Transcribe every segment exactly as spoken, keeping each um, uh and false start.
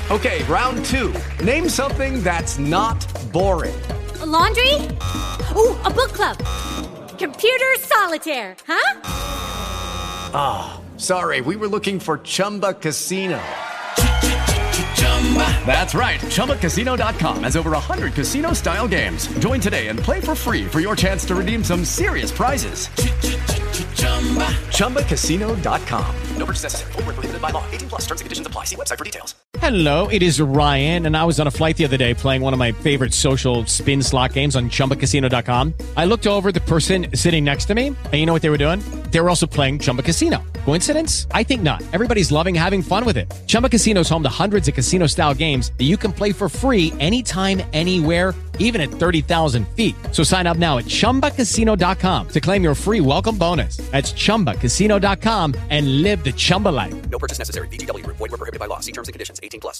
Okay, round two. Name something that's not boring. A laundry? Ooh, a book club. Computer solitaire, huh? Ah, oh, sorry, we were looking for Chumba Casino. That's right, Chumba Casino dot com has over one hundred casino-style games. Join today and play for free for your chance to redeem some serious prizes. Chumba Casino dot com. No purchase necessary. Void where prohibited by law. eighteen plus terms and conditions apply. See website for details. Hello, it is Ryan, and I was on a flight the other day playing one of my favorite social spin slot games on Chumba Casino dot com. I looked over at the person sitting next to me, and you know what they were doing? They were also playing Chumba Casino. Coincidence? I think not. Everybody's loving having fun with it. Chumba Casino is home to hundreds of casino-style games that you can play for free anytime, anywhere, even at thirty thousand feet. So sign up now at Chumba Casino dot com to claim your free welcome bonus. That's Chumba Casino dot com and live the Chumba life. No purchase necessary. V G W. Void where prohibited by law. See terms and conditions. eighteen plus.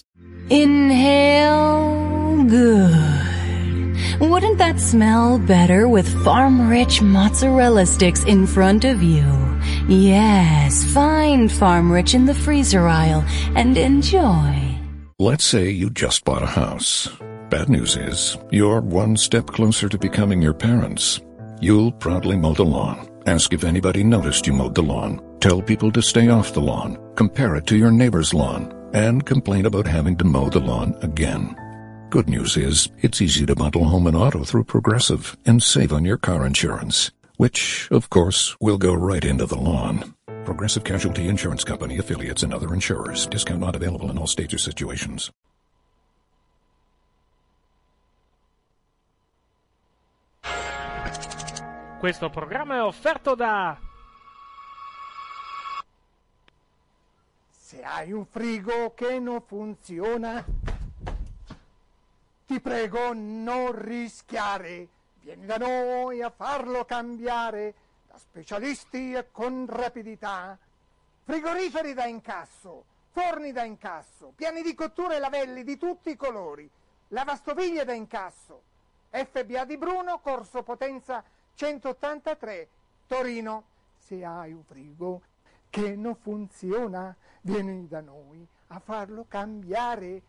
Inhale good. Wouldn't that smell better with farm-rich mozzarella sticks in front of you? Yes, find farm-rich in the freezer aisle and enjoy. Let's say you just bought a house. Bad news is, you're one step closer to becoming your parents. You'll proudly mow the lawn. Ask if anybody noticed you mowed the lawn. Tell people to stay off the lawn. Compare it to your neighbor's lawn. And complain about having to mow the lawn again. Good news is, it's easy to bundle home and auto through Progressive and save on your car insurance, which, of course, will go right into the lawn. Progressive Casualty Insurance Company, affiliates, and other insurers. Discount not available in all states or situations. Questo programma è offerto da... Se hai un frigo che non funziona, ti prego non rischiare. Vieni da noi a farlo cambiare, da specialisti e con rapidità. Frigoriferi da incasso, forni da incasso, piani di cottura e lavelli di tutti i colori, lavastoviglie da incasso. F B A di Bruno, Corso Potenza centottantatré, Torino. Se hai un frigo che non funziona, vieni da noi a farlo cambiare.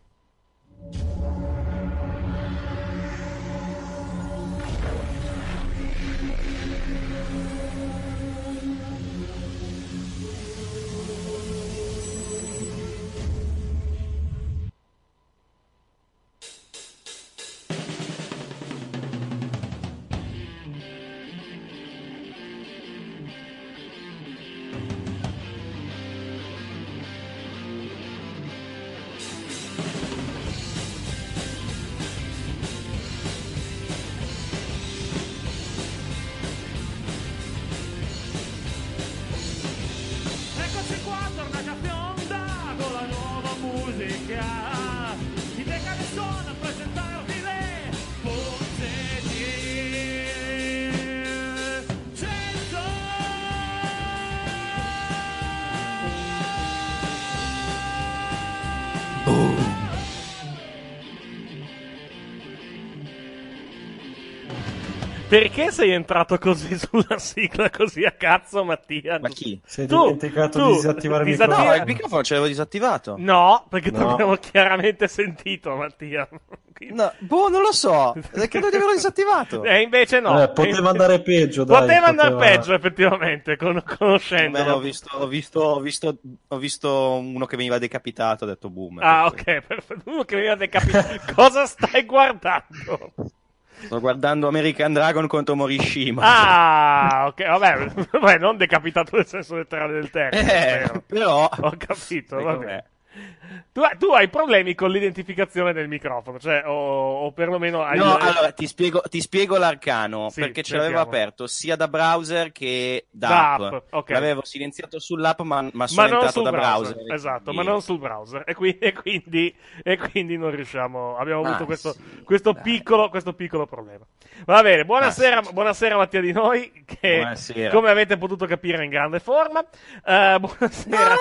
Perché sei entrato così sulla sigla, così a cazzo, Mattia? Ma chi? Sei tu, dimenticato tu, di disattivare il disattiva... microfono. No, il microfono ce l'avevo disattivato. No, perché No. ti abbiamo chiaramente sentito, Mattia. Quindi... No, boh, non lo so. Credo di averlo disattivato. E invece no. Eh, poteva andare peggio, dai. Poteva andare poteva- peggio, effettivamente, con- conoscendolo. Beh, ho, visto, ho, visto, ho, visto, ho visto uno che veniva decapitato, ho detto boom. Ah, ok, perfetto. Uno che mi aveva capito cosa stai guardando. Sto guardando American Dragon contro Morishima. Ah, ok, vabbè, vabbè, non decapitato nel senso letterale del termine. Eh, spero. però... Ho capito, Sai va com'è. bene. Tu, hai- tu hai problemi con l'identificazione del microfono, cioè, o, o perlomeno hai... No, allora ti spiego, ti spiego l'arcano, Sì, perché ce sentiamo. l'avevo aperto sia da browser che da, Da app. app, ok. L'avevo silenziato sull'app, ma, ma sono ma non entrato sul da browser, browser. esatto, quindi- ma non sul browser e, qui- e quindi, e quindi non riusciamo, abbiamo Ma avuto questo, sì, questo, dai. piccolo, questo piccolo problema. Va bene, buonasera, Ma sì. buonasera Mattia Di Noi, che Buonasera. come avete potuto capire è in grande forma. Eh, buonasera.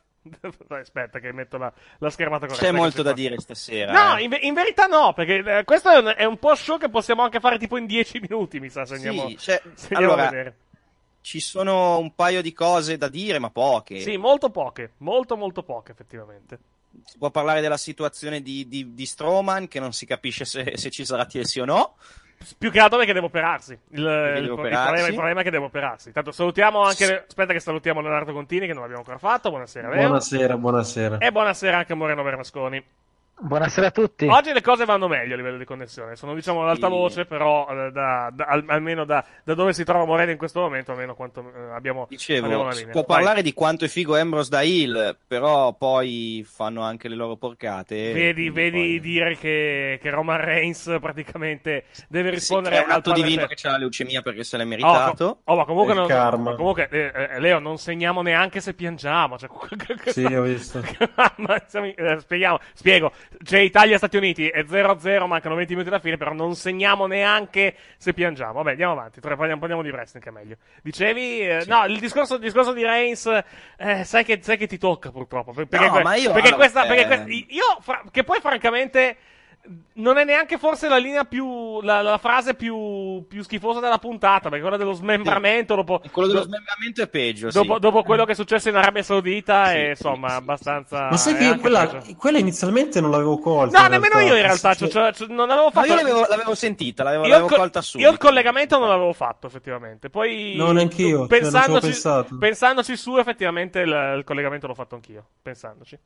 Dai, aspetta che metto la, la schermata corretta. C'è che molto si da fa. dire stasera. No, eh. in, ve- in verità no, perché eh, questo è un, è un po' show che possiamo anche fare tipo in dieci minuti, mi sa, se andiamo, Sì, cioè, se andiamo allora, a vedere. ci sono un paio di cose da dire, ma poche. Sì, molto poche, molto molto poche effettivamente. Si può parlare della situazione di, di, di Strowman, che non si capisce se, se ci sarà T L C o no. Più che altro perché deve operarsi. Il, Perché il, deve il, operarsi. problema, il problema è che deve operarsi. Tanto salutiamo anche. Aspetta, che salutiamo Leonardo Contini, che non l'abbiamo ancora fatto. Buonasera, vero? Buonasera, buonasera. E buonasera anche a Moreno Bernasconi. Buonasera a tutti. Oggi le cose vanno meglio a livello di connessione. Sono, diciamo, ad alta Sì. voce, però eh, da, da, al- almeno da, da dove si trova Moreno in questo momento, almeno quanto eh, abbiamo, Dicevo, abbiamo la si linea. può Vai. parlare di quanto è figo Ambrose da heel, però poi fanno anche le loro porcate. Vedi, quindi vedi poi- dire che, che Roman Reigns praticamente deve Sì, rispondere che è un al atto padre- divino che c'ha la leucemia perché se l'è Oh, meritato. oh, ma comunque, Il non, karma. ma comunque eh, eh, Leo, non segniamo neanche se piangiamo. Cioè, Sì, ho visto. Ma, siamo- eh, spieghiamo, spiego. C'è Italia-Stati Uniti, è zero a zero, mancano venti minuti alla fine, però non segniamo neanche se piangiamo. Vabbè, andiamo avanti, tra- parliamo, parliamo di wrestling che è meglio. Dicevi, eh, Sì. no, il discorso, il discorso di Reigns, eh, sai, che, sai che ti tocca purtroppo. per- Perché, No, que- ma io- perché allora, questa, perché eh, que- io, fra- che poi francamente... Non è neanche forse la linea più. La, la frase più, più schifosa della puntata, perché quella dello smembramento. Dopo, E quello dello do- smembramento è peggio, dopo, sì. dopo quello che è successo in Arabia Saudita, Sì, è sì, insomma sì, abbastanza. Ma sai è che io anche quella, peggio. quella inizialmente non l'avevo colta. No, in nemmeno io in realtà. Cioè, Cioè, cioè, non avevo No, fatto. io l'avevo, l'avevo sentita, l'avevo, io l'avevo il co- colta subito. io il collegamento non l'avevo fatto, effettivamente. Poi. No, neanch'io, cioè, non ci avevo Pensandoci, pensato. pensandoci su, effettivamente, il, il collegamento l'ho fatto anch'io. Pensandoci.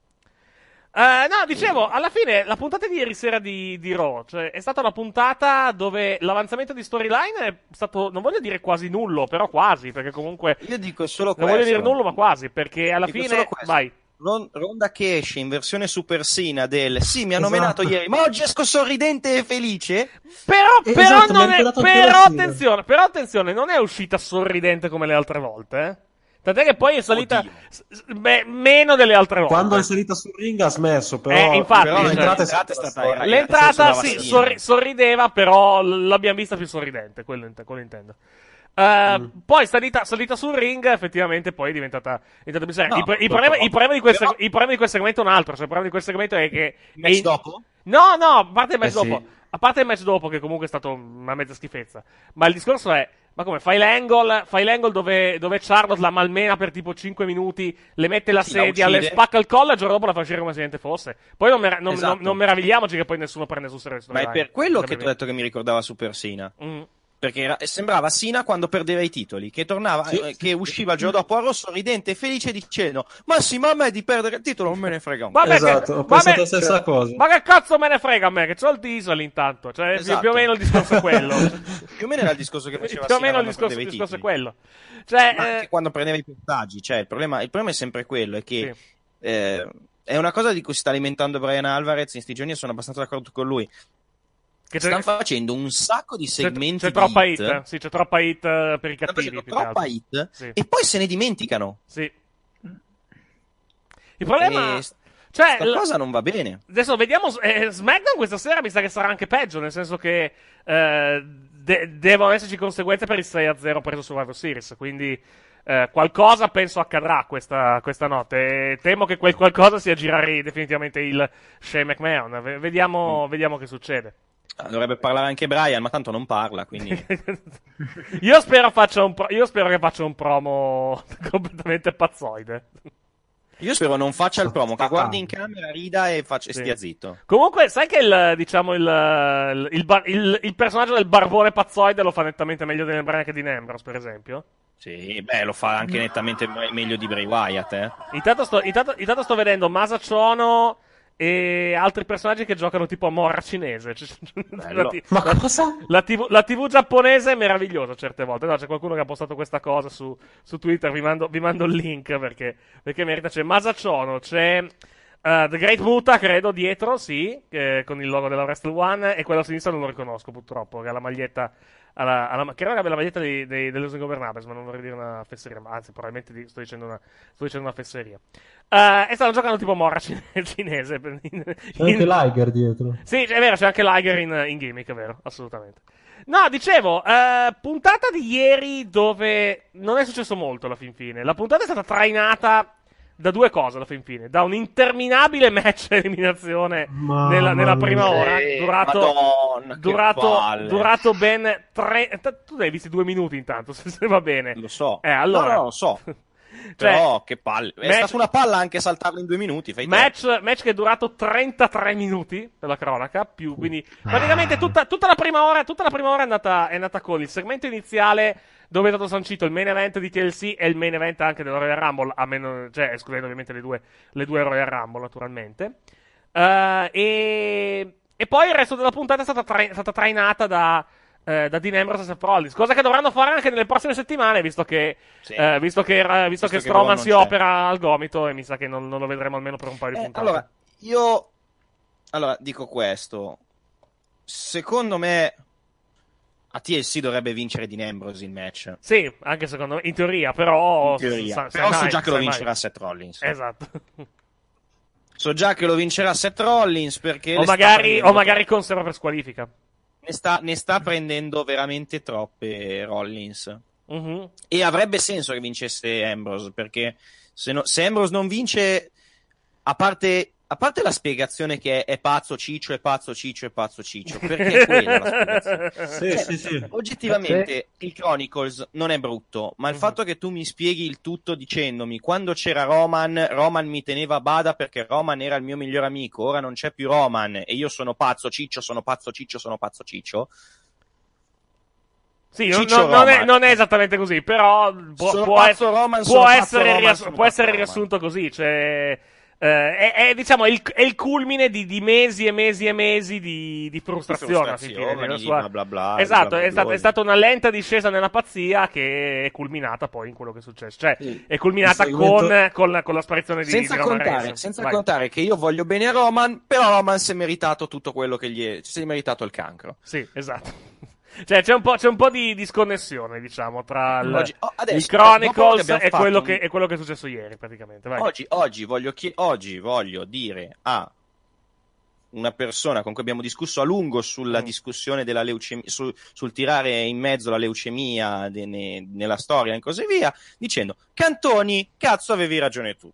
Eh, no, dicevo, alla fine la puntata di ieri sera di, di Raw, cioè, è stata una puntata dove l'avanzamento di storyline è stato, non voglio dire quasi nullo, però quasi, perché comunque, Io dico solo non questo. voglio dire nullo, ma quasi, perché alla Dico fine, solo questo. vai. Ron- Ronda che esce in versione Super Sina del sì, mi hanno Esatto. menato ieri, ma oggi esco sorridente e felice. Però, Eh, però, esatto, mi non ha è, imparato anche però la sigla. attenzione, però attenzione, non è uscita sorridente come le altre volte, eh. Tant'è che poi è salita Oddio. s- s- beh, meno delle altre volte. Quando è salita sul ring ha smesso, però, Eh, infatti, però cioè, l'entrata è l'entrata è stata stata- storia. L'entrata Nel senso, sì, dava sorri- segno. sorrideva, però l- l'abbiamo vista più sorridente, quello, int- quello intendo. Eh, Poi salita, salita sul ring, effettivamente poi è diventata, è diventata più seria. No, il, pro- il dopo, problema, il, problema di quel però- seg- il problema di quel segmento è un altro. Cioè, il problema di quel segmento è che. Il match è- dopo? No, no, a parte il match Eh, sì. dopo. A parte il match dopo, che comunque è stato una mezza schifezza. Ma il discorso è. Ma come fai l'angle? Fai l'angle dove, dove Charlotte la malmena per tipo cinque minuti, le mette la Sì, la sedia, le uccide. spacca il collo e il giorno dopo la fa uscire come se niente fosse. Poi non, mera- non- Esatto. non- non meravigliamoci che poi nessuno prende sul serio. Ma è storyline. per quello che ti ho Capito? detto che mi ricordava Super Sina. Mm. Perché era- sembrava Sina quando perdeva i titoli, che tornava, Sì, eh, sì, che usciva il giorno dopo a Raw sorridente e felice dicendo: ma sì, ma a me di perdere il titolo non me ne frega un Vabbè, Esatto, che- ho pensato vabbè, la stessa cosa. Ma che cazzo me ne frega a me? Che c'ho il diesel intanto. Cioè, più- Esatto. più o meno il discorso è quello. Più o meno era il discorso che faceva più o Sina meno il quando discorso, perdeva il i discorso è titoli. quello. Cioè, Ma eh, anche quando prendeva i portaggi, cioè il problema, il problema è sempre quello, è che Sì. eh, è una cosa di cui si sta alimentando Brian Alvarez in sti giorni e sono abbastanza d'accordo con lui. che c'è, Stanno facendo un sacco di c'è, segmenti c'è troppa di hit. hit, Sì, c'è troppa hit eh, per i stanno cattivi. facendo più che troppa altro. hit Sì. e poi se ne dimenticano. Sì. Il problema. E Cioè, sta l- cosa non va bene. adesso vediamo. eh, SmackDown questa sera mi sa che sarà anche peggio. Nel senso che eh, de- devono esserci conseguenze per il sei a zero preso su Survivor Series. Quindi eh, qualcosa penso accadrà questa, questa notte. E temo che quel qualcosa sia girare definitivamente il Shane McMahon. V- vediamo, Mm. vediamo che succede. Ah, dovrebbe parlare anche Brian, ma tanto non parla, quindi io, spero faccia un pro- io spero che faccia un promo completamente pazzoide. io spero non faccia il promo, che guardi in camera, rida e, faccia, e Sì. stia zitto. Comunque, sai che il, diciamo, il, il, il, bar- il- il personaggio del barbone pazzoide lo fa nettamente meglio di Brian che di Ambrose, per esempio? Sì, beh, lo fa anche nettamente me- meglio di Bray Wyatt, eh. Intanto sto, intanto, intanto sto vedendo Masa Chono e altri personaggi che giocano tipo a Morra cinese. Cioè, la, ti- Ma cosa? la tivù, la tivù giapponese è meravigliosa certe volte. No, c'è qualcuno che ha postato questa cosa su, su Twitter. Vi mando, vi mando il link perché, perché merita. C'è Masa Chono, c'è uh, The Great Muta, credo, dietro, sì, che- con il logo della Wrestle One. E quello a sinistra non lo riconosco purtroppo, che ha la maglietta. Alla, alla, credo che abbia la maglietta dei, dei, delle Ingovernables, ma non vorrei dire una fesseria. Ma anzi, probabilmente di- sto dicendo una, sto dicendo una fesseria. Uh, e stanno giocando tipo Morra cine- cinese. In, C'è anche Liger dietro. Sì, è vero, c'è anche Liger in, in gimmick, è vero, assolutamente. No, dicevo, eh, puntata di ieri dove non è successo molto alla fin fine. La puntata è stata trainata da due cose alla fin fine. Da un interminabile match eliminazione Mamma nella, nella mia. prima ora, Sì, durato, Madonna, che durato, palle. durato ben tre... Tu l'hai visti due minuti intanto, se, se va bene. Lo so. Eh, allora... No, no, lo so. Però cioè, che palle. È match... stata una palla anche saltarlo in due minuti. Fai match, match che è durato trentatré minuti per la cronaca. Più, quindi praticamente tutta, tutta la prima ora, tutta la prima ora è andata, è andata con il segmento iniziale dove è stato sancito il main event di T L C e il main event anche della Royal Rumble, a meno, cioè escludendo ovviamente le due, le due Royal Rumble naturalmente. Uh, e, e poi il resto della puntata è stata, tra, è stata trainata da, uh, da Dean Ambrose e Seth Rollins, cosa che dovranno fare anche nelle prossime settimane, visto che, sì. uh, visto che, uh, visto visto che, che Strowman si c'è. opera al gomito, e mi sa che non, non lo vedremo almeno per un paio di eh, puntate. Allora, io allora dico questo. Secondo me a T L C dovrebbe vincere Dean Ambrose il match. Sì, anche secondo me, in teoria, però... In teoria. Sa, però so mai, già che lo mai. vincerà Seth Rollins. Esatto. So già che lo vincerà Seth Rollins perché... O magari, o magari conserva per squalifica. Ne sta, ne sta prendendo veramente troppe Rollins. Mm-hmm. E avrebbe senso che vincesse Ambrose, perché se, no, se Ambrose non vince, a parte... A parte la spiegazione che è, è pazzo Ciccio, è pazzo Ciccio, è pazzo Ciccio, perché è quella la spiegazione. Sì, cioè, sì, sì. Oggettivamente sì. Il Chronicles non è brutto, ma il uh-huh. fatto che tu mi spieghi il tutto dicendomi quando c'era Roman, Roman mi teneva a bada perché Roman era il mio migliore amico, ora non c'è più Roman e io sono pazzo Ciccio, sono pazzo Ciccio, sono pazzo Ciccio. Sì, non, non, è, non è esattamente così, però può, può, es- Roman, può essere, Roman, riass- può essere riassunto così, cioè... Uh, è, è, diciamo, è il, è il culmine di, di mesi e mesi e mesi di, di frustrazione. Di frustrazione sua... bla bla bla, esatto, bla bla è, stata, è stata una lenta discesa nella pazzia che è culminata poi in quello che è successo. Cioè, sì. È culminata segmento... con, con, la, con la sparizione di, senza di Roman contare, Reigns. Senza Vai. contare che io voglio bene a Roman, però Roman si è meritato tutto quello che gli è... si è meritato il cancro. Sì, esatto. Cioè, c'è un po', c'è un po' di disconnessione, diciamo, tra il, oggi, oh, adesso, il Chronicles e e quello, un... che, e quello che è successo ieri, praticamente. Vai. Oggi, oggi, voglio chi... oggi voglio dire a una persona con cui abbiamo discusso a lungo sulla mm. discussione della leucemia, sul, sul tirare in mezzo la leucemia de, ne, nella storia e così via, dicendo: Cantoni, cazzo, avevi ragione tu.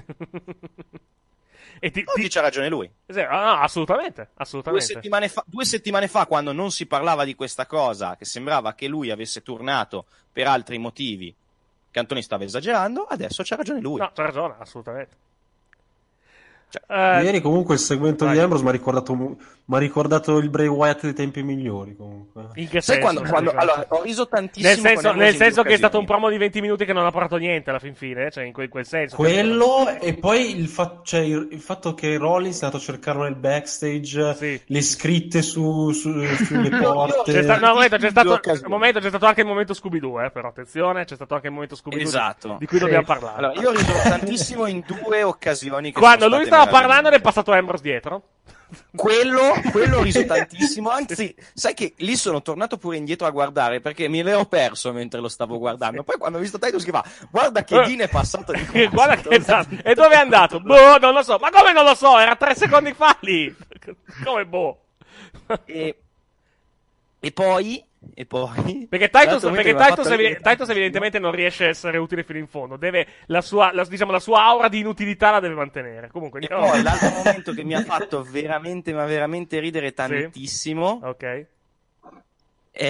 E ti, Oggi ti... c'ha ragione lui. No, no, assolutamente, assolutamente. Due settimane, fa, due settimane fa, quando non si parlava di questa cosa, che sembrava che lui avesse turnato per altri motivi, Cantoni stava esagerando, adesso c'ha ragione lui. No, c'ha ragione, assolutamente. Cioè, uh, ieri comunque il segmento vai. di Ambrose mi ha ricordato, m'ha ricordato il Bray Wyatt dei tempi migliori comunque. In che Sai senso? quando, quando, allora, ho riso tantissimo nel senso, nel senso che è stato un occasioni. promo di venti minuti che non ha portato niente alla fin fine, cioè in quel, quel senso. Quello che... e poi il, fa... cioè, il, il fatto che Rollins è andato a cercarlo nel backstage, sì. le scritte su, su, sulle porte. C'è sta... no, un momento, c'è stato, un momento, c'è stato anche il momento Scooby-Doo, eh, però attenzione, c'è stato anche il momento Scooby-Doo esatto. di, di cui sì. dobbiamo parlare. Allora, io ho riso tantissimo in due occasioni che quando lui stava parlando ne è passato Ambrose dietro. Quello, quello ho riso tantissimo, anzi, sai che lì sono tornato pure indietro a guardare perché me l'ero perso mentre lo stavo guardando. Poi quando ho visto Titus che fa, guarda che Dean è passato di qua. Guarda che esatto. E dove è andato? Boh, non lo so. Ma come non lo so? Era tre secondi fa lì. Come boh? E, e poi... E poi perché Titus, perché Titus, evi- Titus evidentemente non riesce a essere utile fino in fondo, deve la sua, la, diciamo, la sua aura di inutilità la deve mantenere. Comunque, e poi l'altro momento che mi ha fatto veramente ma veramente ridere tantissimo, sì. Ok. È...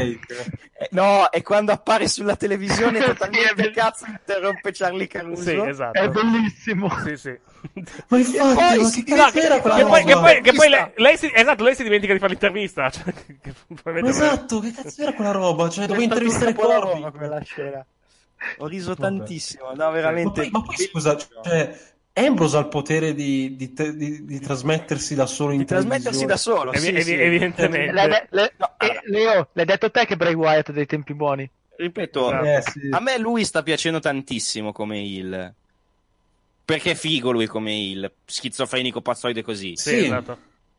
no, è quando appare sulla televisione totalmente cazzo interrompe Charlie Caruso. Sì, esatto. È bellissimo. Sì, sì. Ma infatti, poi, ma che cazzo era quella che poi, che poi, che poi sta... lei, lei si, esatto, lei si dimentica di fare l'intervista. Cioè, che, che esatto, che cazzo era quella roba? Cioè, dovevo intervistare Corby. Quella scena. Ho riso Vabbè. tantissimo, no, veramente. Ma poi, ma poi scusa, cioè, Ambrose ha il potere di, di, di, di trasmettersi da solo in di trasmettersi da solo, Evi- sì, evi- sì. evidentemente. Le, le, le, no, eh, allora. Leo, l'hai detto te che Bray Wyatt ha dei tempi buoni. Ripeto, eh, sì. a me lui sta piacendo tantissimo come heel. Perché è figo lui come heel, schizofrenico, pazzoide così. Sì, sì. Esatto.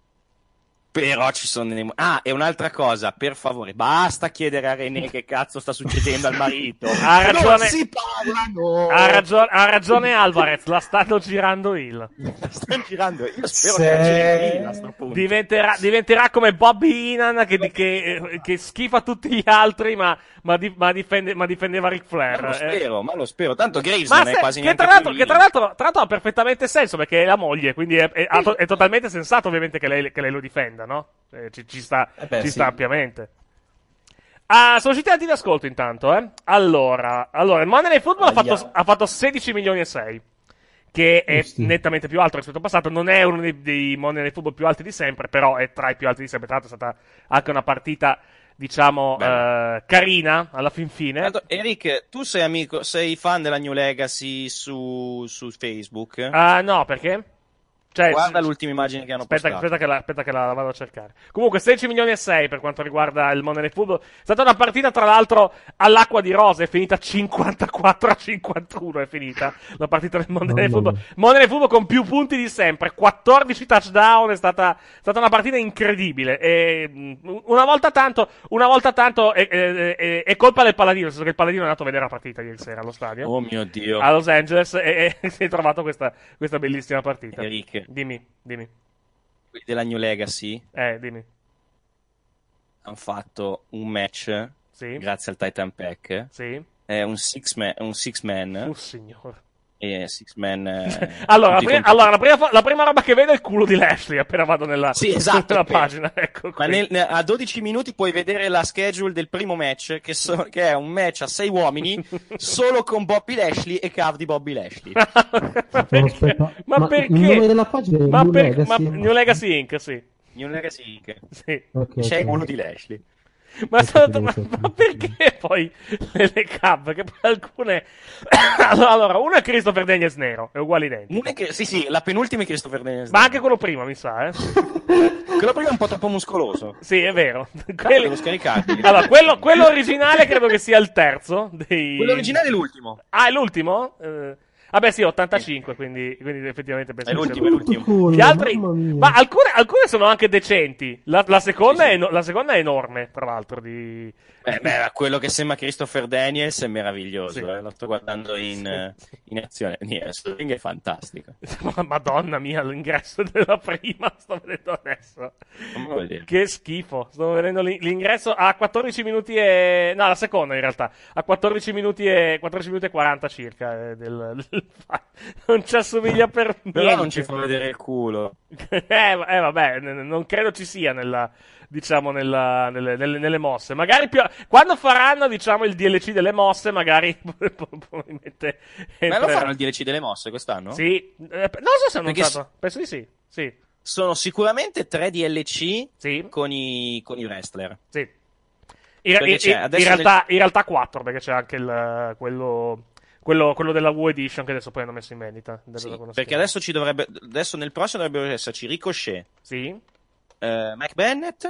Però ci sono dei... Ah, e un'altra cosa, per favore, basta chiedere a René che cazzo sta succedendo al marito. Ha ragione... Non si parla, no. Ha, ragio- ha ragione Alvarez, la stanno girando il. La stanno girando, io spero Se... che la giri il a sto punto. Diventerà, diventerà come Bobby Heenan che, che, che schifa tutti gli altri, ma, ma, di, ma, difende, ma difendeva Ric Flair. Ma lo eh. spero, ma lo spero. Tanto Graves ma non se, è quasi che neanche tra l'altro, più che tra l'altro, tra l'altro ha perfettamente senso perché è la moglie, quindi è, è, è, è totalmente sensato ovviamente che lei, che lei lo difenda, no? Eh, ci, ci sta, eh beh, ci sì. sta ampiamente. Ah, sono usciti dati di ascolto intanto, eh. Allora, allora il Monday Night Football ha fatto, ha fatto sedici milioni e sei, che è Giusti. nettamente più alto rispetto al passato. Non è uno dei, dei Monday Night Football più alti di sempre, però è tra i più alti di sempre. Tra l'altro è stata anche una partita, diciamo, eh, carina alla fin fine. Allora, Eric, tu sei amico, sei fan della New Legacy su, su Facebook? Ah, no, perché? Cioè, Guarda l'ultima immagine che hanno aspetta, postato. aspetta, che la, aspetta che la vado a cercare. Comunque sedici milioni e sei per quanto riguarda il Monday Night Football. È stata una partita, tra l'altro, all'acqua di rose. È finita cinquantaquattro a cinquantuno. È finita la partita del Monday Night Football. Monday Night Football con più punti di sempre, quattordici touchdown. È stata, è stata una partita incredibile. E una volta tanto, una volta tanto è, è, è, è colpa del Paladino. Nel senso che il Paladino è andato a vedere la partita ieri sera allo stadio. Oh mio Dio. A Los Angeles. E, e si è trovato questa, questa bellissima partita. Eric. Dimmi, dimmi. Quelli della New Legacy Eh, dimmi. hanno fatto un match Sì. grazie al Titan Pack. Sì. È un six man, un six man. Oh signore. E six man. eh, Allora, la, tutti prima, con- allora la, prima, fo- la prima roba che vedo è il culo di Lashley appena vado nella, Sì, esatto, nella per- pagina. Ecco Ma qui. nel- ne- a dodici minuti puoi vedere la schedule del primo match, che, so- che è un match a sei uomini, solo con Bobby Lashley e cav di Bobby Lashley. Aspetta, Ma ma perché? il nome della pagina è Ma New per- Legacy? ma- New Legacy Incorporated, sì. New Legacy Inc. Sì. Ok, C'è ok. uno di Lashley. Ma, sono- ma- ma perché poi le, le cab? Perché poi alcune. Allora, uno è Christopher Daniels nero, è uguale identico. Uno è che, sì, sì, la penultima è Christopher Daniels. Ma anche quello prima, mi sa, eh. Quello prima è un po' troppo muscoloso. Sì, è vero. Quelli... Devo scaricarli. Allora, quello, quello originale credo che sia il terzo dei... Quello originale è l'ultimo. Ah, è l'ultimo? Eh, vabbè, sì, ottantacinque, quindi, quindi effettivamente penso È che sia l'ultimo, è l'ultimo. Cool, Gli altri... mamma mia. Ma alcune, alcune sono anche decenti. La, la seconda è, la seconda è enorme, tra l'altro, di... Eh, beh, quello che sembra Christopher Daniels è meraviglioso. Sì. Eh. Lo sto guardando in, eh, in azione. Il wrestling è fantastico. Ma- Madonna mia, l'ingresso della prima, sto vedendo adesso. Non me lo vedere. Che schifo. Sto vedendo l'in- l'ingresso a quattordici minuti e... No, la seconda in realtà. A quattordici minuti e, quattordici minuti e quaranta circa. eh, del... del- Non ci assomiglia per niente. Però non ci fa vedere il culo. eh, eh, vabbè, n- non credo ci sia nella... diciamo nella, nelle, nelle, nelle mosse. Magari più... quando faranno, diciamo, il D L C delle mosse, magari probabilmente Ma lo entrerà. faranno il D L C delle mosse quest'anno? Sì, eh, non so se hanno Perché annunciato. Penso di sì. Sì, Sono sicuramente tre D L C sì, con i, con i wrestler. sì. In, Perché in- c'è, in- in adesso realtà, in realtà quattro, perché c'è anche il, quello, quello, quello della W Edition che adesso poi hanno messo in vendita. Sì, Della- con perché adesso ci dovrebbe. Adesso nel prossimo dovrebbero esserci Ricochet, Sì, eh, Mike Bennett.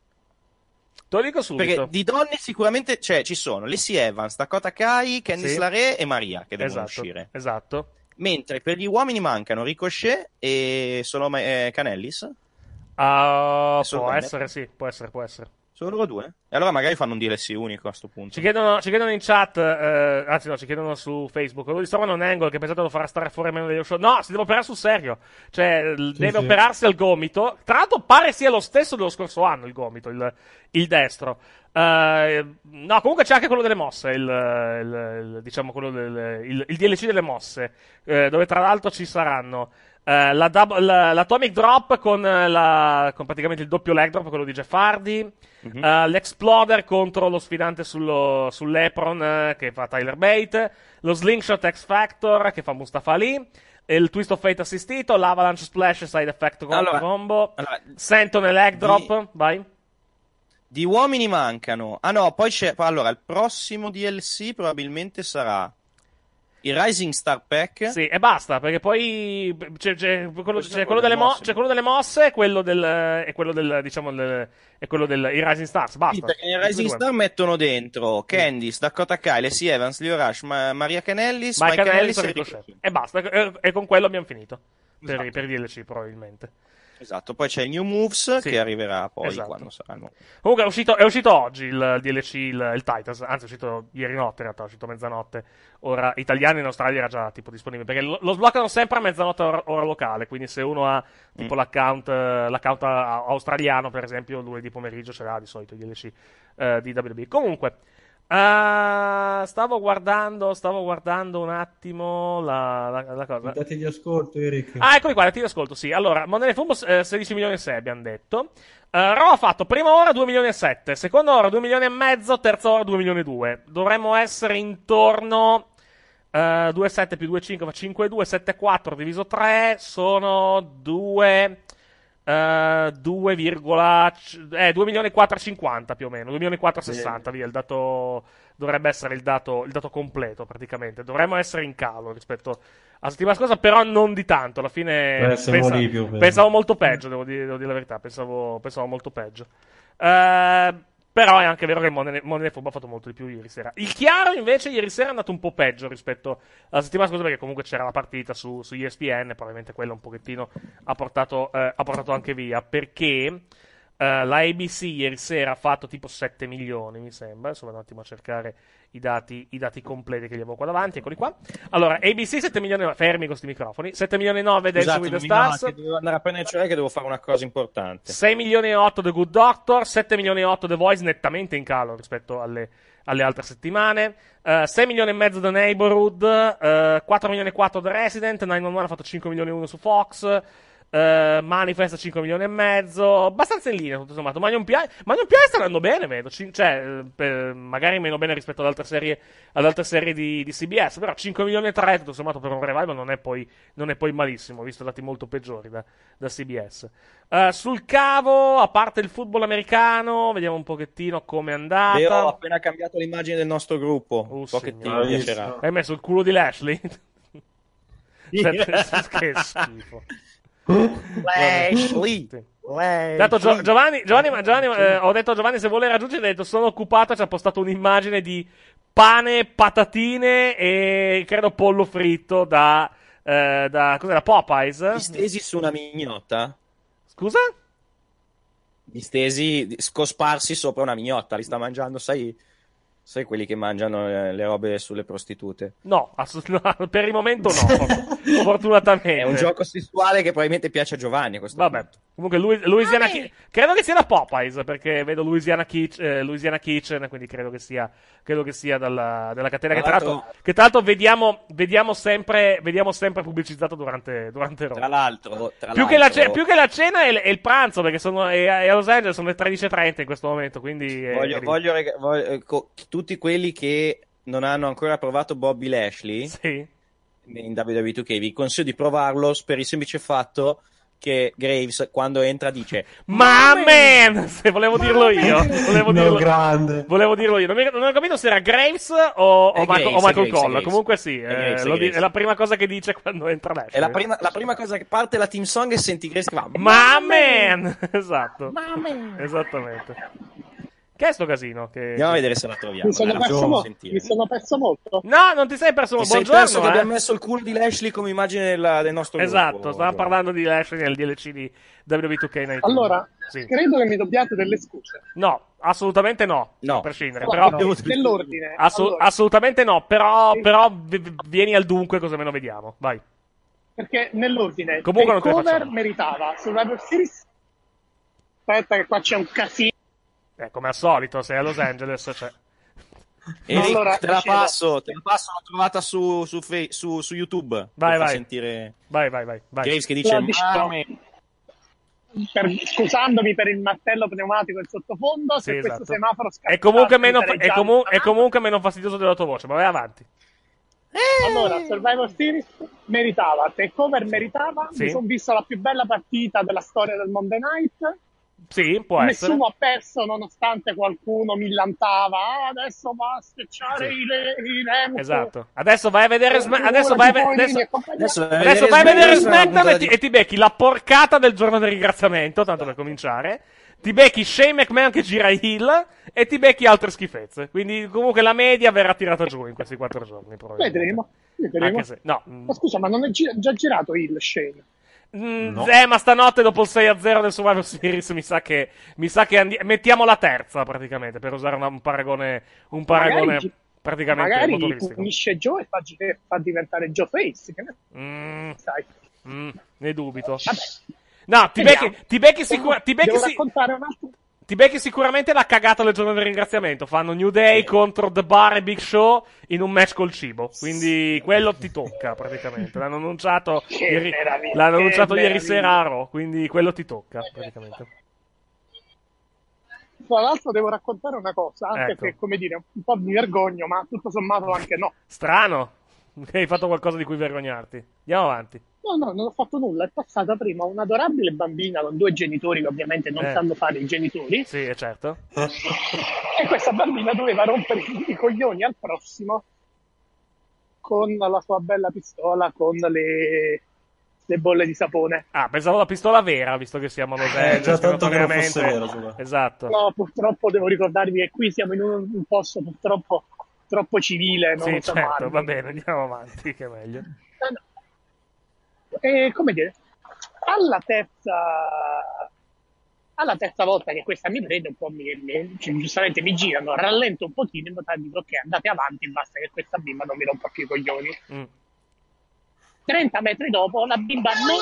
te lo dico subito. Perché di donne sicuramente cioè, ci sono Lacey Evans, Dakota Kai, Candice Sì. LeRae e Maria che devono Esatto, uscire. esatto. Mentre per gli uomini mancano Ricochet e solo eh, Canellis. Ah, Solo può Bennett? essere, sì, può essere, può essere. Sono loro due? E allora magari fanno un D L C unico a sto punto. Ci chiedono, ci chiedono in chat, eh, anzi no, ci chiedono su Facebook, quello di Storman un angle che pensate lo farà stare fuori meno dello show. No, si deve operare sul serio. Cioè, l- Sì, deve sì. operarsi al gomito. Tra l'altro pare sia lo stesso dello scorso anno il gomito, il, il destro. Eh, no, comunque c'è anche quello delle mosse, il, il- il- diciamo quello del, il, il D L C delle mosse, eh, dove tra l'altro ci saranno eh, la dub- la- l'Atomic Drop con, eh, la, con praticamente il doppio leg drop, quello di Jeff Hardy. Mhm. Uh, l'Exploder contro lo sfidante sullo, sull'Epron eh, che fa Tyler Bate, lo Slingshot X Factor che fa Mustafa Ali, il Twist of Fate assistito, l'Avalanche Splash Side Effect com- Allora, combo, allora, Sentinel Leg di- Drop, vai. Di uomini mancano. Ah no, poi c'è. Allora, il prossimo D L C probabilmente sarà il Rising Star Pack. Sì, e basta, perché poi c'è, c'è quello, Questo c'è è quello quello delle delle mo- mosse. c'è quello delle mosse e quello del, e quello del, diciamo, del, e quello del, i Rising Stars, basta. Sì, perché nel Questi Rising due. Star mettono dentro Candice, Dakota Kai, Lacey Evans, Leo Rush, Ma- Maria Canellis, Mike Mike Canellis Canellis e e Ricochet. Ricochet. E basta, e, e con quello abbiamo finito. Per, Esatto. per i D L C probabilmente. Esatto, poi c'è il New Moves Sì. che arriverà poi Esatto. quando saranno. Comunque è uscito, è uscito oggi il D L C, il, il Titans, anzi è uscito ieri notte in realtà, è uscito a mezzanotte, ora italiano, in Australia era già tipo disponibile, perché lo, lo sbloccano sempre a mezzanotte ora, ora locale, quindi se uno ha tipo Mm. l'account, eh, l'account a- australiano per esempio, lunedì pomeriggio ce l'ha di solito il D L C eh, di W W E. Comunque, Uh, stavo guardando, stavo guardando un attimo la, la, la cosa. Date di ascolto, Eric. Ah, eccoli qua, dati di ascolto, sì. Allora, Monday Fumbo eh, sedici milioni e sei abbiamo detto. Uh, Raw ha fatto prima ora due milioni e sette, seconda ora due milioni e mezzo, terza ora due milioni e due. Dovremmo essere intorno uh, due virgola sette più due virgola cinque fa cinque virgola due, sette virgola quattro diviso tre sono due Uh, due, eh, due milioni e quattrocentocinquanta più o meno, due milioni e quattrocentosessanta, via, il dato dovrebbe essere il dato, il dato completo praticamente. Dovremmo essere in calo rispetto alla settimana scorsa, però non di tanto, alla fine Beh, pensa, lì più, pensavo molto peggio, devo dire, devo dire la verità, pensavo, pensavo molto peggio. Uh, Però è anche vero che Monday Night Football ha fatto molto di più ieri sera. Il chiaro, invece, ieri sera è andato un po' peggio rispetto alla settimana scorsa, perché comunque c'era la partita su, su E S P N, probabilmente quello un pochettino ha portato, eh, ha portato anche via, perché eh, la A B C ieri sera ha fatto tipo sette milioni, mi sembra. Adesso vado un attimo a cercare i dati, i dati completi che li avevo qua davanti, eccoli qua. Allora, A B C sette milioni, fermi con questi microfoni, sette milioni e nove Dancing with the Stars. No, che devo andare a prendere il cellulare, che devo fare una cosa importante. sei milioni e otto The Good Doctor, sette milioni e otto The Voice, nettamente in calo rispetto alle, alle altre settimane, uh, sei milioni e mezzo The Neighborhood, uh, quattro milioni e quattro The Resident, nove uno uno ha fatto cinque milioni e uno su Fox, Uh, Manifest cinque milioni e mezzo, abbastanza in linea tutto sommato. Magnum P I, Magnum P I sta andando bene, vedo, C- cioè per, magari meno bene rispetto ad altre serie, ad altre serie di, di C B S, però cinque milioni e tre tutto sommato per un revival non è poi, non è poi malissimo, visto dati molto peggiori da, da C B S. Uh, sul cavo, a parte il football americano, vediamo un pochettino com'è andata. Io ho appena cambiato l'immagine del nostro gruppo, oh, so che ti signore. piacerà. Hai messo il culo di Lashley? Che schifo. Lashley. Dato Gio- Giovanni, Giovanni, Giovanni eh, ho detto a Giovanni se vuole raggiungere, ha detto sono occupato, ci ha postato un'immagine di pane, patatine e credo pollo fritto da, eh, da cos'era, Popeyes? Distesi su una mignotta? Scusa? Distesi, scosparsi sopra una mignotta, li sta mangiando, sai... Sai quelli che mangiano le, le robe sulle prostitute? No, assolutamente no, per il momento no, fortunatamente. È un gioco sessuale che probabilmente piace a Giovanni a questo Vabbè, punto. comunque Louis- Louisiana Ki- credo che sia da Popeyes, perché vedo Louisiana, Kitch- eh, Louisiana Kitchen, quindi credo che sia, credo che sia dalla, della catena che tra l'altro, che tra l'altro vediamo, vediamo sempre, vediamo sempre pubblicizzato durante, durante Raw. Tra l'altro, tra più, l'altro... Che la ce- più che la cena è, l- è il pranzo, perché sono, è, è a Los Angeles sono le tredici e trenta in questo momento, quindi... È, Voglio, è voglio, rega- voglio eh, co- tutti quelli che non hanno ancora provato Bobby Lashley sì. in W W E due K, vi consiglio di provarlo per il semplice fatto che Graves quando entra dice Ma man! Se volevo dirlo io, volevo No, dirlo, grande. volevo dirlo io. Non, mi, non ho capito se era Graves o, o, È Michael, Graves, o Michael è Graves, Cole. è Graves. Comunque sì, È eh, Graves, è lo di- Graves. è la prima cosa che dice quando entra Lashley. è la prima, la prima cosa che parte la team song e senti Graves che fa Ma man! Esatto. Ma man! Esattamente. Che è sto casino? Che... Andiamo a vedere se la troviamo. Mi sono, dai, perso, facciamo mo- sentire. mi sono perso molto. No, non ti sei perso Ti molto. sei Buongiorno, perso che eh. abbiamo messo il culo di Lashley come immagine della- del nostro Esatto, gruppo. stavamo parlando di Lashley nel D L C di W W E due K diciannove. Allora, Sì. credo che mi dobbiate delle scuse. No, assolutamente no. No. A prescindere. Allora, Però... no, nell'ordine. Assu- Allora, Assolutamente no. Però, però v- vieni al dunque, così almeno vediamo. Vai. perché nell'ordine Comunque non te le Takeover facciamo. meritava Survivor Series. Aspetta che qua c'è un casino. Eh, come al solito, sei a Los Angeles. Cioè... Eric, Allora, te la dicevo- passo, te la passo, l'ho trovata su, su, Fe- su, su YouTube. Vai, per far vai. sentire Vai, vai, vai. vai. Graves che dice Allora, dicevo, "Mamma mia". per- scusandomi per il martello pneumatico in sottofondo, Sì, se esatto. questo semaforo scappa. È comunque, meno, fa- è, comu- è comunque meno fastidioso della tua voce, ma vai avanti. Allora, Survivor Series meritava, Takeover meritava, Sì. mi sono visto la più bella partita della storia del Monday Night. Sì, può essere. Nessuno ha perso nonostante qualcuno millantava ah, adesso va a schiacciare Sì. i, re- i Remus. Esatto. Adesso vai a vedere Sma- Figurati adesso vai a ve- poi adesso, e compagnia. Adesso vai a adesso vedere vai a vedere SmackDown, SmackDown una e ti, puntata e ti becchi la porcata del giorno del ringraziamento, tanto per cominciare. Ti becchi Shane McMahon che gira i heel e ti becchi altre schifezze. Quindi comunque la media verrà tirata giù in questi quattro giorni. probabilmente. Vedremo, vedremo. Anche se, no. mm, Ma scusa, ma non è gi- già girato il Shane? Mm, No. Eh, ma stanotte dopo il sei a zero del Survivor Series mi sa che, mi sa che andi- mettiamo la terza praticamente, per usare una- un paragone, un paragone Magari gi- praticamente Magari motoristico. punisce Joe e fa, gi- fa diventare Joe Face, che ne Mm, sai. mm, ne dubito. Vabbè. No, ti Vediamo. becchi, ti becchi, sicura- ti becchi, Devo si- raccontare un altro... ti becchi sicuramente la cagata del giorno del ringraziamento. Fanno New Day contro The Bar e Big Show in un match col cibo. Quindi quello ti tocca praticamente. L'hanno annunciato Che ieri, meraviglia, l'hanno che annunciato ieri meraviglia. sera a Raw. Quindi quello ti tocca praticamente. Tra l'altro devo raccontare una cosa, anche Ecco. se, come dire, un po' mi vergogno, ma tutto sommato anche no. Strano che hai fatto qualcosa di cui vergognarti. Andiamo avanti. No, no, non ho fatto nulla. È passata prima un'adorabile bambina con due genitori che ovviamente non Eh. sanno fare i genitori. Sì, è certo. E questa bambina doveva rompere i coglioni al prossimo con la sua bella pistola, con le, le bolle di sapone. Ah, pensavo la pistola vera, visto che siamo a Los Angeles. già tanto che non fosse notoriamente- vero, scusa. Esatto. No, purtroppo devo ricordarvi che qui siamo in un, un posto purtroppo troppo civile. Non Sì, usiamo certo, armi. va bene, andiamo avanti, che è meglio. Eh, no. E come dire, alla terza, alla terza volta che questa mi prende, un po' mi, mi- cioè, giustamente mi girano, rallento un pochino in modo da dire ok, andate avanti, basta che questa bimba non mi rompa più i coglioni. Mm. trenta metri dopo la bimba non...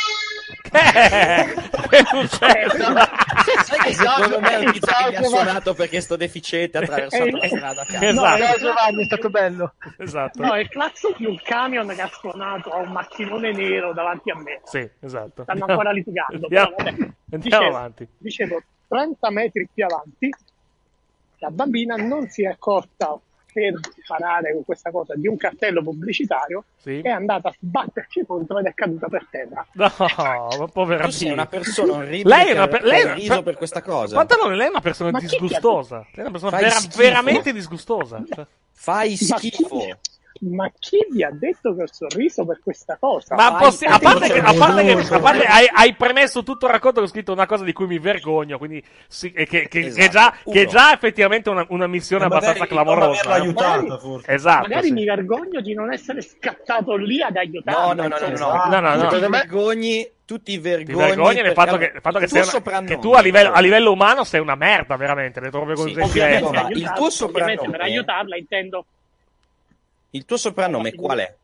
Che è successo? Sai che secondo me è un tizio che mi ha Esatto. suonato perché sto deficiente ha attraversato la strada a caso. Esatto. No, Giovanni, è stato bello. Esatto. No, è il classico di un camion che ha suonato a un macchinone nero davanti a me. Sì, esatto. Stanno ancora litigando, Andiamo, però vabbè. andiamo Dicevo- avanti. Dicevo, trenta metri più avanti, la bambina non si è accorta per parare con questa cosa di un cartello pubblicitario, Sì. è andata a sbatterci contro ed è caduta per terra. No, ma povera Tu sei Bea. una persona orribile Lei è che una ha- per- che lei ha è una- riso per questa cosa. Pantalone, lei è una persona Ma chi disgustosa. Lei è una persona Fai vera- schifo. veramente disgustosa. Cioè, Fai Ma schifo. chi, ma chi vi ha detto che ho sorriso per questa cosa? Ma Fai- possi- a parte che, a parte che, Veloce. a parte hai, hai premesso tutto il racconto che ho scritto una cosa di cui mi vergogno, quindi sì, e che, che, Esatto. che è già, che è Uno. già effettivamente una, una missione abbastanza Magari non clamorosa. averla eh. aiutata, Magari- forse. Esatto. Magari sì. mi vergogno di non essere scattato lì ad No, aiutarla. no, no, no, no, insomma. No, no, no. Tu ti Secondo me- vergogni, tu ti vergogni. Ti vergogni del fatto che, perché- il fatto che, il sei tuo una- soprannome. che tu a livello, a livello umano sei una merda, veramente. Le trovo con Sì, gentilezza. ovviamente. Per Ma il aiutarla, tuo ovviamente soprannome- per aiutarla intendo Il tuo soprannome qual è?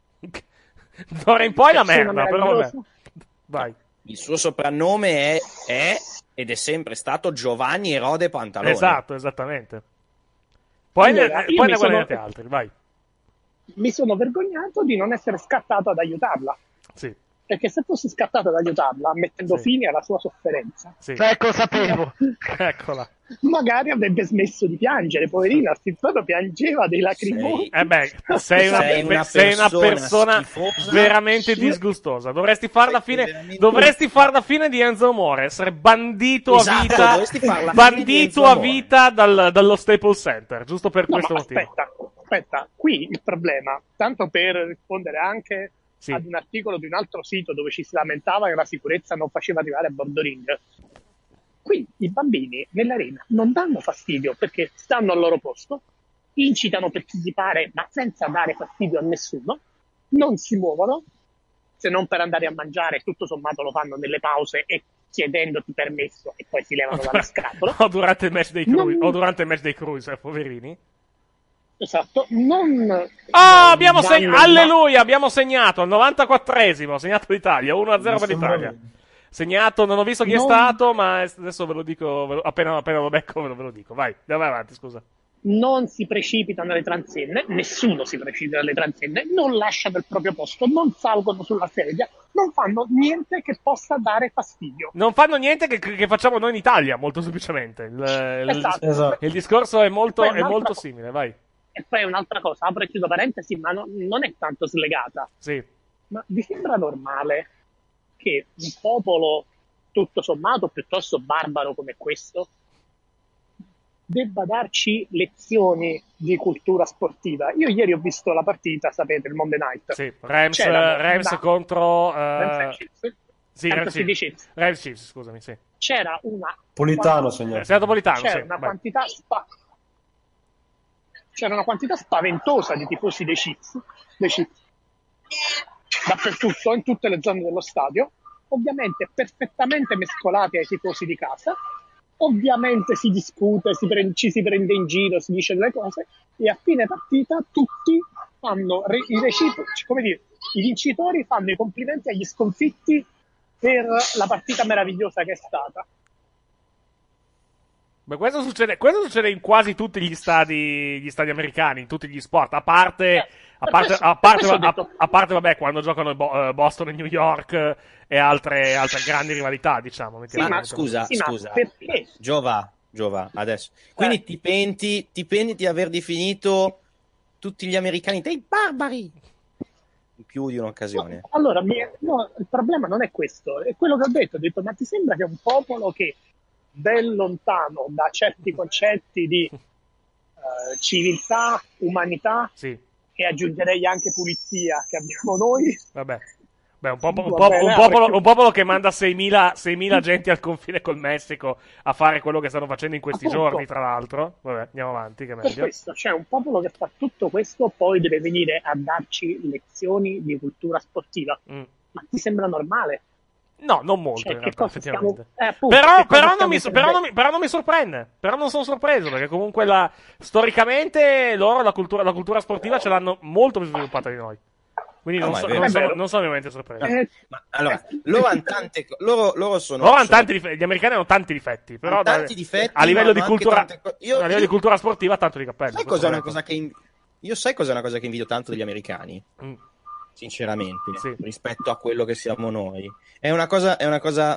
D'ora in poi la persona merda, però vabbè. meravigliosa. Vai. Il suo soprannome è, è ed è sempre stato Giovanni Erode Pantalone. Esatto, esattamente. Poi, Allora, ne, io poi mi ne sono- guadagnate altri, vai. mi sono vergognato di non essere scattato ad aiutarla. Sì, Perché se fossi scattato ad aiutarla, mettendo Sì. fine alla sua sofferenza, sì. Ecco, lo sapevo. Eccola. magari avrebbe smesso di piangere, poverina, si proprio piangeva dei lacrimoni. Eh beh, sei una, Sei una sei una persona persona schifosa. veramente disgustosa. Dovresti far la Sei fine, veramente- dovresti far la fine di Enzo Amore, essere bandito Esatto, a vita, dovresti far la fine di bandito Enzo a Amore. vita dal- dallo Staples Center, giusto per No, questo ma motivo. aspetta, aspetta, qui il problema, tanto per rispondere anche Sì. ad un articolo di un altro sito dove ci si lamentava che la sicurezza non faceva arrivare a bordo ring. Qui i bambini nell'arena non danno fastidio perché stanno al loro posto, incitano per chi gli pare, ma senza dare fastidio a nessuno, non si muovono, se non per andare a mangiare, tutto sommato lo fanno nelle pause e chiedendoti permesso e poi si levano dalle scatole. O durante il match dei Cruise, Non- o durante il match dei Cruise, eh, poverini. Esatto, non... Ah, abbiamo danno- segnato, alleluia, abbiamo segnato al novantaquattresimo, segnato l'Italia, uno a zero per Mi sembra l'Italia. bene. Segnato, non ho visto chi è Non- stato, ma adesso ve lo dico, ve lo- appena, appena lo becco ve lo, ve lo dico. Vai, vai avanti, scusa. non si precipitano alle transenne, nessuno si precipita alle transenne, non lasciano il proprio posto, non salgono sulla sedia, non fanno niente che possa dare fastidio. Non fanno niente che, che facciamo noi in Italia, molto semplicemente. Il, il- Esatto. Esatto. il discorso è molto, Poi è un'altra molto co- simile, vai. E poi un'altra cosa, apro e chiudo parentesi, ma no- non è tanto slegata, Sì. ma vi sembra normale che un popolo tutto sommato piuttosto barbaro come questo debba darci lezioni di cultura sportiva? Io ieri ho visto la partita, sapete, il Monday Night. Sì, Rams, C'era Rams una- contro... eh, Rams e Chiefs. sì, Kansas Rams, City sì. Chiefs. Rams Chiefs, scusami, sì. C'era una Politano Eh, segnato. Sei Napolitano, c'era sì. una vai. quantità spa- c'era una quantità spaventosa di tifosi dei Chiefs, dei Chiefs dappertutto, in tutte le zone dello stadio, ovviamente perfettamente mescolati ai tifosi di casa. Ovviamente si discute, si pre- ci si prende in giro, si dice delle cose e a fine partita tutti fanno re- i reciproci, come dire, i vincitori fanno i complimenti agli sconfitti per la partita meravigliosa che è stata. Beh, questo succede, questo succede in quasi tutti gli stadi, gli stadi americani, in tutti gli sport, a parte, a parte, a parte, a, a parte vabbè, quando giocano Boston e New York e altre, altre grandi rivalità, diciamo. Sì, ma scusa, sì, scusa, ma Giova, Giova, adesso. Quindi eh. ti penti, ti penti di aver definito tutti gli americani dei barbari in più di un'occasione? No, allora, mi, no, il problema non è questo, è quello che ho detto, ho detto, ma ti sembra che è un popolo che ben lontano da certi concetti di uh, civiltà, umanità sì. e aggiungerei anche pulizia che abbiamo noi. Vabbè, Beh, un, popolo, un, popolo, un, popolo, un popolo che manda seimila agenti al confine col Messico a fare quello che stanno facendo in questi Appunto. giorni, tra l'altro. Vabbè, andiamo avanti, che è Per meglio. questo, cioè un popolo che fa tutto questo, poi deve venire a darci lezioni di cultura sportiva. Mm. Ma ti sembra normale? No, non molto, Cioè, in che realtà, cosa effettivamente. stiamo- eh, appunto, però, che cosa però, non stiamo mi, so- però, non mi, però non mi sorprende. Però non sono sorpreso, perché comunque la, storicamente loro la cultura, la cultura sportiva ce l'hanno molto più sviluppata di noi. Quindi No, non, ma è so, vero. non, È sono, vero. non sono ovviamente sorpreso. Eh, Ma allora, loro hanno tante co- loro, loro sono Loro hanno sono- tanti difetti, gli americani hanno tanti difetti, però Hanno da- tanti difetti, a livello ma di hanno anche cultura, tante co- io- a livello io- di cultura sportiva tanto di cappello. Sai questo cos'è una certo. cosa che in- io sai cos'è una cosa che invidio tanto degli americani? Mm. Sinceramente, Sì. rispetto a quello che siamo noi. È una cosa è una cosa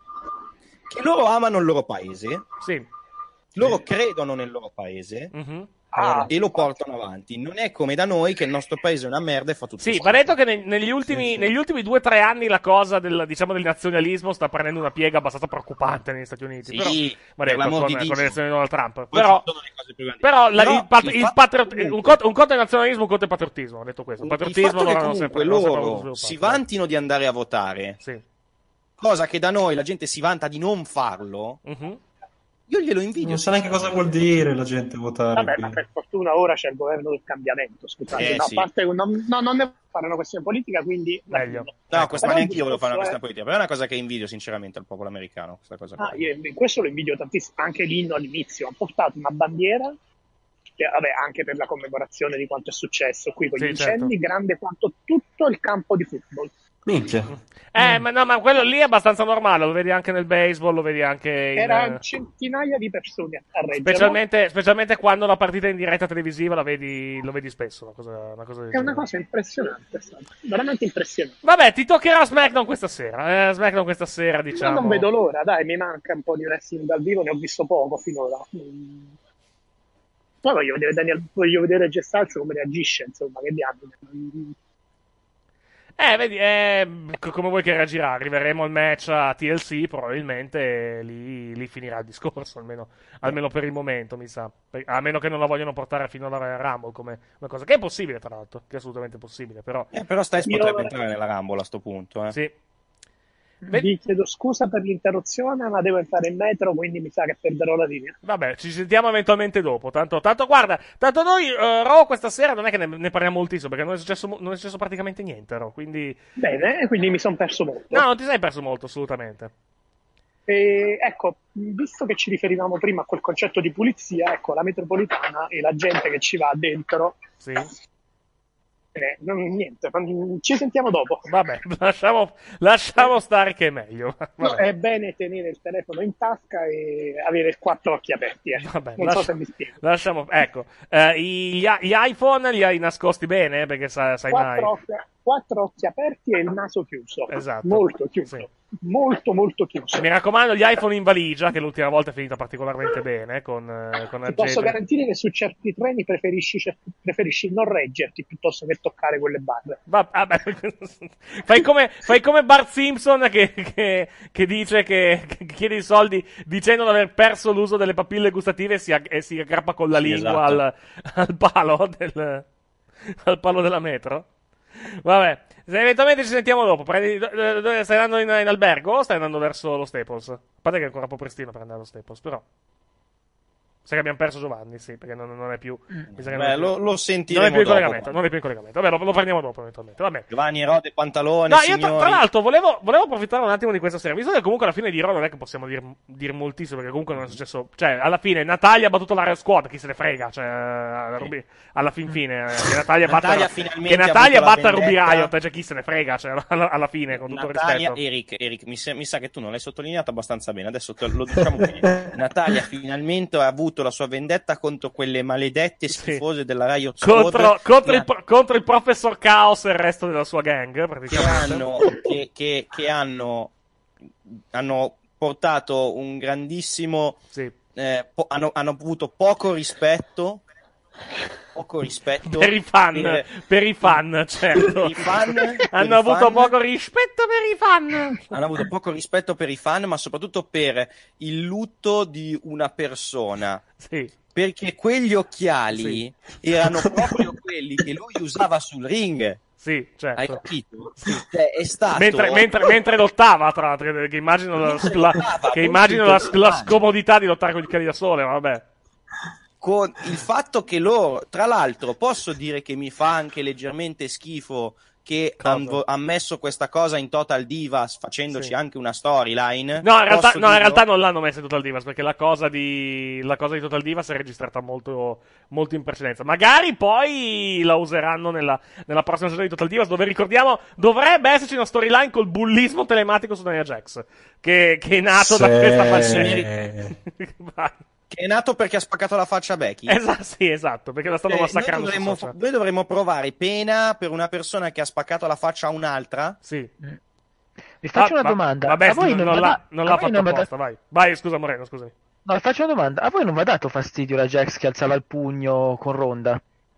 che loro amano il loro paese. Sì. Loro credono nel loro paese. Mhm. Ah, e lo portano avanti. Non è come da noi che il nostro paese è una merda e fa tutto Sì, schifo. va detto che ne- negli ultimi, Sì, sì. negli ultimi due o tre anni la cosa del, diciamo, del nazionalismo sta prendendo una piega abbastanza preoccupante negli Stati Uniti. Sì, però, va per detto, l'amor con, di con Dio. le elezioni di Donald Trump. Poi Però, ci sono le cose più grandi. però la- Però il pat- il il fatto- patriot- un, conto, un conto è il nazionalismo, un conto è il patriottismo. Ho detto questo. Il Il patriottismo fatto che non hanno comunque sempre, non sempre avuto loro sviluppato. si vantino di andare a votare, Sì. cosa che da noi la gente si vanta di non farlo, Mhm. io glielo invidio. Non sa neanche cosa vuol dire la gente votare. Vabbè, qui. ma per fortuna ora c'è il governo del cambiamento, scusate. Eh, no, sì. a parte, non, no, non ne fare una questione politica, quindi... Meglio. No, questa Però neanche io volevo fare una discorso questione politica, però è una cosa che invidio sinceramente al popolo americano, questa cosa qua. Ah, io in questo lo invidio tantissimo, anche l'inno all'inizio, ha portato una bandiera, che, vabbè, anche per la commemorazione di quanto è successo qui con Sì, gli incendi, certo. grande quanto tutto il campo di football. Minchia. Eh, ma no, ma quello lì è abbastanza normale. Lo vedi anche nel baseball, lo vedi anche in. Erano eh, centinaia di persone a reggerlo. Specialmente, specialmente quando la partita è in diretta televisiva la vedi, lo vedi spesso. Una cosa, una cosa del È una genere. cosa impressionante, è stato. Veramente impressionante. Vabbè, ti toccherà SmackDown questa sera. Eh, SmackDown questa sera, diciamo. Io non vedo l'ora, dai, mi manca un po' di wrestling dal vivo, ne ho visto poco finora. Mm. Poi voglio vedere Daniel, voglio vedere Gestalzo come reagisce, insomma, che diamine. Eh, vedi, eh, c- come vuoi che reagirà? Arriveremo al match a T L C, probabilmente lì, lì finirà il discorso, almeno, almeno per il momento, mi sa. Per- a meno che non la vogliono portare fino alla Royal Rumble, come una cosa che è possibile, tra l'altro, che è assolutamente possibile, però. Eh, però Styles Io- potrebbe entrare nella Rumble a sto punto, eh. Sì. Vedi- Vi chiedo scusa per l'interruzione, ma devo entrare in metro, quindi mi sa che perderò la linea. Vabbè, ci sentiamo eventualmente dopo. Tanto, tanto guarda, tanto noi uh, Raw questa sera non è che ne, ne parliamo moltissimo, perché non è, successo, mo- non è successo praticamente niente, Raw, quindi. Bene, quindi mi sono perso molto. No, non ti sei perso molto, assolutamente. E, ecco, visto che ci riferivamo prima a quel concetto di pulizia, ecco, la metropolitana e la gente che ci va dentro, Sì. eh, non, niente, non- ci sentiamo dopo. Vabbè, lasciamo, lasciamo stare che è meglio. No, Vabbè. è bene tenere il telefono in tasca e avere quattro occhi aperti. Eh. Vabbè, non lascia- so se mi spiego. Lasciamo, ecco, eh, gli, gli iPhone li hai nascosti bene, perché sa- sai mai. Quattro occhi, quattro occhi aperti e il naso chiuso. Esatto. Molto chiuso. Sì. Molto, molto chiuso. Mi raccomando, gli iPhone in valigia, che l'ultima volta è finita particolarmente bene, con, eh, con Ti posso agende. garantire che su certi treni preferisci, preferisci non reggerti piuttosto che toccare quelle barre. Va- vabbè, fai, come, fai come Bart Simpson che, che, che dice che, che chiede i soldi dicendo di aver perso l'uso delle papille gustative e si, ag- e si aggrappa con la Sì, lingua esatto. al, al palo del, al palo della metro. Vabbè, se eventualmente ci sentiamo dopo. Prendi, do- do- do- stai andando in, in albergo o stai andando verso lo Staples? A parte che è ancora un po' prestino per andare allo Staples, però. Sai che abbiamo perso Giovanni, sì, perché non, non è più. Mi sa che Beh, non è più, lo, lo sentiremo non è più in dopo. collegamento. Non è più in collegamento. Vabbè, lo, lo prendiamo dopo, eventualmente. Vabbè. Giovanni Rode Pantalone, No, io tra, signori. tra l'altro volevo, volevo approfittare un attimo di questa sera, visto che comunque alla fine di Raw non è che possiamo dir, dir moltissimo, perché comunque non è successo. Cioè, alla fine Natalia ha battuto la Real Squad, chi se ne frega. Cioè, alla, Ruby, alla fin fine. Eh, che Natalia, Natalia batta, finalmente che Natalia ha avuto batta la Ruby vendetta. Riot, cioè chi se ne frega. Cioè, alla, alla fine, con tutto il Natalia, rispetto. Eric, Eric mi, se- mi sa che tu non l'hai sottolineato abbastanza bene. Adesso te lo diciamo qui. Natalia finalmente ha avuto la sua vendetta contro quelle maledette schifose della Riot Squad Contro, contro, che, il, pro- contro il Professor Chaos e il resto della sua gang, che praticamente. hanno, che, che, che hanno, hanno portato un grandissimo Sì. eh, po- hanno, hanno avuto poco rispetto poco rispetto Per i fan, per, per i fan, certo. per i fan, per Hanno i avuto fan. poco rispetto per i fan. Hanno avuto poco rispetto per i fan, ma soprattutto per il lutto di una persona. Sì. Perché quegli occhiali Sì. erano proprio quelli che lui usava sul ring. Sì, certo. Hai capito? Cioè, è stato Mentre, mentre, mentre lottava, tra l'altro, che, che immagino, la, Mentre la- lottava, che con immagino tutto la, il la personaggio. scomodità di lottare con gli occhiali da sole, ma vabbè. con il fatto che loro, tra l'altro, posso dire che mi fa anche leggermente schifo che Cosa? hanno han messo questa cosa in Total Divas facendoci Sì. anche una storyline. No, in realtà, Posso no, in dirlo? realtà non l'hanno messa in Total Divas, perché la cosa di, la cosa di Total Divas è registrata molto, molto in precedenza. Magari poi la useranno nella, nella prossima stagione di Total Divas, dove ricordiamo, dovrebbe esserci una storyline col bullismo telematico su Nia Jax, che, che è nato da Sì. questa falsità. Vai. Che è nato perché ha spaccato la faccia a Becky. Esatto, sì, esatto, perché la stanno Eh, noi, massacrando. dovremmo, su social. noi dovremmo provare pena per una persona che ha spaccato la faccia a un'altra. Sì. Vi faccio Ah, una va- domanda. Vabbè, a voi non, non, non va l'ha, da- non a l'ha voi fatto non va da- apposta, vai. Vai, scusa Moreno, scusami. No, vi faccio una domanda. A voi non vi ha dato fastidio la Jax che alzava il pugno con Ronda?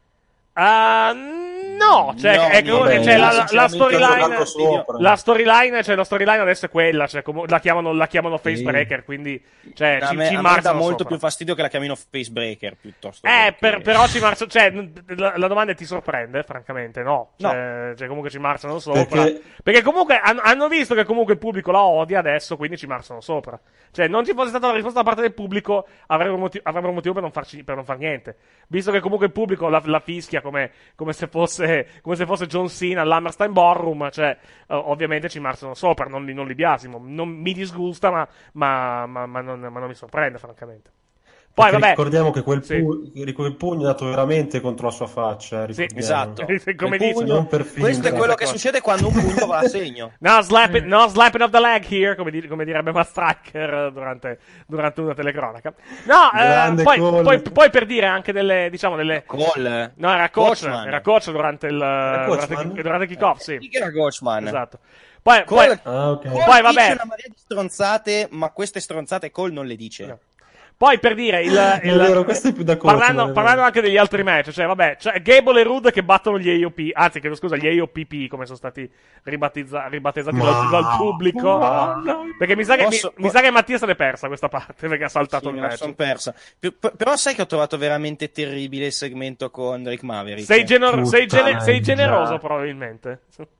Ah, no, cioè, No, è no, che beh, cioè, la, la- la sinceramente storyline, ho giocato sopra. la storyline, cioè, la storyline adesso è quella, cioè, comu- la chiamano, la chiamano Facebreaker, quindi, cioè, A ci, me, ci a me dà marzano molto sopra. più fastidio che la chiamino Facebreaker piuttosto. Eh, che- per- però ci marzano, cioè, n- la, la domanda è: ti sorprende? Francamente, no. Cioè, cioè, comunque ci marzano sopra. Perché, Perché- comunque han- hanno visto che comunque il pubblico la odia adesso, quindi ci marzano sopra. Cioè, non ci fosse stata la risposta da parte del pubblico, avrebbero, moti- avrebbero motivo per non, farci, per non far niente. Visto che comunque il pubblico la, la fischia come, come se fosse, come se fosse John Cena all'Hammerstein Ballroom, cioè, eh, ovviamente ci marzano sopra, non li, non li biasimo. Non mi disgusta, ma, ma, ma, ma non, ma non mi sorprende, francamente. Poi, Perché vabbè. ricordiamo che quel, Sì. pu- quel pugno è dato veramente contro la sua faccia. eh, Sì, ricordiamo. esatto. Come Il dici, pugno- non per questo è finta. quello che succede quando un pugno va a segno. No, slap it, no slapping of the leg here, come, di- come direbbe Matt Striker durante, durante una telecronaca. No, eh, Grande poi, Cole. poi, poi per dire anche delle, diciamo, delle... Cole. No, era coach, Coachman. era coach durante il, durante, Coachman? il- durante il kick-off, sì. Chi che era Coachman? Esatto. Poi, Cole, poi, Ah, ok. Cole Poi, vabbè. dice una marea di stronzate, ma queste stronzate Cole non le dice. No. poi per dire il... il È vero, questo è più da coach, parlando, ma è parlando vero. anche degli altri match, cioè vabbè, cioè Gable e Rude che battono gli A O P, anzi chiedo scusa, gli A O P P come sono stati ribattezza- ribattezzati Ma- dal, dal pubblico. Ma- Perché mi sa, che, Posso- mi, mi sa che Mattia se l'è persa questa parte perché ha saltato Sì, il me la match. son persa. P- p- però sai che ho trovato veramente terribile il segmento con Drake Maverick. Sei, gener- sei, gene- Puttana sei già. generoso probabilmente.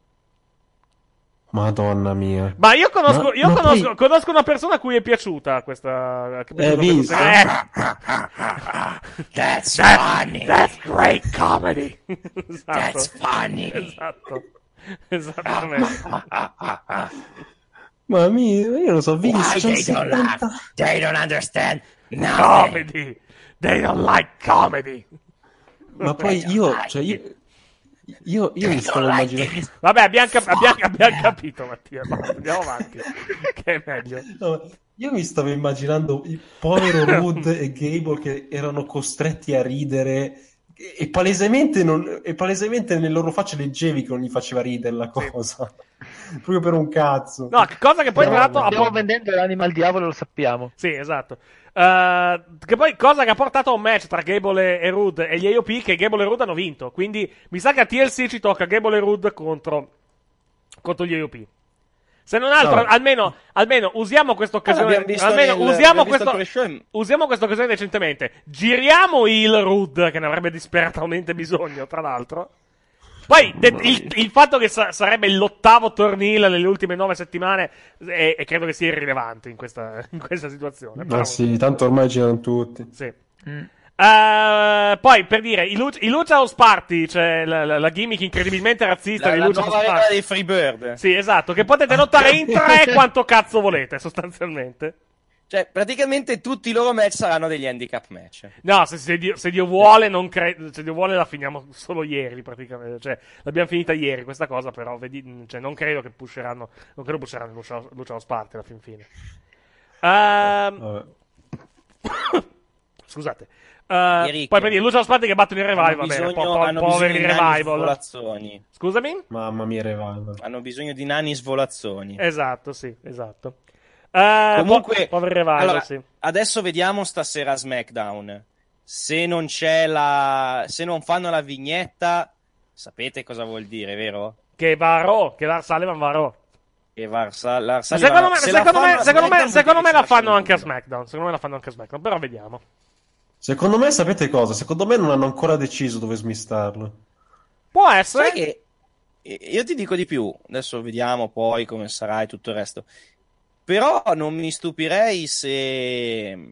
Madonna mia. Ma io conosco, Ma- io ma conosco, poi- conosco una persona a cui è piaciuta questa. che è piaciuto Eh, questo Vince? segmento. That's That- funny. That's great comedy. Esatto. That's funny. Esatto. Esattamente. Ma mia, io lo so, Vince, c'ho settanta They don't understand. Comedy. They don't like comedy. Ma poi io, cioè io, io, io mi stavo immaginando... Vabbè, abbiamo, cap- abbiamo, abbiamo capito, Mattia. Basta, andiamo avanti. Che è meglio. No, io mi stavo immaginando il povero Rude e Gable che erano costretti a ridere e, e palesemente, non, e palesemente nelle loro facce leggevi che non gli faceva ridere la cosa. Proprio per un cazzo. No, che cosa che poi tra l'altro ha Stiamo po- vendendo l'anima al diavolo, lo sappiamo. Sì, esatto. Uh, che poi cosa che ha portato a un match tra Gable e Rude e gli A O P che Gable e Rude hanno vinto. Quindi mi sa che a T L C ci tocca Gable e Rude contro, contro gli A O P. Se non altro, No. almeno, almeno usiamo questa occasione. L'abbiamo visto Almeno nel- usiamo abbiamo visto questo. il pre-show. Usiamo questa occasione decentemente. Giriamo il Rude, che ne avrebbe disperatamente bisogno, tra l'altro. Poi de- il, il fatto che sa- sarebbe l'ottavo torneo nelle ultime nove settimane è, è credo che sia irrilevante in questa, in questa situazione. Però- Ma sì, tanto ormai girano tutti. Sì. Mm. Uh, poi per dire i, Lu- i Lucha House Party, cioè la, la, la gimmick incredibilmente razzista la, di la Lucha nuova House regola Party dei Freebird. sì, esatto, che potete lottare in tre quanto cazzo volete sostanzialmente. Cioè praticamente tutti i loro match saranno degli handicap match. No, se, se, Dio, se Dio vuole non credo, se Dio vuole la finiamo solo ieri praticamente, cioè l'abbiamo finita ieri questa cosa, però vedi, cioè, non credo che pusheranno non credo pusheranno Lucha, Lucha House Party alla fin fine. Uh, scusate. Uh, poi per dire Lucha House Party che battono i Revival, hanno bisogno, bene, po- po- hanno poveri bisogno di Revival. svolazzoni. Scusami? Mamma mia, Revival. Hanno bisogno di nani svolazzoni. Esatto, sì, esatto. Uh, Comunque, po- poveri Revival, allora, sì. adesso vediamo stasera a SmackDown. Se non c'è la, se non fanno la vignetta, sapete cosa vuol dire, vero? Che va a Raw, che Lars Sullivan va a Raw. Che Varsa, la, Secondo me, secondo me, secondo me, secondo me la fanno anche a SmackDown. SmackDown. Secondo me la fanno anche a SmackDown, però vediamo. Secondo me, sapete cosa? Secondo me non hanno ancora deciso dove smistarlo. Può essere. Sai che io ti dico di più, adesso vediamo poi come sarà e tutto il resto. Però non mi stupirei se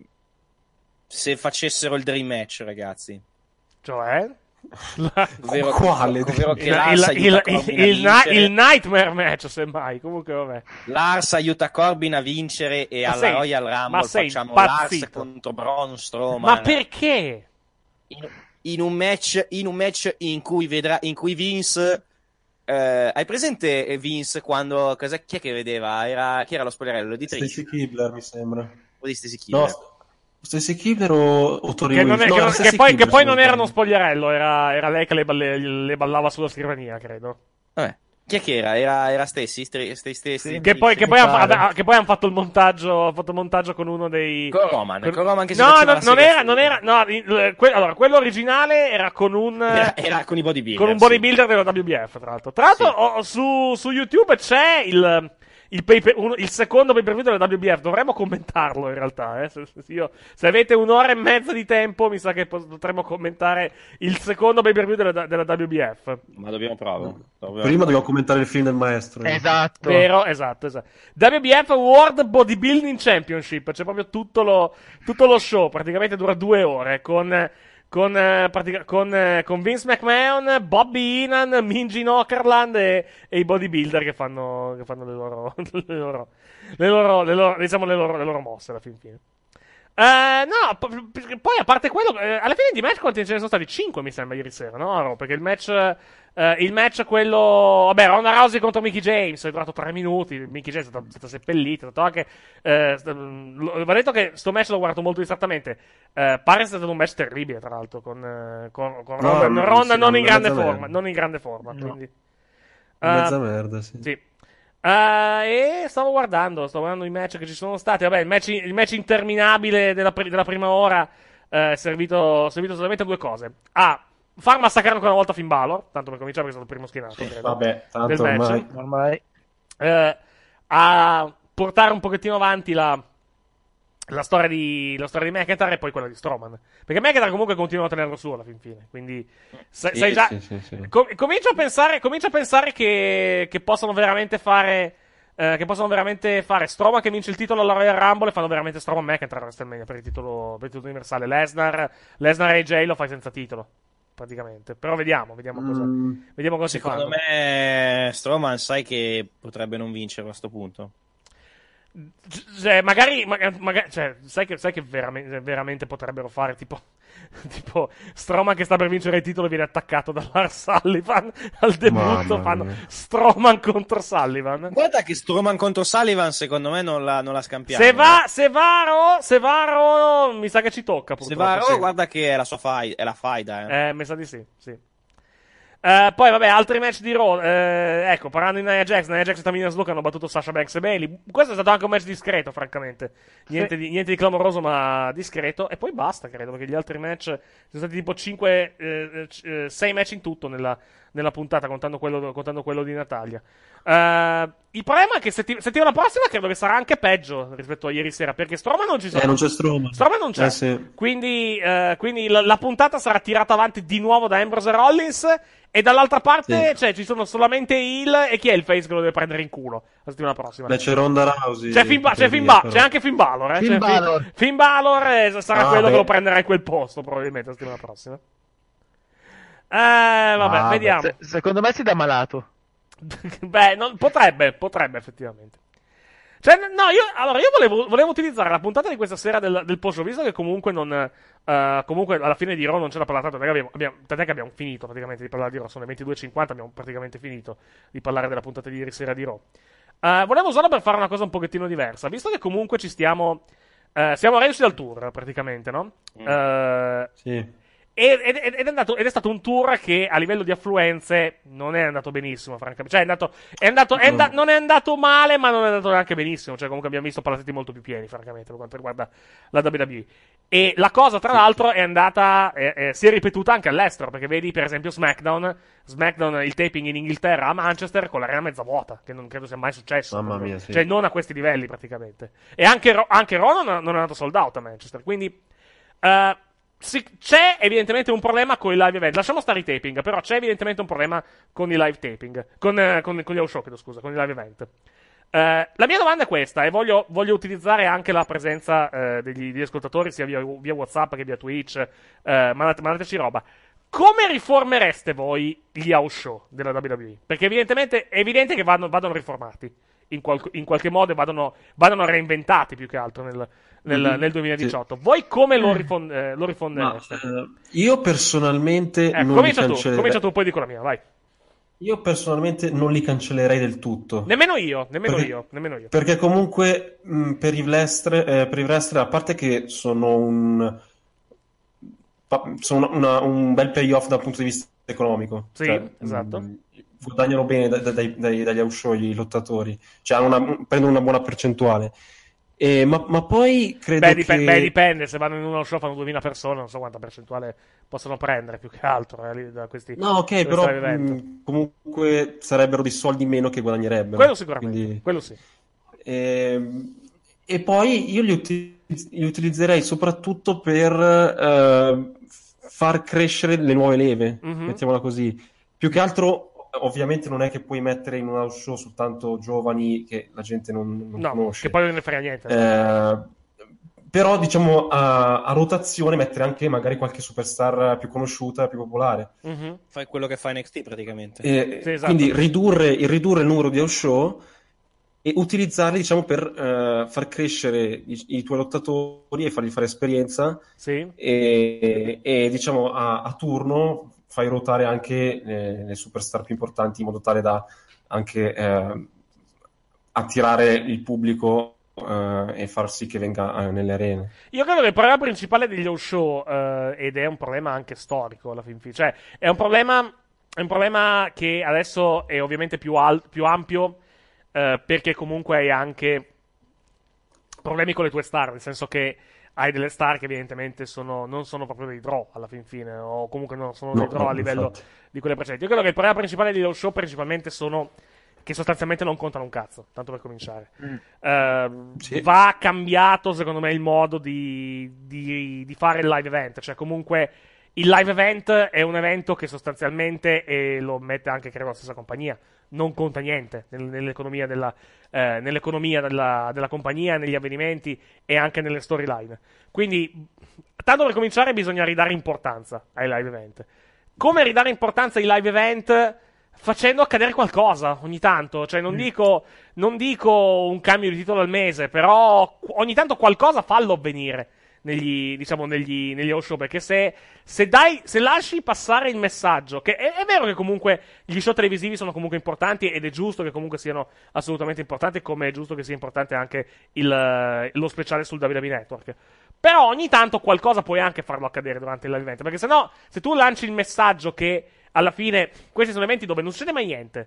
se facessero il dream match, ragazzi. Cioè? Ovvero, Quale? ovvero che Il, Lars il, aiuta il, Corbin a il, vincere. il Nightmare match, semmai. Comunque, vabbè. Lars aiuta Corbin a vincere e Ma alla sei- Royal ma Rumble sei facciamo Lars impazzito. contro Braun Strowman. Ma perché? In, in un match in un match in cui vedrà in cui Vince eh, hai presente Vince quando cosa chi è che vedeva? Era chi era lo spogliarello di Trish? Stacy Kibler, mi sembra. O di Stacy Kibler? No, Stacy Kibler o, o Tori Che, non è- Wilson? che No, non- Stacy che poi, Kibler, che poi se non sbaglio. era uno spogliarello, era, era lei che le, balle- le ballava sulla scrivania, credo. Vabbè. Chi è che era? Era, era Stacy, Stri- Stacy, Stacy. Che poi, che mi poi, ha, pare. ha- che poi hanno fatto il montaggio, ha fatto il montaggio con uno dei. Con Roman, con Roman che si no, faceva no, la non sega era, su- non era, no, il- que- allora, quello originale era con un. Era, era con i bodybuilder. Con un sì. bodybuilder della W B F, tra l'altro. Tra l'altro, Sì. ho- su, su YouTube c'è il, il, pay per- uno- il secondo pay per view della W B F. Dovremmo commentarlo, in realtà. Eh. Se, se, io- se avete un'ora e mezza di tempo, mi sa che po- potremmo commentare il secondo pay per view della, della W B F. Ma dobbiamo provare. Dobbiamo Prima dobbiamo commentare il film del maestro. eh. Esatto. Vero, esatto, esatto. W B F World Bodybuilding Championship. C'è proprio tutto lo, tutto lo show. Praticamente dura due ore. Con. Con, eh, pratica- con, eh, con Vince McMahon, Bobby Heenan, Minji Nokerland e, e i bodybuilder che fanno, che fanno le loro, le loro, le loro, le loro, diciamo le loro, le loro mosse alla fin fine. Eh, no, po- p- poi a parte quello, eh, alla fine di match quanti ce ne sono stati? cinque mi sembra ieri sera, no? No, perché il match, eh, il match quello, vabbè, Ronda Rousey contro Mickie James è durato tre minuti, Mickie James è stata, è stata seppellita, è stato anche, eh, st- l- va detto che sto match l'ho guardato molto distrattamente, eh, pare sia stato un match terribile tra l'altro, con, eh, con, con No, Ronda, no, Ronda sì, non una in grande mezza forma, merda. non in grande forma, No. quindi. Mezza Eh, merda, sì. sì. Eh, e stavo guardando, stavo guardando i match che ci sono stati. Vabbè, il match, il match interminabile della, pri- della prima ora eh, è servito, servito solamente a due cose. A far massacrare ancora una volta Finn Balor, tanto per cominciare perché è stato il primo schienato, credo, Vabbè, del tanto match. ormai. Ormai. Eh, a portare un pochettino avanti la, la storia di la storia di McIntyre e poi quella di Strowman. Perché McIntyre comunque continua a tenerlo su alla fin fine. Quindi sai, Sì, sai già. sì, sì, sì. Com- comincio a pensare, comincio a pensare che, che possano veramente fare. eh, che possono veramente fare Strowman che vince il titolo alla Royal Rumble e fanno veramente Strowman McIntyre a WrestleMania per il titolo, per il titolo universale. Lesnar, Lesnar e Jay lo fai senza titolo. Praticamente. Però vediamo, vediamo cosa, Mm, vediamo cosa si Secondo fanno. me Strowman sai che potrebbe non vincere a questo punto. Cioè, magari, maga- maga- cioè, sai che, sai che veramente, veramente potrebbero fare tipo, tipo Strowman che sta per vincere il titolo viene attaccato da Lars Sullivan al debutto, Mamma fanno mia. Strowman contro Sullivan. Guarda che Strowman contro Sullivan secondo me non la, non la scampiamo. Se va, se va a Raw, se va a Raw, mi sa che ci tocca Se purtroppo. va a Raw, sì. guarda che è la sua fai- è la faida. Eh. Eh, mi sa di sì, sì. Eh, poi vabbè, altri match di Raw. Eh, ecco, parlando di Nia Jax, Nia Jax e Tamina Snuka hanno battuto Sasha Banks e Bailey. Questo è stato anche un match discreto, francamente. Niente, di, niente di clamoroso, ma discreto. E poi basta, credo, perché gli altri match sono stati tipo cinque, sei match in tutto nella, nella puntata, contando quello, contando quello di Natalia. Uh, il problema è che setti- settimana prossima credo che sarà anche peggio rispetto a ieri sera, perché Strowman non ci sarà. Eh, non c'è Strowman. Strowman non c'è. Eh, sì. Quindi, uh, quindi la, la puntata sarà tirata avanti di nuovo da Ambrose e Rollins, e dall'altra parte Sì. cioè, ci sono solamente heel, e chi è il face che lo deve prendere in culo la settimana prossima? Beh, c'è Ronda Rousey. C'è Finn, ba- c'è, Finn ba- c'è anche Finn Balor, eh? Finn c'è Balor. Finn, Finn Balor eh, sarà Ah, quello beh. che lo prenderà in quel posto, probabilmente, la settimana prossima. Eh, vabbè, Ah, vediamo. beh, se- secondo me si dà malato. Beh, non- potrebbe, potrebbe effettivamente. Cioè, no, io, allora, io volevo, volevo utilizzare la puntata di questa sera del, del post show, visto che comunque non, eh, comunque alla fine di Raw non ce l'ha parlato, perché abbiamo, abbiamo, tant'è che abbiamo finito praticamente di parlare di Raw, sono le ventidue e cinquanta, abbiamo praticamente finito di parlare della puntata di ieri sera di Raw. Eh, volevo usarla per fare una cosa un pochettino diversa, visto che comunque ci stiamo, eh, siamo reduci dal tour, praticamente, no? Mm. Eh, Sì. Ed, ed- ed è andato, ed è stato un tour che a livello di affluenze non è andato benissimo, francamente. Cioè, è andato, è andato, è anda- non è andato male, ma non è andato neanche benissimo. Cioè, comunque abbiamo visto palazzetti molto più pieni, francamente, per quanto riguarda la W W E. E la cosa, tra l'altro, è andata, è- è- si è ripetuta anche all'estero, perché vedi, per esempio, SmackDown, SmackDown, il taping in Inghilterra a Manchester con l'arena mezza vuota, che non credo sia mai successo. Mamma proprio. mia, sì. Cioè, non a questi livelli, praticamente. E anche, Ro- anche Raw non, non è andato sold out a Manchester, quindi. eh, Sì, c'è evidentemente un problema con i live event. Lasciamo stare i taping, però c'è evidentemente un problema con i live taping. Con, eh, con, con gli house show, chiedo scusa, con i live event. Eh, la mia domanda è questa, e voglio, voglio utilizzare anche la presenza eh, degli, degli ascoltatori, sia via, via WhatsApp che via Twitch. Eh, mandate, mandateci roba. Come riformereste voi gli house show della W W E? Perché evidentemente è evidente che vanno, vadano riformati. In, qual- in qualche modo vadano, vadano reinventati più che altro nel, nel, Mm-hmm. nel duemiladiciotto. Voi come lo, rifon- eh, lo Ma, rifondereste? eh, io personalmente Ecco, non li comincia tu, cancellerei. comincia tu, poi dico la mia, vai. Io personalmente non li cancellerei del tutto. Nemmeno io, nemmeno Perché- io, nemmeno io. Perché comunque mh, per i wrestler, eh, per i wrestler, a parte che sono un, pa- sono una- un bel payoff dal punto di vista economico. Sì, Cioè, esatto. mh, guadagnano bene da- da- dai, dai- dagli house show i lottatori, cioè hanno una- prendono una buona percentuale. E, ma, ma poi credo Beh, dip- che... beh, dipende, se vanno in uno show fanno duemila persone, non so quanta percentuale possono prendere, più che altro, eh, lì, da questi No, ok, questi però live event. mh, comunque sarebbero di soldi meno che guadagnerebbero. Quello sicuramente, Quindi- quello sì. Ehm, E, poi io li, uti- li utilizzerei soprattutto per eh, far crescere le nuove leve, Mhm. mettiamola così. Più che altro, ovviamente, non è che puoi mettere in un house show soltanto giovani che la gente non, non No, conosce. che poi non ne frega niente. Eh, però, diciamo, a, a rotazione mettere anche magari qualche superstar più conosciuta, più popolare. Mhm. Fai quello che fa N X T praticamente. E Sì, esatto. Quindi ridurre, il ridurre il numero di house show e utilizzarli, diciamo, per eh, far crescere i, i tuoi lottatori e fargli fare esperienza Sì. e, e, diciamo, a, a turno fai ruotare anche eh, le superstar più importanti in modo tale da anche eh, attirare il pubblico eh, e far sì che venga eh, nelle arene. Io credo che il problema principale degli house show, eh, ed è un problema anche storico alla fin fine, cioè è un problema, è un problema che adesso è ovviamente più, al- più ampio, eh, perché comunque hai anche problemi con le tue star, nel senso che hai delle star che evidentemente sono, non sono proprio dei draw alla fin fine, o comunque non sono No, dei draw no, a livello infatti. di quelle precedenti. Io credo che il problema principale degli house show principalmente sono che sostanzialmente non contano un cazzo, tanto per cominciare. Ehm, Sì. Va cambiato, secondo me, il modo di, di, di fare il live event. Cioè, comunque, il live event è un evento che sostanzialmente, e lo mette anche, credo, la stessa compagnia, non conta niente nel- nell'economia, della, eh, nell'economia della, della compagnia, negli avvenimenti e anche nelle storyline. Quindi, tanto per cominciare, bisogna ridare importanza ai live event. Come ridare importanza ai live event? Facendo accadere qualcosa ogni tanto, cioè non dico, non dico un cambio di titolo al mese, però ogni tanto qualcosa fallo avvenire negli, diciamo, negli, negli house show, perché se, se dai, se lasci passare il messaggio, che è, è vero che comunque gli show televisivi sono comunque importanti ed è giusto che comunque siano assolutamente importanti, come è giusto che sia importante anche il, lo speciale sul W W E Network. Però ogni tanto qualcosa puoi anche farlo accadere durante il live event, perché sennò se tu lanci il messaggio che alla fine questi sono eventi dove non succede mai niente,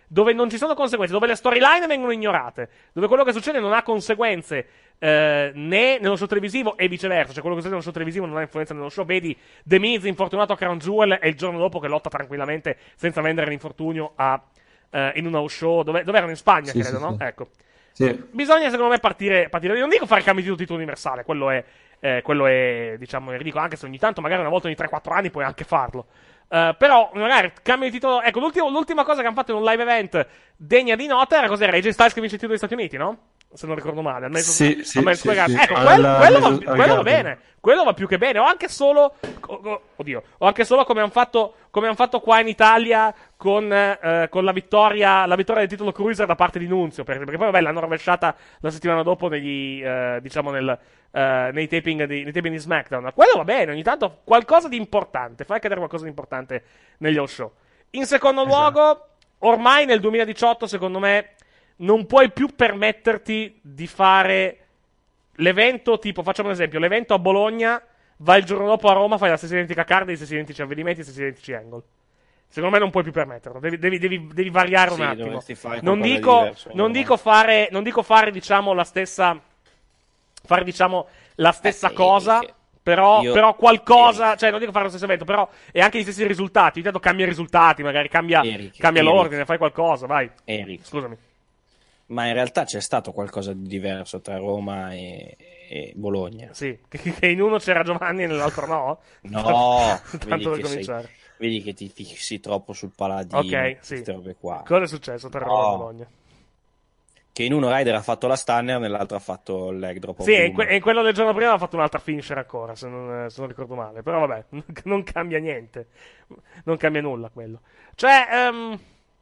dove non ci sono conseguenze, dove le storyline vengono ignorate, dove quello che succede non ha conseguenze eh, né nello show televisivo e viceversa, cioè quello che succede nello show televisivo non ha influenza nello show. Vedi The Miz infortunato a Crown Jewel e il giorno dopo che lotta tranquillamente senza vendere l'infortunio a, eh, in un house show dove, dove erano in Spagna, Sì, credo, sì, no? sì. Ecco. Sì. Bisogna secondo me partire, partire non dico fare cambi di titolo universale, quello è eh, quello è diciamo è ridicolo, anche se ogni tanto magari una volta ogni tre quattro anni puoi anche farlo. Uh, però magari cambio di titolo. Ecco, l'ultimo, l'ultima cosa che hanno fatto in un live event degna di nota era cos'era? A J Styles che vince il titolo degli Stati Uniti, no? Se non ricordo male, al Madison, Sì, sì, al Madison sì, Square sì. Garden. Ecco, Alla- quello, quello, va, al quello va Garden. bene, quello va più che bene. O anche solo, o- o- oddio, o anche solo come hanno fatto, come hanno fatto qua in Italia con, eh, con la vittoria, la vittoria del titolo Cruiser da parte di Nunzio, perché, perché poi vabbè l'hanno rovesciata la settimana dopo negli, eh, diciamo nel, eh, nei taping di, nei taping di SmackDown. Quello va bene, ogni tanto qualcosa di importante, fai cadere qualcosa di importante negli house show. In secondo Esatto. luogo, ormai nel duemiladiciotto, secondo me, non puoi più permetterti di fare l'evento tipo, facciamo un esempio, l'evento a Bologna, vai il giorno dopo a Roma, fai la stessa identica card, gli stessi identici avvenimenti, gli stessi identici angle. Secondo me non puoi più permetterlo, devi, devi, devi, devi variare un Sì, attimo. dovresti fare Non qualcosa di dico, diverso, non no? dico fare, non dico fare, diciamo, la stessa, fare, diciamo, la stessa Eh, cosa, Eric, però, io- però qualcosa, cioè non dico fare lo stesso evento, però, e anche gli stessi risultati, intanto cambia i risultati, magari cambia, Eric, cambia Eric. l'ordine, fai qualcosa, vai. Eric. Scusami. Ma in realtà c'è stato qualcosa di diverso tra Roma e, e Bologna. Sì, che, che in uno c'era Giovanni e nell'altro no. No, Tanto vedi per che, sei, cominciare. vedi che ti fissi troppo sul paladino, Ok, sì. queste robe qua. Cosa è successo tra No. Roma e Bologna? Che in uno Ryder ha fatto la stunner, nell'altro ha fatto il leg drop. of Sì, e doom. in, que- e in quello del giorno prima ha fatto un'altra finisher ancora, se non, se non ricordo male. Però vabbè, non cambia niente. Non cambia nulla quello. Cioè, ehm...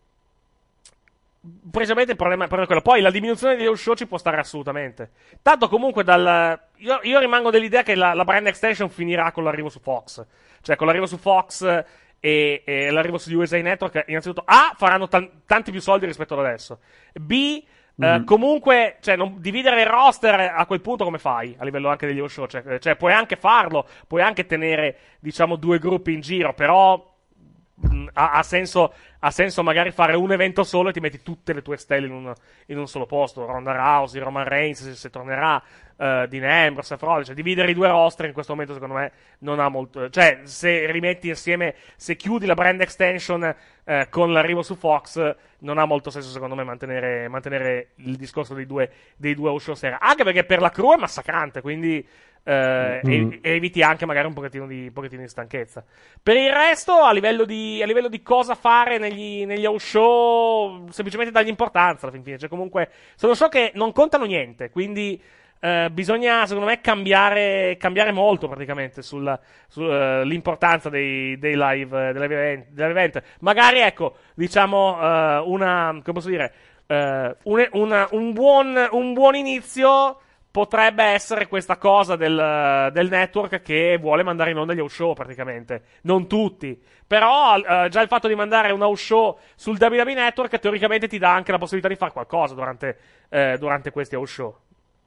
precisamente il problema, il problema è quello. Poi la diminuzione degli show ci può stare assolutamente. Tanto comunque dal... Io, io rimango dell'idea che la, la brand extension finirà con l'arrivo su Fox. Cioè con l'arrivo su Fox e, e l'arrivo su U S A Network. Innanzitutto A, faranno tan- tanti più soldi rispetto ad adesso. B, eh, Mhm. comunque, cioè non, dividere il roster a quel punto come fai? A livello anche degli show. Cioè, cioè puoi anche farlo. Puoi anche tenere, diciamo, due gruppi in giro. Però... mh, Ha, ha senso, ha senso magari fare un evento solo e ti metti tutte le tue stelle in un, in un solo posto. Ronda Rousey, Roman Reigns, se, se tornerà, uh, Dean Ambrose, Seth Rollins. Cioè, dividere i due roster in questo momento, secondo me, non ha molto. Cioè, se rimetti insieme, se chiudi la brand extension eh, con l'arrivo su Fox, non ha molto senso, secondo me, mantenere, mantenere il discorso dei due, dei due show sera. Anche perché per la crew è massacrante, quindi. Eh, Mm. e, e eviti anche magari un pochettino di, un pochettino di stanchezza. Per il resto, a livello di, a livello di cosa fare negli, negli house show, semplicemente dargli importanza alla fin fine. Cioè, comunque, sono show che non contano niente. Quindi, eh, bisogna, secondo me, cambiare, cambiare molto praticamente sulla, sull'importanza dei, dei live, dei live event, dei live event. Magari, ecco, diciamo, eh, una, come posso dire, eh, un, una, un, buon, un buon inizio. Potrebbe essere questa cosa del, del network che vuole mandare in onda gli house show praticamente. Non tutti. Però eh, già il fatto di mandare un house show sul W W E Network teoricamente ti dà anche la possibilità di fare qualcosa durante, eh, durante questi house show.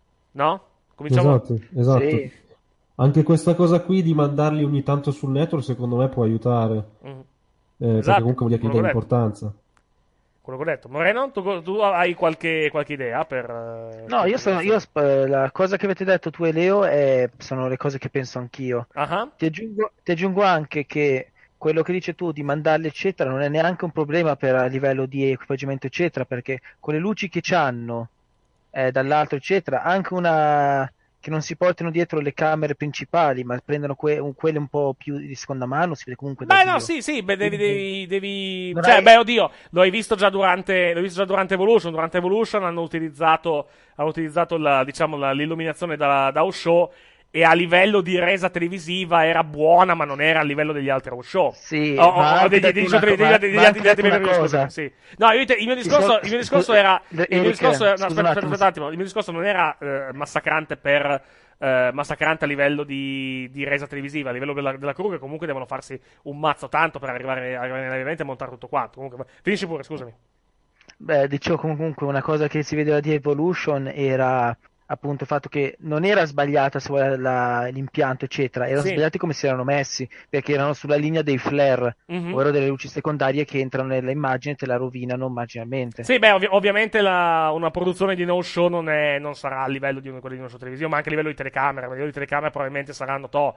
No? Cominciamo. Esatto, esatto. Sì. Anche questa cosa qui di mandarli ogni tanto sul network secondo me può aiutare. Mm. Eh, Perché Esatto, comunque vuol dire che gli quello dà che ho detto. importanza. Quello che ho detto. Moreno, tu, tu hai qualche, qualche idea per... eh, No, per io sono, io, sp- la cosa che avete detto tu e Leo è- sono le cose che penso anch'io. Ah, Ti aggiungo, ti aggiungo anche che quello che dici tu di mandarli eccetera non è neanche un problema per a livello di equipaggiamento eccetera, perché con le luci che c'hanno eh, dall'alto eccetera, anche una che non si portino dietro le camere principali ma prendono que- un- quelle un po' più di seconda mano, si vede comunque da Beh, Dio. no, sì, sì, beh, devi, devi, devi... Non Cioè, hai- beh, oddio, lo hai visto già durante, l'ho visto già durante Evolution. Durante Evolution hanno utilizzato, hanno utilizzato la, diciamo, la- l'illuminazione da, da house show e a livello di resa televisiva era buona, ma non era a livello degli altri house show. Sì, O- o- ma o anche degli- detto degli una altri- co- degli ma- altri- degli ma altri- anche degli altri detto una membri, cosa. scusami, sì. No, io, te- il mio discorso, il mio discorso era, il mio Eric, discorso era- no, scusa aspetta, un aspetta, attimo. aspetta un attimo, il mio discorso non era eh, massacrante per eh, massacrante a livello di, di resa televisiva, a livello della, della crew, che comunque devono farsi un mazzo tanto per arrivare, arrivare nell'evento e montare tutto quanto. Comunque, finisci pure, scusami. Beh, dicevo comunque una cosa che si vedeva di Evolution era appunto il fatto che non era sbagliata se vuoi, la- l'impianto eccetera, erano Sì. sbagliati come si erano messi, perché erano sulla linea dei flare, Mhm. ovvero delle luci secondarie che entrano nella immagine e te la rovinano marginalmente. Sì, beh, ovvi- ovviamente la- una produzione di no show non, è, non sarà a livello di uno quello di uno show televisivo, ma anche a livello di telecamera. A livello di telecamera probabilmente saranno to,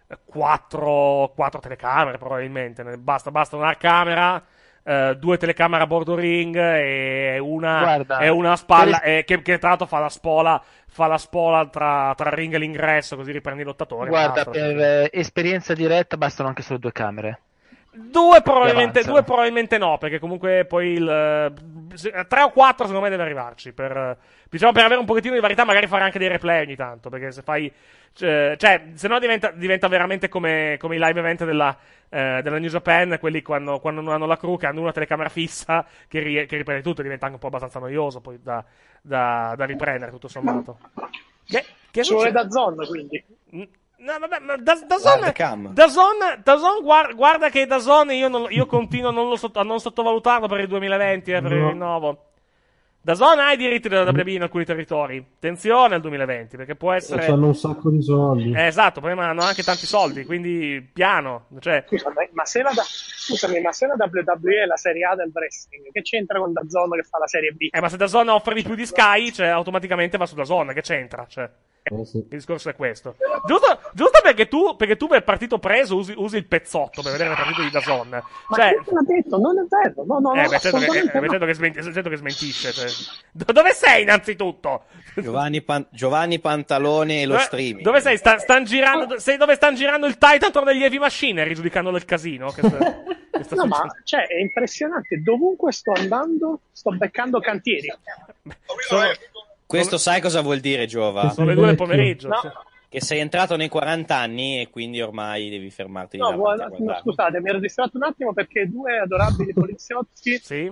quattro, quattro telecamere, probabilmente. Ne- Basta, basta una camera, eh, due telecamere a bordo ring e una, Guarda, e una spalla, per- e che, che tra l'altro fa la spola, fa la spola tra, tra il ring e l'ingresso, così riprendi i lottatori. Guarda, basta. per eh, esperienza diretta bastano anche solo due camere. Due probabilmente, avanzano. due probabilmente no, perché comunque poi il eh, se- tre o quattro secondo me deve arrivarci per, eh, diciamo, per avere un pochettino di varietà, magari fare anche dei replay ogni tanto, perché se fai cioè, cioè se no diventa, diventa veramente come, come i live event della, eh, della New Japan, quelli quando, quando non hanno la crew, che hanno una telecamera fissa che, ri- che riprende tutto, diventa anche un po' abbastanza noioso poi da, da, da riprendere tutto sommato. Che, che Ci vuole succede? da zona, quindi. No, vabbè, ma da, Dazon, Webcam. Dazon, Dazon, guarda, guarda che Dazon io, non, io continuo a non, lo sotto- a non sottovalutarlo per il duemilaventi, eh, per il No. rinnovo. Dazon ha i diritti della W W E in alcuni territori. Attenzione al duemilaventi, perché può essere... Hanno un sacco di soldi. Eh, esatto, poi ma hanno anche tanti soldi, quindi piano. Cioè, Scusami, ma se la, da- scusami, ma se la W W E è la serie A del wrestling, che c'entra con Dazon che fa la serie B? eh, ma se Dazon offre di più di Sky, cioè, automaticamente va su Dazon, che c'entra, cioè... Eh, sì. Il discorso è questo. Giusto, giusto perché tu, perché tu per partito preso usi, usi il pezzotto per vedere le partite di Dazon. Ma Cioè, chi te l'ha detto? Non è vero, no, no, eh, no, beh, certo che, assolutamente eh, beh, no. certo che, smenti- certo che smentisce. Cioè. Do- dove sei innanzitutto? Giovanni, Pan- Giovanni Pantalone e lo Dove, streaming. dove sei? Sta- stan girando, sei dove stanno girando il Titan degli Heavy Machine, rigiudicandolo il casino. Che sta, che sta No, ma succedendo. cioè, è impressionante. Dovunque sto andando, sto beccando cantieri. Sono, Questo sai cosa vuol dire, Giova? sono le due del pomeriggio. No. sì. Che sei entrato nei quaranta anni e quindi ormai devi fermarti lì No, davanti guarda, a no, guardare. scusate, mi ero distratto un attimo perché due adorabili poliziotti Sì.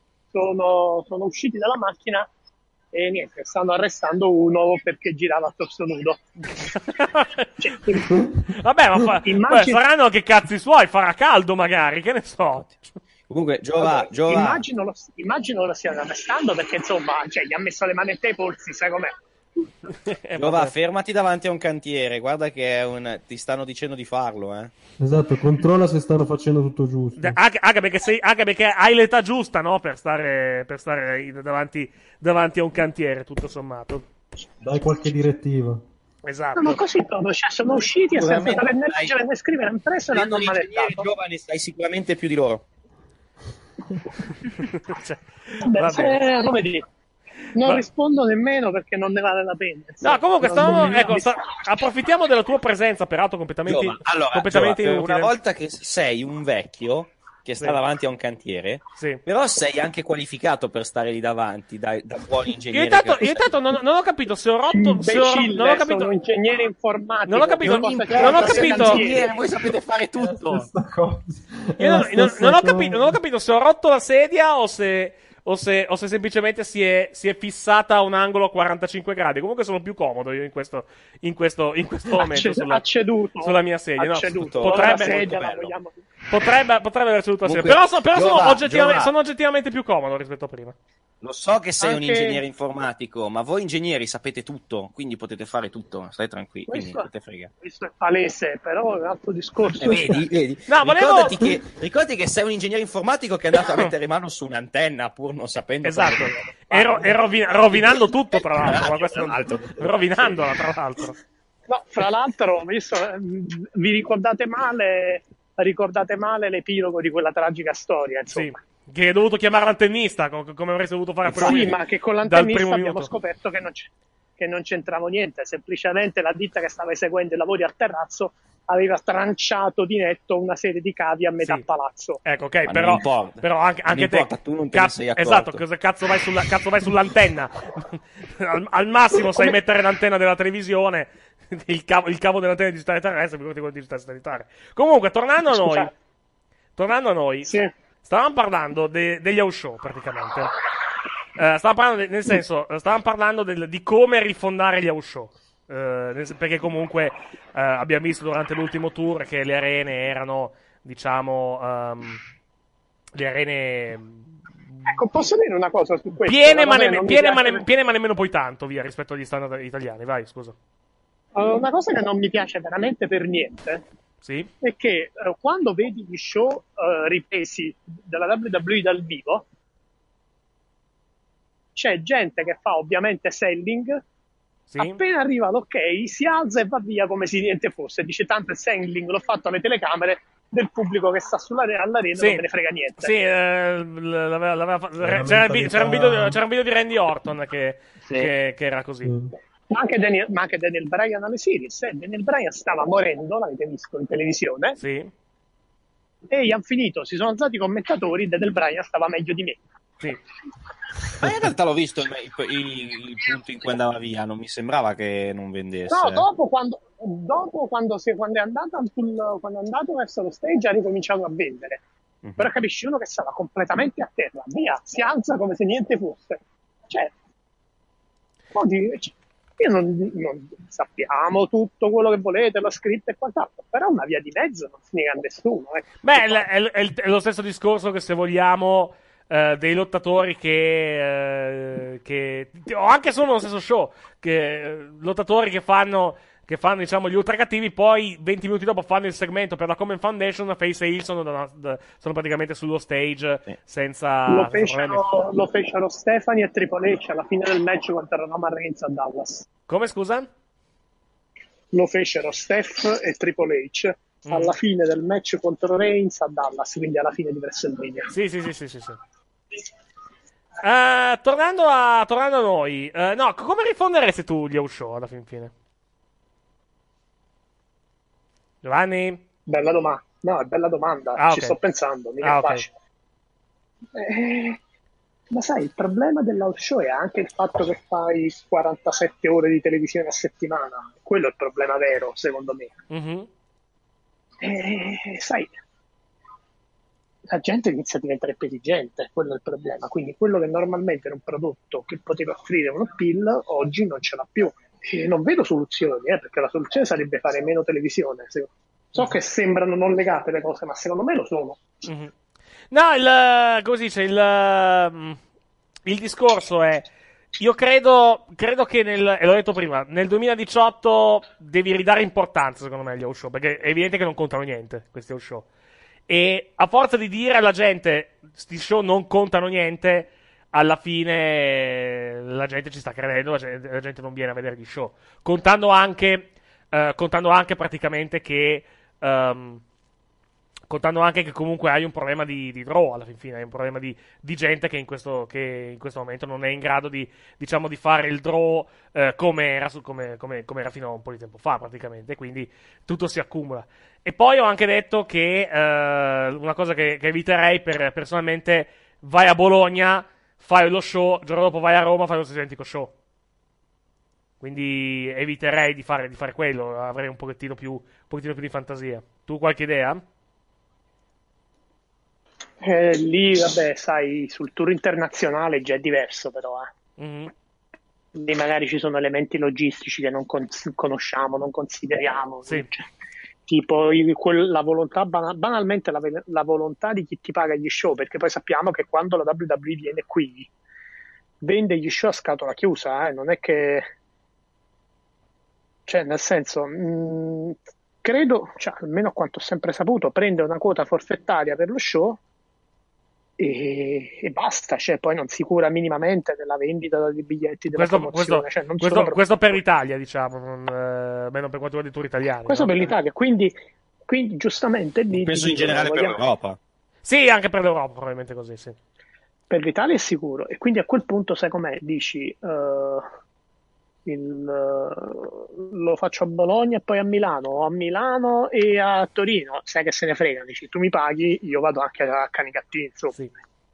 sono, sono usciti dalla macchina e niente, stanno arrestando uno perché girava a torso nudo. Cioè, Vabbè, ma fa, Immagino- beh, saranno che cazzi suoi, farà caldo magari, che ne so. Comunque, Giova, vabbè, Giova, immagino, lo, immagino lo stiano arrestando perché insomma, cioè, gli ha messo le manette ai polsi, sai com'è? Eh, Giova, vabbè. fermati davanti a un cantiere. Guarda che è un... ti stanno dicendo di farlo, eh. Esatto, controlla se stanno facendo tutto giusto. D- Anche, anche perché sei, anche perché hai l'età giusta, no? Per stare, per stare in- davanti, davanti a un cantiere, tutto sommato. Dai qualche direttiva. Esatto. No, ma così proprio, cioè, sono usciti e senza Sicuramente, saper né dai. leggere né scrivere, hanno preso e l'hanno Essendo ingegneri manettato. giovani sai sicuramente più di loro. Cioè, Vabbè, va bene. eh, come dire, non Va- rispondo nemmeno perché non ne vale la pena. No, comunque, Non- stavamo, non mi- ecco, sta- approfittiamo della tua presenza, peraltro completamente, Giova, allora, completamente Giova, inutile. una volta che sei un vecchio che sta Sì. davanti a un cantiere, Sì. però sei anche qualificato per stare lì davanti da, da buon Io ingegnere. intanto, che- io intanto non, non ho capito se ho rotto. Se ho, ro- Imbecille, non ho capito. sono ingegnere informatico. Non ho capito- che non cosa importa, non ho c'è capito- nel cantiere. Ingegnere, voi sapete fare tutto. Questa cosa. È Io la non, non- stessa non ho cosa. capito, non ho capito se ho rotto la sedia o se, o se, o se semplicemente si è, si è fissata a un angolo a quarantacinque gradi. Comunque sono più comodo io in questo, in questo, in questo momento Acce- sulla, ha ceduto. sulla mia sedia. No, Ha ceduto. potrebbe, La sedia la bello. vogliamo- potrebbe, potrebbe aver ceduto la sedia. Comunque, Però, so- però sono, Giova, oggettivamente, Giova. sono oggettivamente più comodo rispetto a prima. Lo so che sei un Anche- ingegnere informatico, ma voi ingegneri sapete tutto, quindi potete fare tutto, stai tranquilli, quindi Questo, non te frega. questo è palese, però è un altro discorso. Eh, vedi, vedi. No, volevo- ricordati, che, ricordati che sei un ingegnere informatico che è andato a mettere mano su un'antenna pur non sapendo Esatto. cosa- E, ro- e rovi- rovinando tutto, tra l'altro. Ma questo, Tra l'altro. rovinandola, tra l'altro. No, fra l'altro, visto, ehm, vi ricordate male, ricordate male l'epilogo di quella tragica storia, insomma. Sì. Che hai dovuto chiamare l'antennista, co- come avresti dovuto fare Sì, prima. ma che con dal l'antennista primo abbiamo minuto. scoperto che non, c'è- che non c'entrava niente, semplicemente la ditta che stava eseguendo i lavori al terrazzo aveva tranciato di netto una serie di cavi a metà Sì. palazzo. Ecco, ok, Ma non però, importa. però anche, Non anche te, importa, tu non te ne cazzo, sei accorto. esatto, cosa cazzo vai, sulla, cazzo vai sull'antenna? al, al massimo sai mettere l'antenna della televisione, il cavo, il cavo dell'antenna digitale terrestre, figurati quello digitale satellitare. Comunque, tornando a noi, Scusa. tornando a noi, Sì. stavamo parlando de- degli house show, praticamente. Eh, stavamo parlando, de- nel senso, eh, stavamo parlando del- di come rifondare gli house show. Eh, nel sen- perché comunque eh, abbiamo visto durante l'ultimo tour che le arene erano, diciamo, ehm, le arene Ecco, posso dire una cosa su questo? Piene, ma, ne- ne- non mi piene, ma piace- ne- piene, ma nemmeno poi tanto, via, rispetto agli standard italiani. Vai, scusa. Uh, una cosa che non mi piace veramente per niente Sì? è che uh, quando vedi gli show uh, ripresi della W W E dal vivo, c'è gente che fa ovviamente selling, Sì? appena arriva l'ok si alza e va via come se niente fosse, dice tanto il selling l'ho fatto alle telecamere, del pubblico che sta sulla all'arena Sì. non me ne frega niente. Sì, eh, l'aveva- l'aveva fa- Una c'era, il vi- c'era un video, mentalità- c'era un video di Randy Orton che, Sì. che, che era così. Mm. Ma anche, Daniel, ma anche Daniel Bryan alle series, eh. Daniel Bryan stava morendo, l'avete visto in televisione, Sì, e gli hanno finito, si sono alzati i commentatori, Daniel Bryan stava meglio di me. sì. Ma in realtà l'ho visto il, il- il punto in cui andava via, non mi sembrava che non vendesse. No, dopo quando, dopo quando, si, quando è andato sul, quando è andato verso lo stage ha ricominciato a vendere. Mhm. Però capisci uno che stava completamente a terra, via, si alza come se niente fosse. Cioè, un po' di- cioè, io non, non sappiamo tutto quello che volete, l'ho scritto e quant'altro, però una via di mezzo non si nega a nessuno. Eh. Beh, è, è- è il- è lo stesso discorso che se vogliamo eh, dei lottatori che, eh, che o anche solo lo stesso show, che eh, lottatori che fanno che fanno diciamo gli ultra cattivi, poi venti minuti dopo fanno il segmento per la Common Foundation, Face e Hill sono, da- da- sono praticamente sullo stage Sì. senza, Lo senza problemi. fecero, lo fecero Stefani e Triple H alla fine del match contro Roman Reigns a Dallas. Come, scusa? Lo fecero Steph e Triple H Mm. alla fine del match contro Reigns a Dallas, quindi alla fine di WrestleMania. Sì, sì, sì, sì, sì, sì. Eh, tornando, a, tornando a noi, eh, no, c- come rifonderesti tu gli house show alla fin fine? Giovanni? Bella domanda. No, è bella domanda. Ah, Ci ok. sto pensando, mica Ah, è ok. facile. Eh, ma sai, il problema dell'house show è anche il fatto che fai quarantasette ore di televisione a settimana. Quello è il problema vero, secondo me. Mhm. Eh, sai, la gente inizia a diventare più esigente, quello è il problema. Quindi quello che normalmente era un prodotto che poteva offrire un appeal, oggi non ce l'ha più. E non vedo soluzioni, eh, perché la soluzione sarebbe fare meno televisione. Se- So che sembrano non legate le cose, ma secondo me lo sono. Mhm. No, il, come si dice, il, mm, il discorso è, io credo, credo che nel, e l'ho detto prima, nel duemiladiciotto devi ridare importanza, secondo me, agli house show, perché è evidente che non contano niente, questi house show. E a forza di dire alla gente, sti show non contano niente, alla fine la gente ci sta credendo, la gente, la gente non viene a vedere gli show. Contando anche, eh, contando anche praticamente che, ehm, contando anche che comunque hai un problema di, di draw alla fin fine, hai un problema di, di gente che in, questo, che in questo momento non è in grado di, diciamo, di fare il draw eh, come, era su- come, come, come era fino a un po' di tempo fa praticamente, quindi tutto si accumula. E poi ho anche detto che eh, una cosa che, che eviterei per, personalmente, vai a Bologna, fai lo show, il giorno dopo vai a Roma, fai lo stesso identico show. Quindi eviterei di fare, di fare quello, avrei un pochettino più, un pochettino più di fantasia. Tu qualche idea? Eh, lì, vabbè, sai, sul tour internazionale già è diverso, però, eh. Mhm. Lì magari ci sono elementi logistici che non con- conosciamo, non consideriamo. Sì. Cioè, tipo il- quel- la volontà, bana- banalmente la, ve- la volontà di chi ti paga gli show, perché poi sappiamo che quando la W W E viene qui vende gli show a scatola chiusa, eh, non è che, cioè, nel senso, mh, credo, cioè, almeno a quanto ho sempre saputo, prende una quota forfettaria per lo show e, e basta, cioè poi non si cura minimamente della vendita dei biglietti, della Questo, promozione, questo, cioè, non questo- sono questo per l'Italia, diciamo, non, eh, almeno per quanto riguarda i tour italiani. questo no? per l'Italia, quindi, quindi giustamente lì Penso ti in dicono, generale per vogliamo- l'Europa. Sì, anche per l'Europa, probabilmente così, sì. per l'Italia è sicuro, e quindi a quel punto sai com'è, dici eh, il, eh, lo faccio a Bologna e poi a Milano, o a Milano e a Torino, sai che se ne frega, dici tu mi paghi, io vado anche a Canicattì, insomma. Sì.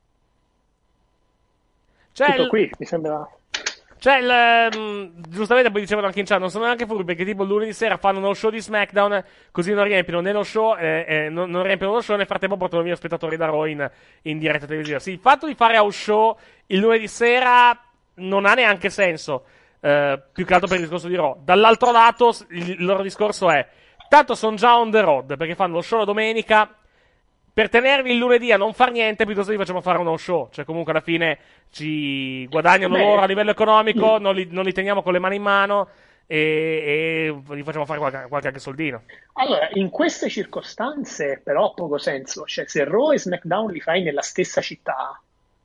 Cioè, Tutto il- qui mi sembra. Cioè, il, mm, giustamente poi dicevano anche in chat, non sono neanche furbi perché tipo lunedì sera fanno uno show di SmackDown, così non riempiono né lo show, eh, eh, non, non riempiono lo show, nel frattempo portano via spettatori da Raw in, in diretta televisiva. Sì, il fatto di fare house show il lunedì sera non ha neanche senso, eh, più che altro per il discorso di Raw. Dall'altro lato, s- il, il loro discorso è, tanto sono già on the road, perché fanno lo show la domenica, per tenerli il lunedì a non far niente, piuttosto li facciamo fare uno show. Cioè, comunque, alla fine ci guadagnano Beh, loro a livello economico, mm. non li, non li teniamo con le mani in mano e, e gli facciamo fare qualche, qualche anche soldino. Allora, in queste circostanze però ha poco senso, cioè se Raw e SmackDown li fai nella stessa città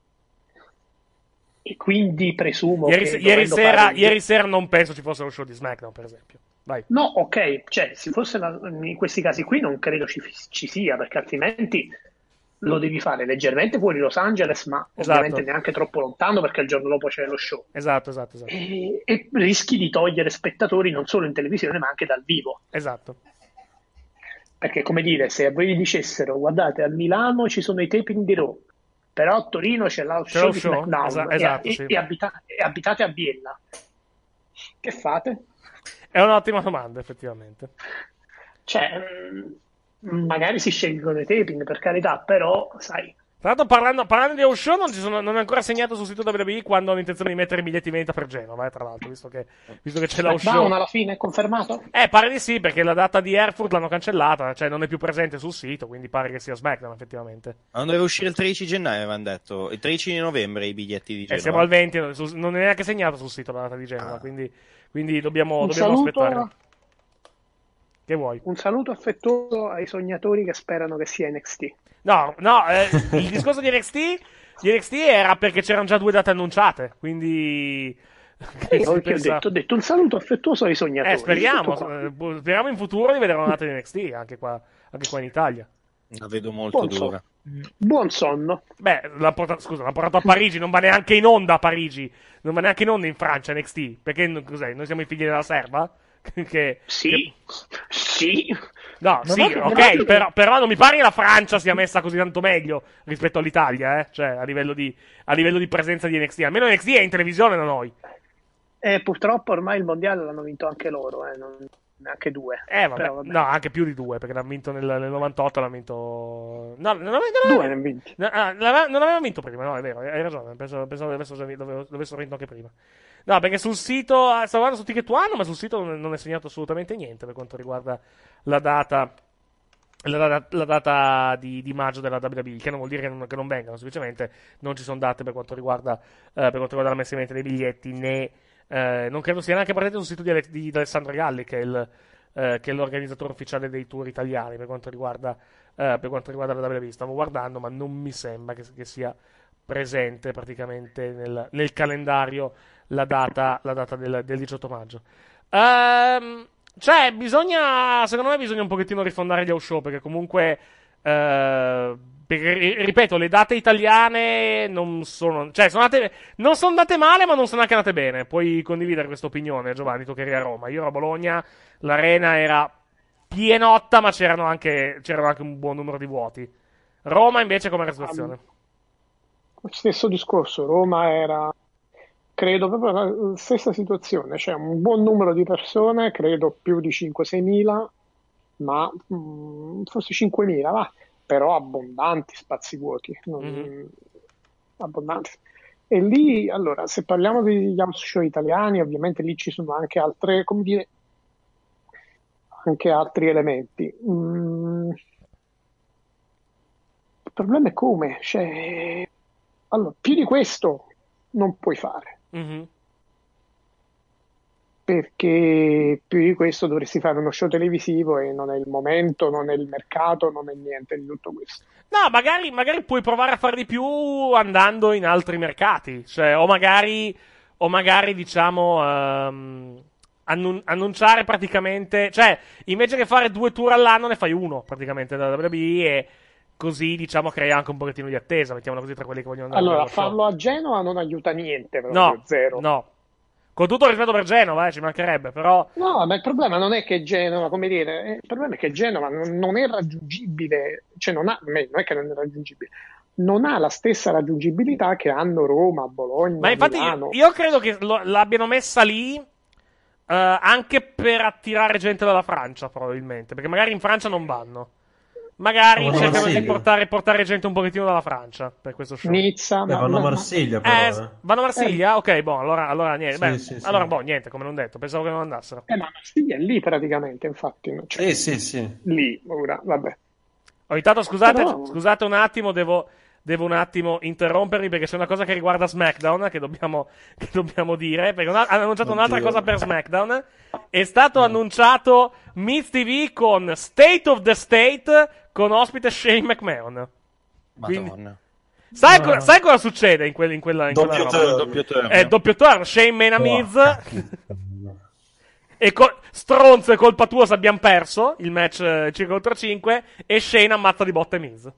e quindi presumo Ieri, che se- ieri, dovendo sera, fare- ieri sera non penso ci fosse lo show di SmackDown, per esempio. Vai. No, ok, cioè se fosse la- in questi casi qui non credo ci, ci sia, perché altrimenti lo devi fare leggermente fuori Los Angeles, ma Esatto. ovviamente neanche troppo lontano perché il giorno dopo c'è lo show. Esatto, esatto, esatto. E, e rischi di togliere spettatori non solo in televisione ma anche dal vivo. Esatto. Perché, come dire, se a voi vi dicessero, guardate, a Milano ci sono i taping di Raw, però a Torino c'è lo C'è show lo di show? SmackDown Esa- e- esatto, e, sì. e abita- e abitate a Biella, che fate? È un'ottima domanda, effettivamente. Cioè, mm, magari si scelgono i taping, per carità, però, sai, Tra l'altro, parlando, parlando di house show, non, ci sono, non è ancora segnato sul sito W W E quando hanno intenzione di mettere i biglietti in vendita per Genova, eh, tra l'altro, visto che, visto che c'è l'house show. SmackDown alla fine è confermato? Eh, pare di sì, perché la data di Erfurt l'hanno cancellata, cioè non è più presente sul sito, quindi pare che sia SmackDown, effettivamente. Ma non doveva uscire il tredici gennaio, avevano detto. Il tredici di novembre i biglietti di E Genova. siamo al venti, su- non è neanche segnato sul sito la data di Genova, Ah. quindi, quindi dobbiamo, Un dobbiamo saluto, aspettare. Che vuoi? un saluto affettuoso ai sognatori che sperano che sia N X T. No, no, eh, il discorso di N X T, di N X T era perché c'erano già due date annunciate, quindi... Io si che ho pensa- detto, ho detto un saluto affettuoso ai sognatori. Eh, speriamo, Tutto qua. eh, bu- speriamo in futuro di vedere una data di N X T, anche qua, anche qua in Italia. La vedo molto Buon so- dura. Buon sonno. Beh, l'ha portato, scusa, l'ha portato a Parigi, non va neanche in onda a Parigi, non va neanche in onda in Francia N X T, perché n- cos'è? Noi siamo i figli della serva? che, Sì, che- sì. No, Non sì, ho- non ok, ho- però, però non mi pare che la Francia sia messa così tanto meglio rispetto all'Italia, eh? Cioè, a livello di, a livello di presenza di N X T. Almeno N X T è in televisione da noi. Eh, purtroppo ormai il mondiale l'hanno vinto anche loro, eh, non- neanche due. Eh, vabbè, Però, vabbè. no, anche più di due, perché l'hanno vinto nel, nel novantotto, l'hanno vinto... No, non ave- non Due ave- ne hanno vinti. no, ah, l'ave- non avevano vinto prima, no, è vero, hai ragione, pensavo, pensavo che avessero, già vinto- dove- dovessero vinto anche prima. No, perché sul sito, ah, stavo guardando su Ticket One, ma sul sito non, non è segnato assolutamente niente per quanto riguarda la data... La, data- la data di, di maggio della W W E, che non vuol dire che non, che non vengano, semplicemente non ci sono date per quanto riguarda, eh, per quanto riguarda l'amministramento dei biglietti, né eh, non credo sia neanche presente sul sito di, Ale- di- di Alessandro Galli, che è, il, eh, che è l'organizzatore ufficiale dei tour italiani per quanto riguarda, eh, per quanto riguarda la W W E. Stavo guardando, ma non mi sembra che, che sia presente praticamente nel, nel calendario la data, la data del, del diciotto maggio. Ehm. Cioè, bisogna, secondo me bisogna un pochettino rifondare gli house show, perché comunque, eh, perché, ri- ripeto, le date italiane non sono, cioè, sono andate, non sono andate male, ma non sono anche andate bene. Puoi condividere questa opinione, Giovanni, tu che eri a Roma. Io ero a Bologna, l'arena era pienotta, ma c'erano anche, c'erano anche un buon numero di vuoti. Roma, invece, com'è la situazione? Stesso discorso, Roma era, credo, proprio la stessa situazione, cioè un buon numero di persone, credo più di cinque sei mila, ma mm, forse cinquemila, va, però abbondanti spazi vuoti, non- Mhm. abbondanti. E lì, allora, se parliamo degli house show italiani, ovviamente lì ci sono anche altre, come dire, anche altri elementi. Mm, il problema è come, cioè, allora, più di questo non puoi fare. Mhm. Perché più di questo dovresti fare uno show televisivo e non è il momento, non è il mercato, non è niente di tutto questo. No, magari, magari puoi provare a fare di più andando in altri mercati, cioè, o magari, o magari diciamo, ehm, annun- annunciare praticamente, cioè, invece che fare due tour all'anno ne fai uno praticamente da W W E e così, diciamo, crea anche un pochettino di attesa, mettiamola così, tra quelli che vogliono andare Allora, allo show. farlo a Genova non aiuta niente, proprio No, zero. no. Con tutto il rispetto per Genova, eh, ci mancherebbe, però... No, ma il problema non è che Genova, come dire, eh, il problema è che Genova non, non è raggiungibile, cioè non ha, me- non è che non è raggiungibile, non ha la stessa raggiungibilità che hanno Roma, Bologna, Ma infatti Milano. io, io credo che lo- l'abbiano messa lì eh, anche per attirare gente dalla Francia, probabilmente, perché magari in Francia non vanno. Magari Vanno a cercano di Marsiglia. portare, portare gente un pochettino dalla Francia per questo show. Nizza, Beh, ma- vanno a ma- Marsiglia però. Eh, eh. s- vanno a Marsiglia? Ok, boh, allora, allora niente. Sì, Beh, sì, sì. allora, boh, niente, come non detto. Pensavo che non andassero. Eh, ma Marsiglia è lì praticamente, infatti. no? Cioè, Eh sì, sì. lì, ora, vabbè. Ogni tanto, scusate, Però- scusate un attimo, devo, devo un attimo interrompervi perché c'è una cosa che riguarda SmackDown che dobbiamo, che dobbiamo dire. Perché una- hanno annunciato un'altra Oddio. cosa per SmackDown. È stato annunciato Miz T V con State of the State con ospite Shane McMahon. Quindi- Madonna. sai, No. co- sai cosa succede in, quel- in quella, in quella Doppio roba? turn. Doppio turn. Eh, doppio turn, Shane mena Miz. Porca. E co- stronzo, è colpa tua se abbiamo perso il match eh, cinque contro cinque. E Shane ammazza di botte Miz.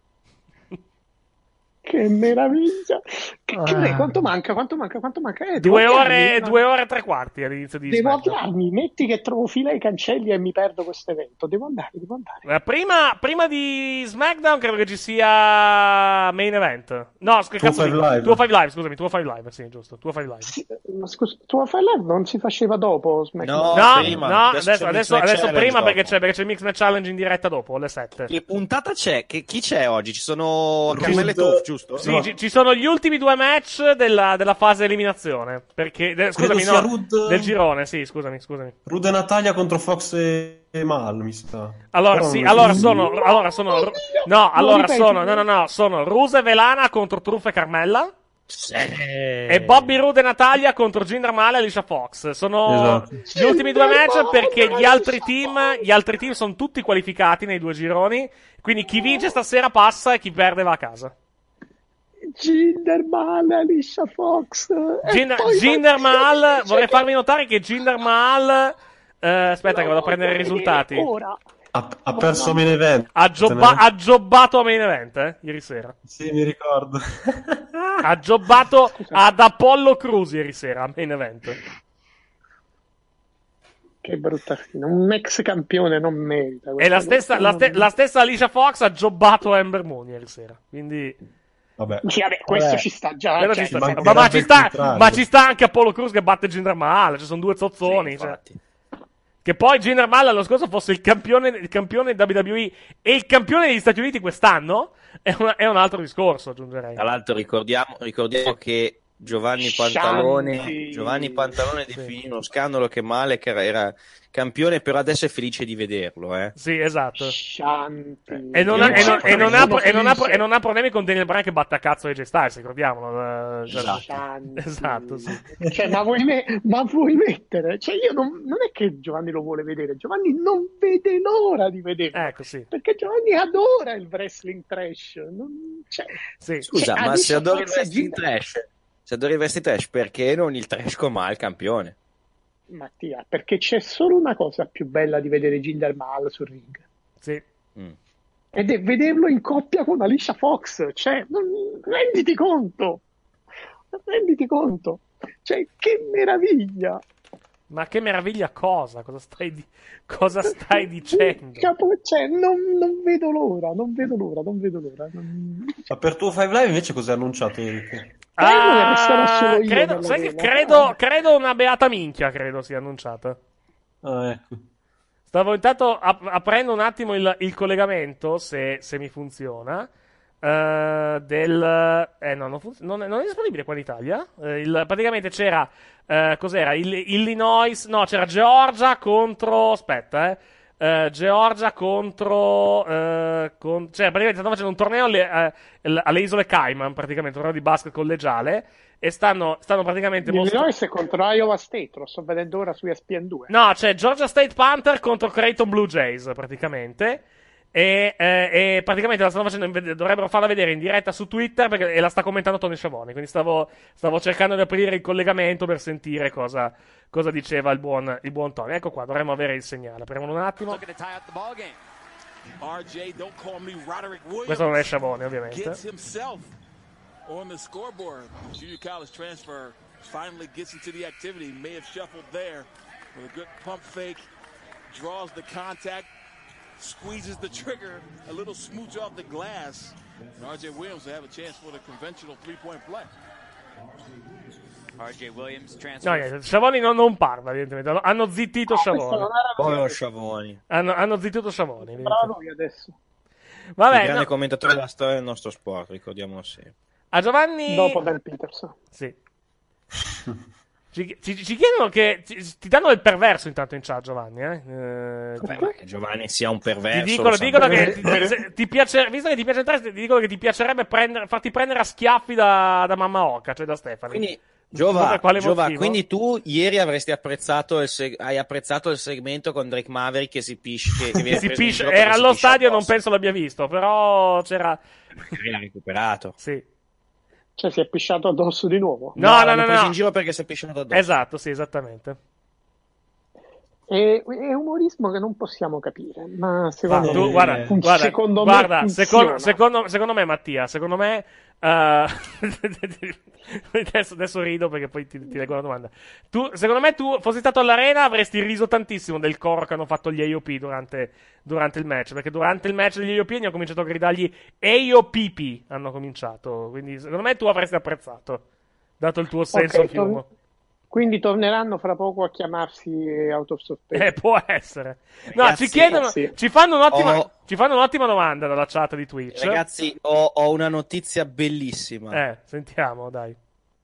Che meraviglia! Che, che Ah. me- quanto manca? Quanto manca? Quanto manca? Eh, devo Due ore, avviarmi, no? due ore e tre quarti all'inizio di Devo SmackDown. avviarmi, metti che trovo fila ai cancelli e mi perdo questo evento. Devo andare, devo andare. Eh, Prima, prima di SmackDown credo che ci sia main event. No, sc- cazzo Live di- Live. Tuo Five Live, scusami, Tuo Five Live, sì, giusto, Tuo Five Live. Sì, ma scusa, tu fai live non si faceva dopo SmackDown? No, No, prima. no, Adesso adesso, c'è il adesso, Mix Match adesso Challenge prima perché dopo. c'è, perché c'è il Mix Match Challenge in diretta dopo, alle sette. Che puntata c'è? Che, chi c'è oggi? Ci sono Rude- Carmella e Tuff, giusto? Sì, No. ci, ci sono gli ultimi due match della, della fase eliminazione. Perché, de- scusami, sia no, Rude- del girone, sì, scusami, scusami. Rude Natalia contro Fox e e Mal, mi sa. Allora, Però sì, non- allora sono, allora sono, Oddio! no, No, allora ripeti. sono, no, no, no, sono Rusev e Lana contro Truff e Carmella. E Bobby Roode e Natalia contro Jinder Mahal e Alicia Fox. Sono Esatto. gli ultimi due Jinder match Mahal perché e gli altri Alicia team, Fox. gli altri team sono tutti qualificati nei due gironi. Quindi chi vince stasera passa e chi perde va a casa. Jinder Mahal, Alicia Fox. e Jinder, poi- Jinder Mahal, Cioè, vorrei che- farvi notare che Jinder Mahal, eh, aspetta che vado a prendere i voglio risultati. vedere Ora. Ha, ha perso main event. Ha, giobba- ha giobbato a main event, eh, ieri sera. Sì, mi ricordo. Ha giobbato ad Apollo Crews ieri sera a main event. Che brutta fine. Un ex campione non merita. E la questa stessa, cosa. la, ste- la stessa Alicia Fox ha giobbato a Ember Moon ieri sera. Quindi. Vabbè. Sì, vabbè, questo Vabbè. ci sta già. Quello cioè, ci sta, ci sì. mancherà ma, ma ci per sta, contrario. ma ci sta anche Apollo Crews che batte Jinder Mahal. Ci sono due zozzoni. Sì, cioè. infatti. Che poi Jinder Mahal l'anno scorso fosse il campione, il campione W W E e il campione degli Stati Uniti quest'anno. È, una- è un altro discorso, aggiungerei. Tra l'altro ricordiamo, ricordiamo che Giovanni Scianti. Pantalone, Giovanni Pantalone definì uno scandalo che Male che era, era campione, però adesso è felice di vederlo, eh. Sì, esatto. Scianti. E non, ha, e, non, e, non ha, Sono e, non ha, felice. e non ha problemi con Daniel Bryan che batte a cazzo A J Styles, ricordiamolo. eh, cioè- Esatto. Scianti. Esatto, sì. Cioè, ma vuoi, me- ma vuoi mettere? Cioè, io non, non è che Giovanni lo vuole vedere, Giovanni non vede l'ora di vederlo. Ecco, sì. Perché Giovanni adora il wrestling trash. Non, cioè, Sì. Scusa, Cioè, ma Alicia se adori il Fox e wrestling Jinder- trash, se adori il wrestling trash, perché non il trash con Mal campione? Mattia, perché c'è solo una cosa più bella di vedere Jinder Mahal sul ring. Sì. Mm. Ed è vederlo in coppia con Alicia Fox. Cioè, non, renditi conto. Renditi conto. Cioè, che meraviglia. Ma che meraviglia cosa? Cosa stai, di- cosa stai dicendo? Capo- cioè, non, non vedo l'ora, non vedo l'ora, non vedo l'ora. Non... Ma per tuo Five Live invece cosa hai annunciato, Eric? Credo che resterò solo io credo, nella sai che arena. credo, credo una beata minchia, credo sia annunciata. Ah, ecco. Stavo intanto ap- aprendo un attimo il, il collegamento, se, se mi funziona, eh, del... Eh no, non, funz- non, è, non è disponibile qua in Italia. Eh, il- praticamente c'era, eh, cos'era? Il- Illinois, no, c'era Georgia contro... Aspetta, eh. Eh, Georgia contro... Eh, con- cioè, praticamente stanno facendo un torneo alle, eh, alle isole Cayman, praticamente, un torneo di basket collegiale, e stanno, stanno praticamente... mostra- Illinois è contro Iowa State, lo sto vedendo ora su E S P N due. No, c'è Georgia State Panther contro Creighton Blue Jays, praticamente. E, eh, e praticamente la stanno facendo, in ved- dovrebbero farla vedere in diretta su Twitter perché, e la sta commentando Tony Schiavone. Quindi stavo, stavo cercando di aprire il collegamento per sentire cosa, cosa diceva il buon, il buon Tony. Ecco qua, dovremmo avere il segnale. Apriamo un attimo. Questo non è Schiavone, ovviamente. On the scoreboard, junior college transfer finally gets into the activity. May have shuffled there with a good pump fake, draws the contact, squeezes the trigger, a little smooch off the glass. And R J Williams will have a chance for the conventional three-point play. R J Williams No, transfer. niente, Schiavone non, non parla, evidentemente. Hanno- Hanno zittito Schiavone. Povero Schiavoni. Hanno, hanno zittito Schiavone. Bravo lui adesso. Vabbè, il grande no. commentatore della storia del nostro sport, ricordiamolo sempre. A Giovanni... Dopo Ben Peterson. Sì. Ci, ci, ci chiedono che ti, ti danno del perverso intanto in chat, Giovanni. Eh? Eh, Beh, ma che Giovanni sia un perverso. Ti dicono, dicono che ti, se, ti piace, visto che ti piace entrare, ti dicono che ti piacerebbe prendere, farti prendere a schiaffi da, da Mamma Oca, cioè da Stefani. Quindi, Giova, Giova, motivo? quindi tu ieri avresti apprezzato il seg- hai apprezzato il segmento con Drake Maverick che si pisce, che, che si pisce, era allo stadio, non penso l'abbia visto, però c'era. Magari l'ha recuperato. Sì. Cioè si è pisciato addosso di nuovo? No, no, no, no, preso no. in giro perché si è pisciato addosso. Esatto, sì, esattamente. È, è umorismo che non possiamo capire, ma secondo tu, me, guarda, fun- guarda, secondo guarda, me secondo, secondo, secondo me Mattia, secondo me uh... adesso, adesso rido perché poi ti, ti leggo una domanda. Tu, secondo me tu fossi stato all'arena avresti riso tantissimo del coro che hanno fatto gli A O P durante, durante il match, perché durante il match degli A O P hanno cominciato a gridargli A O P P, hanno cominciato, quindi secondo me tu avresti apprezzato, dato il tuo senso okay, of humor. Tor- quindi torneranno fra poco a chiamarsi Out of Sorteggio. Eh, può essere. No, Ragazzi, ci chiedono, sì. ci fanno un'ottima, Oh. ci fanno un'ottima domanda dalla chat di Twitch. Ragazzi, ho, ho una notizia bellissima. Eh, sentiamo, dai.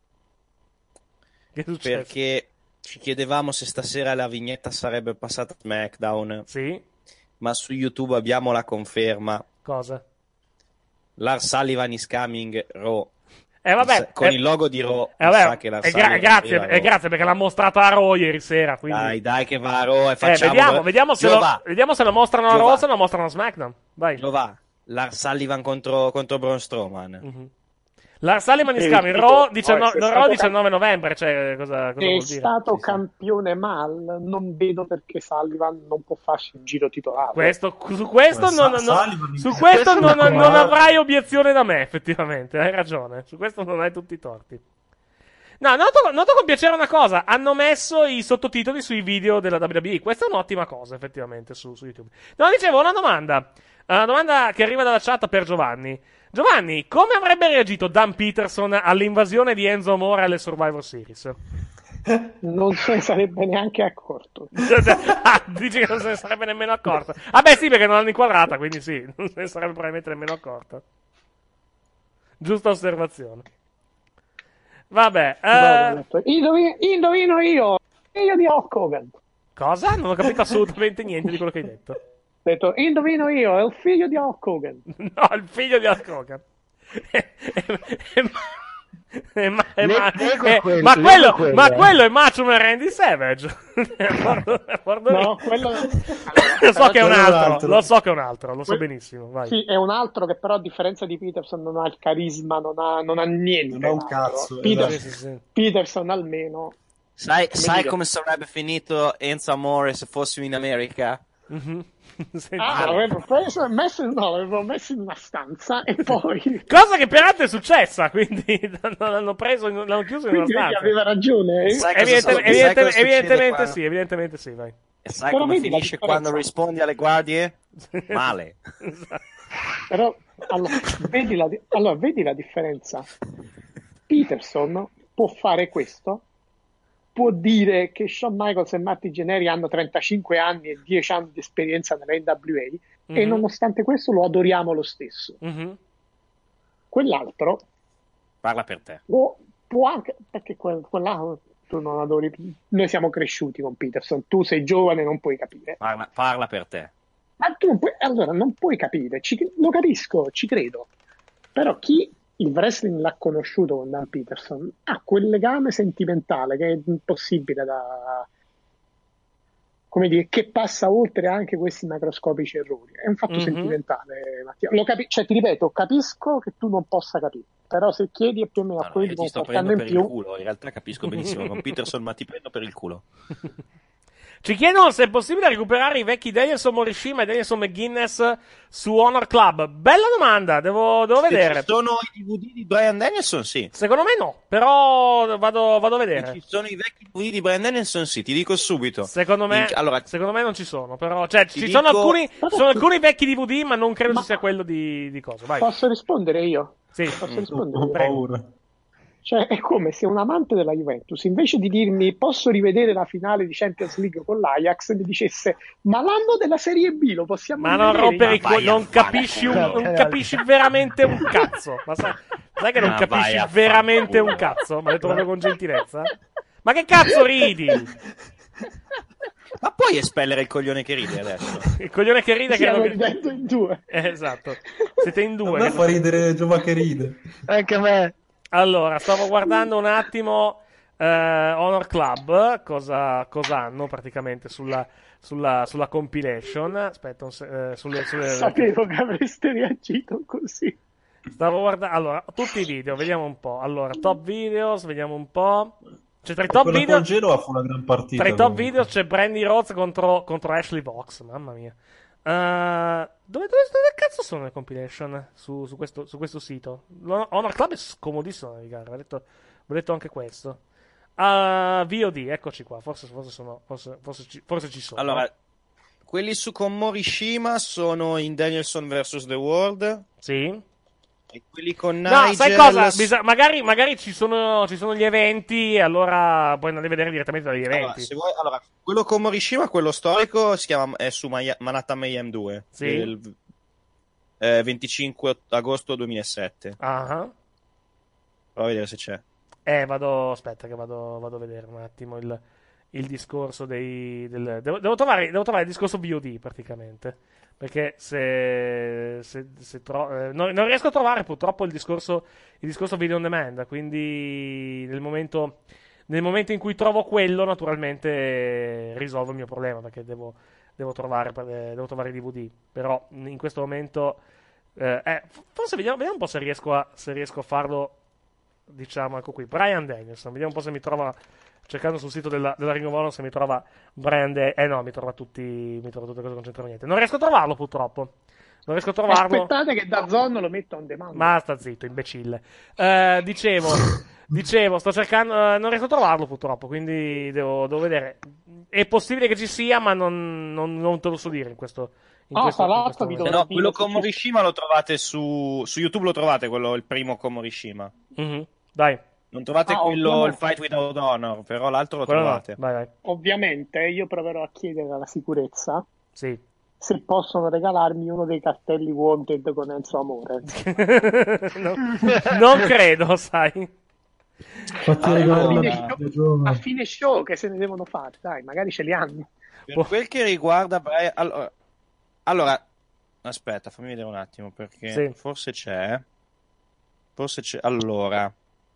Che è successo? Perché ci chiedevamo se stasera la vignetta sarebbe passata a SmackDown. Sì. Ma su YouTube abbiamo la conferma. Cosa? Lars Sullivan is coming Raw. Eh, vabbè, con eh, il logo di Raw. eh, vabbè, sa che Lars eh, gra- Sullivan grazie, arriva a eh, Raw. grazie perché l'ha mostrata a Raw ieri sera. Quindi... Dai, dai, che va a Raw e eh, facciamo. vediamo, vediamo, se lo, Giova. vediamo se lo mostrano a Giova. Raw o se lo mostrano a SmackDown. Vai. Lo va. Lars Sullivan contro, contro Braun Strowman. Mm-hmm. Lars Sullivan is Eh, coming dico, Raw no, diciannove, è no, stato Raw cam- diciannove novembre. Cioè, cosa, cosa È vuol dire? stato Sì, sì. campione mal, non vedo perché Sullivan non può farsi un giro titolare. Questo, su questo, Ma non, Sa- non- Sullivan- su questo non, questo non qua- avrai obiezione da me, effettivamente. Hai ragione. Su questo non hai tutti i torti. No, noto, noto con piacere una cosa. Hanno messo i sottotitoli sui video della W W E. Questa è un'ottima cosa, effettivamente, su, su YouTube. No, dicevo, una domanda. Una domanda che arriva dalla chat per Giovanni. Giovanni, come avrebbe reagito Dan Peterson all'invasione di Enzo Amore alle Survivor Series? Non se ne sarebbe neanche accorto. Ah, dici che non se ne sarebbe nemmeno accorto. Ah beh sì, perché non l'hanno inquadrata, quindi sì, non se ne sarebbe probabilmente nemmeno accorto. Giusta osservazione. Vabbè, eh... indovino, indovino io, io di Hulk Hogan. Cosa? Non ho capito assolutamente niente di quello che hai detto. Ho detto, indovino io, è il figlio di Hulk Hogan. No, il figlio di Hulk Hogan. Eh, ma, eh, ma, eh, quello, ma, quello, quello, ma eh. quello è Macho Man Randy Savage. No, quello... Lo so che è un quello è un altro, altro. lo so che è un altro, lo so Que- benissimo. Vai. Sì, è un altro che però a differenza di Peterson non ha il carisma, non ha, non ha niente. Non ha un altro. cazzo, Peter- esatto. Sì, sì, sì. Peterson almeno. Sai, Come sai dire? come sarebbe finito Enzo Amore se fossimo in America? Mhm. Senti, Ah, l'avevo preso e messo, no, l'avevo messo in una stanza e poi... cosa che peraltro è successa, quindi l'hanno preso, in- l'hanno chiuso in una Quindi vedi, stanza. aveva ragione. Sai cosa Evidente- so- sai evidente- cosa succede evidentemente quando- sì, evidentemente sì, vai. E sai Però come vedi la finisce differenza? quando rispondi alle guardie? Male. Però, allora vedi, la, di- allora, vedi la differenza. Peterson può fare questo, può dire che Shawn Michaels e Marty Jannetty hanno trentacinque anni e dieci anni di esperienza nella N W A e Mhm. nonostante questo lo adoriamo lo stesso. Mhm. Quell'altro Parla per te. può, può anche, perché quel, quella tu non adori, noi siamo cresciuti con Peterson, tu sei giovane, non puoi capire. Parla, parla per te. Ma tu non puoi, allora non puoi capire, ci- lo capisco, ci credo. Però chi il wrestling l'ha conosciuto con Dan Peterson ha quel legame sentimentale che è impossibile da, come dire, che passa oltre anche questi macroscopici errori. È un fatto Mhm. sentimentale, Mattia. Lo capi- cioè, ti ripeto, capisco che tu non possa capire, però se chiedi è più o meno a No, no, quelli io con ti sto qualche anno prendendo in per il più. culo. In realtà capisco benissimo con Peterson, ma ti prendo per il culo. Ci chiedono se è possibile recuperare i vecchi Danielson Morishima e Danielson McGuinness su Honor Club. Bella domanda, devo, devo Se vedere. ci sono i D V D di Bryan Danielson, sì. Secondo me no, però vado, vado a Se vedere. ci sono i vecchi D V D di Bryan Danielson, sì, ti dico subito. Secondo me, In- allora, secondo me non ci sono, però, cioè, Ti ci sono, dico- alcuni, ci sono alcuni vecchi D V D, ma non credo ci sia quello di, di cosa. Vai. Posso rispondere io? Sì. Posso rispondere? Ho Prego. paura. Cioè, è come se un amante della Juventus, invece di dirmi posso rivedere la finale di Champions League con l'Ajax, mi dicesse ma l'anno della Serie B lo possiamo Ma non rivedere? rompere i vai co- a non fare capisci, un, culo. non capisci veramente un cazzo. Ma sai, sai che non Ma capisci vai a veramente fare un culo. cazzo? Ma l'ho detto proprio con gentilezza. Ma che cazzo ridi? Ma puoi espellere il coglione che ride adesso? Il coglione che ride Stiamo che ridendo in due. Eh, esatto. Siete in due. A me fa ridere Giova che ride. Anche a me. Allora, stavo guardando un attimo eh, Honor Club, cosa, cosa hanno praticamente sulla, sulla, sulla compilation. Aspetta, un se- eh, sulle, sulle... Sapevo che avreste reagito così. Stavo guardando, allora, tutti i video, vediamo un po'. Allora, top videos, vediamo un po'. C'è tra i top Quella video. con Genova fu una gran partita. Tra i top comunque. video c'è Brandy Rhodes contro, contro Ashley Vox, mamma mia. Uh, dove, dove, dove cazzo sono le compilation su, su, questo, su questo sito? Honor Club è scomodissimo da navigare, ho detto, ho detto anche questo. Uh, V O D, eccoci qua, forse, forse, sono, forse, forse, ci, forse ci sono. Allora, quelli su con Morishima sono in Danielson versus The World. Sì. E quelli con No, Nigel... sai cosa? Bisa- magari magari ci, sono, ci sono gli eventi e allora puoi andare a vedere direttamente dagli eventi. Allora, se vuoi, allora, quello con Morishima, quello storico, si chiama, è su Maya- Manhattan Mayhem due. Sì. Del, eh, venticinque agosto duemilasette. Ah. Prova a vedere se c'è. Eh, vado... Aspetta che vado, vado a vedere un attimo il, il discorso dei... Del, devo, devo, trovare, devo trovare il discorso V O D praticamente. Perché se, se, se tro- eh, non, non riesco a trovare purtroppo il discorso, il discorso video on demand, quindi nel momento, nel momento in cui trovo quello naturalmente risolvo il mio problema perché devo, devo, trovare, devo trovare i D V D, però in questo momento eh, eh, forse vediamo, vediamo un po' se riesco, a, se riesco a farlo, diciamo, ecco qui, Bryan Danielson, vediamo un po' se mi trova, cercando sul sito della, della Ring of Honor se mi trova Bryan De- eh no, mi trova tutti, mi trova tutte cose che non c'entrano niente. Non riesco a trovarlo purtroppo. Non riesco a trovarlo. Aspettate che da Zon lo metto on demand. Ma sta zitto, imbecille. Eh, dicevo, dicevo, sto cercando, eh, non riesco a trovarlo purtroppo, quindi devo, devo vedere. È possibile che ci sia, ma non, non, non te lo so dire in questo. In Ah, questo, in sarà questo vi momento. dovrò No, quello dire con se- Morishima lo trovate su, su YouTube, lo trovate, quello, il primo con Morishima. Mhm. Dai. Non trovate Ah, quello, ovviamente. il Fight Without Honor, però l'altro lo Quello no. trovate. Vai, vai. Ovviamente io proverò a chiedere alla sicurezza Sì. se possono regalarmi uno dei cartelli Wanted con Enzo Amore. no, non credo, sai. Fatti a, regalare fine una- show, Giova. a fine show che se ne devono fare, dai, magari ce li hanno. Per quel che riguarda Brian... Allora, allora, aspetta, fammi vedere un attimo, perché Sì. forse c'è... Forse c'è... Allora...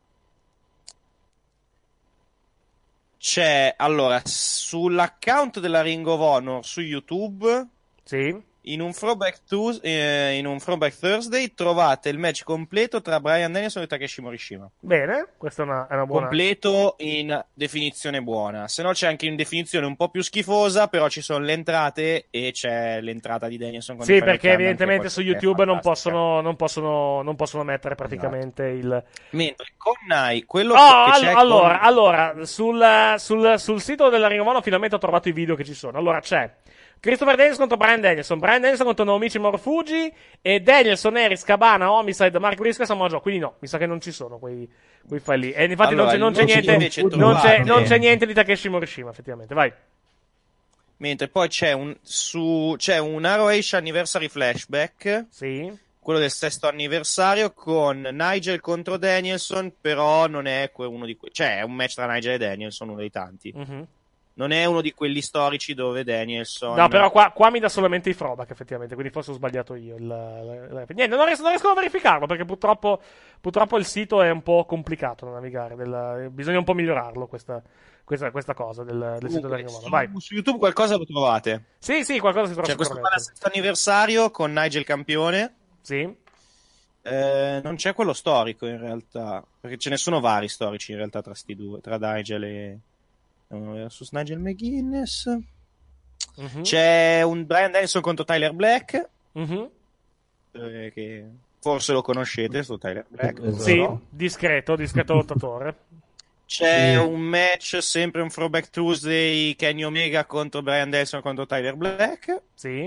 C'è, allora, sull'account della Ring of Honor su YouTube... Sì. In un, throwback Tues- eh, in un Throwback Thursday trovate il match completo tra Bryan Danielson e Takeshi Morishima. Bene, questa è una, è una buona. Completo in definizione buona. Se no c'è anche in definizione un po' più schifosa, però ci sono le entrate e c'è l'entrata di Danielson con Sì, Daniel perché Bryan, evidentemente anche su questa che è YouTube non fantastica. possono, non, possono, non possono mettere praticamente il. Mentre con Nai, quello Oh, che all- c'è allora, con... allora sul, sul, sul sito della Ring of Honor finalmente ho trovato i video che ci sono. Allora c'è Christopher Daniels contro Bryan Danielson, Bryan Danielson contro Naomichi Morufuji e Danielson, Harris, Cabana, Homicide, Mark Briscoe e Samoa Joe. Quindi no, mi sa che non ci sono quei, quei file lì. E infatti Allora, non c'è, non c'è invece- niente, invece non c'è, trovate- non c'è niente di Takeshi Morishima, effettivamente. Vai. Mentre poi c'è un, su, c'è un R O H Anniversary Flashback, Sì. quello del sesto anniversario, con Nigel contro Danielson, però non è que- uno di quelli... Cioè, è un match tra Nigel e Danielson, uno dei tanti. Mhm. Non è uno di quelli storici dove Danielson... No, però qua, qua mi dà solamente i throwback, effettivamente, quindi forse ho sbagliato io. Il, la- la- Niente, non riesco, non riesco a verificarlo, perché purtroppo, purtroppo il sito è un po' complicato da navigare. del- bisogna un po' migliorarlo, questa, questa, questa cosa del, del sito della Ring of Honor. Vai. Su, su YouTube qualcosa lo trovate. Sì, sì, qualcosa si trova C'è questo qua sicuramente. del sesto anniversario con Nigel campione. Sì. Eh, non c'è quello storico in realtà, perché ce ne sono vari storici in realtà tra sti due, tra Nigel e... versus Nigel McGuinness. Mhm. C'è un Bryan Danielson contro Tyler Black, Mhm. eh, che forse lo conoscete, sto Tyler Black. Esatto. Sì, discreto, discreto lottatore. C'è Sì. un match, sempre un Throwback Tuesday, Kenny Omega contro Bryan Danielson contro Tyler Black. Sì.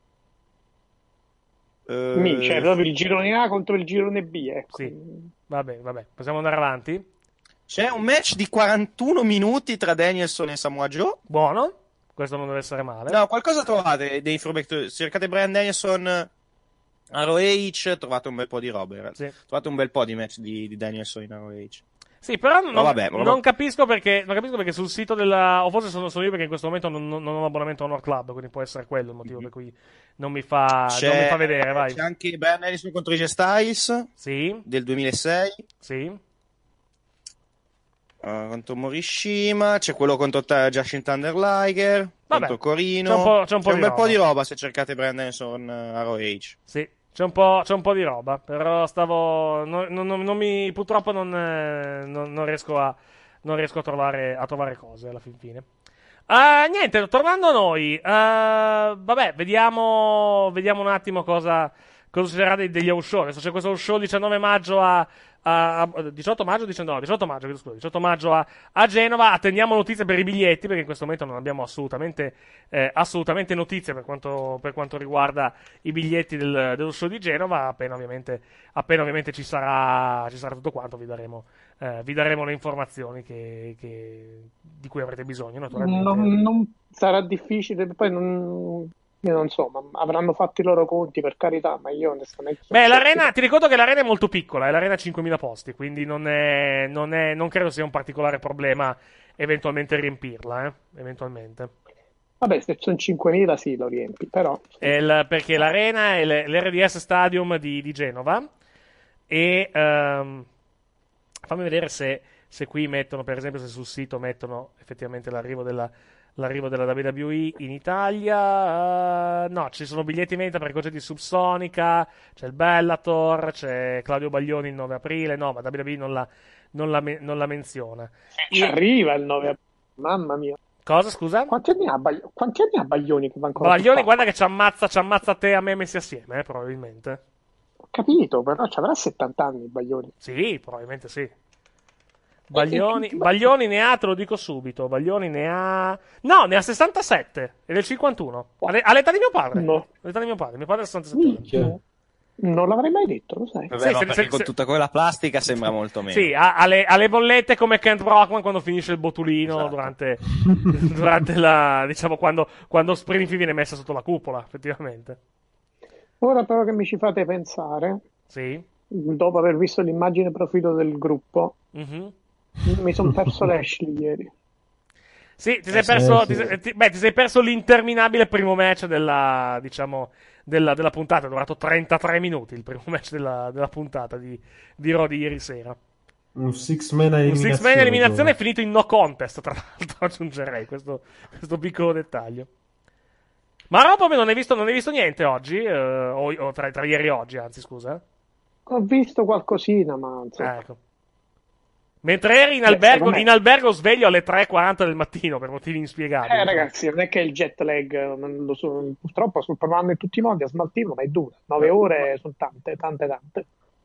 Eh, Mi, c'è proprio il girone A contro il girone B, ecco. Sì. Vabbè, vabbè, possiamo andare avanti? C'è un match di quarantuno minuti tra Danielson e Samoa Joe. Buono. Questo non deve essere male. No, qualcosa trovate dei Throwback Tuesday. Cercate Bryan Danielson, R O H, trovate un bel po' di roba in realtà. Sì. Trovate un bel po' di match di, di Danielson in R O H. Sì, però non, No, vabbè, non ma- capisco perché non capisco perché sul sito della o forse sono, sono io perché in questo momento non, non, non ho abbonamento a Honor Club, quindi può essere quello il motivo per cui non mi fa, C'è, non mi fa vedere, vai. c'è anche Brian Ellison contro A J Styles Sì. del duemilasei. Sì. Uh, contro Morishima, c'è quello contro T- Jushin Thunder Liger, Vabbè, contro Corino. c'è un po', c'è un po' di bel roba. po' di roba se cercate Brian Ellison uh, R O H. Sì, c'è un po', c'è un po' di roba, però stavo non, non, non- non mi purtroppo non, eh, non, non riesco a non riesco a trovare a trovare cose alla fin fine. Ah, niente, tornando a noi, ah, vabbè, vediamo vediamo un attimo cosa cosa succederà dei- degli house show. Adesso c'è questo house show il diciannove maggio a a- a- diciotto maggio, diciannove, diciotto maggio, chiedo scusa, diciotto maggio a, a Genova. Attendiamo notizie per i biglietti perché in questo momento non abbiamo assolutamente, eh, assolutamente notizie per quanto, per quanto riguarda i biglietti del, dello show di Genova. Appena ovviamente, appena ovviamente ci sarà, ci sarà tutto quanto, vi daremo, eh, vi daremo le informazioni che, che- di cui avrete bisogno, naturalmente. Non, non sarà difficile, poi non, io non so, ma avranno fatto i loro conti, per carità, ma io onestamente... sono Beh, scettico. l'arena, ti ricordo che l'arena è molto piccola, è l'arena a cinquemila posti, quindi non è, non è, non credo sia un particolare problema eventualmente riempirla, eh, eventualmente. Vabbè, se sono cinquemila sì, lo riempi, però... È il- perché l'arena è l- l'R D S Stadium di, di Genova e ehm, fammi vedere se, se qui mettono, per esempio, se sul sito mettono effettivamente l'arrivo della, l'arrivo della W W E in Italia. Eh, no, ci sono biglietti in vendita per i concerti Subsonica, c'è il Bellator, c'è Claudio Baglioni il nove aprile, no, ma W W E non la, non la, me- non la menziona. Ci arriva il nove aprile, mamma mia. Cosa, scusa? Quanti anni ha, Bagli- quanti anni ha Baglioni che va ancora Baglioni, sul guarda che ci ammazza, ci ammazza te e a me messi assieme, eh, probabilmente. palco? Ho capito, però ci avrà settanta anni Baglioni. Sì, probabilmente sì. Baglioni, Baglioni ne ha, te lo dico subito. Baglioni ne ha. No, ne ha sessantasette. È del cinquantuno. Alle- All'età di mio padre. No. All'età di mio padre. Mio padre ha sessantasette anni. Non l'avrei mai detto, lo sai. Vabbè, Sì, ma se- perché se- con se- tutta quella plastica sembra molto meno. Sì, ha, ha le, ha le bollette come Kent Brockman quando finisce il botulino Esatto. durante, durante la. Diciamo, quando, quando Springfield viene messa sotto la cupola, effettivamente. Ora però che mi ci fate pensare, Sì. dopo aver visto l'immagine profilo del gruppo, Mhm. mi sono perso l'Ashley ieri. Sì, ti sei Eh, perso, sì, ti sì. sei- ti- beh, ti sei perso l'interminabile primo match della, diciamo, della, della puntata. È durato trentatré minuti il primo match della, della puntata di, di Raw di ieri sera. Un six man a Un eliminazione. six man eliminazione è Gio. finito in no contest, tra l'altro, aggiungerei questo, questo piccolo dettaglio. Ma Rob, non hai visto, non hai visto niente oggi? eh, o o tra, tra ieri e oggi, anzi, scusa. Ho visto qualcosina, ma insomma, Ah, ecco. Mentre eri in Beh, albergo, secondo me- in albergo sveglio alle tre e quaranta del mattino per motivi inspiegabili. eh, ragazzi, non è che il jet lag, non lo so, purtroppo sul provando in tutti i modi a smaltirlo, ma è dura. Nove ore sono tante, tante, tante.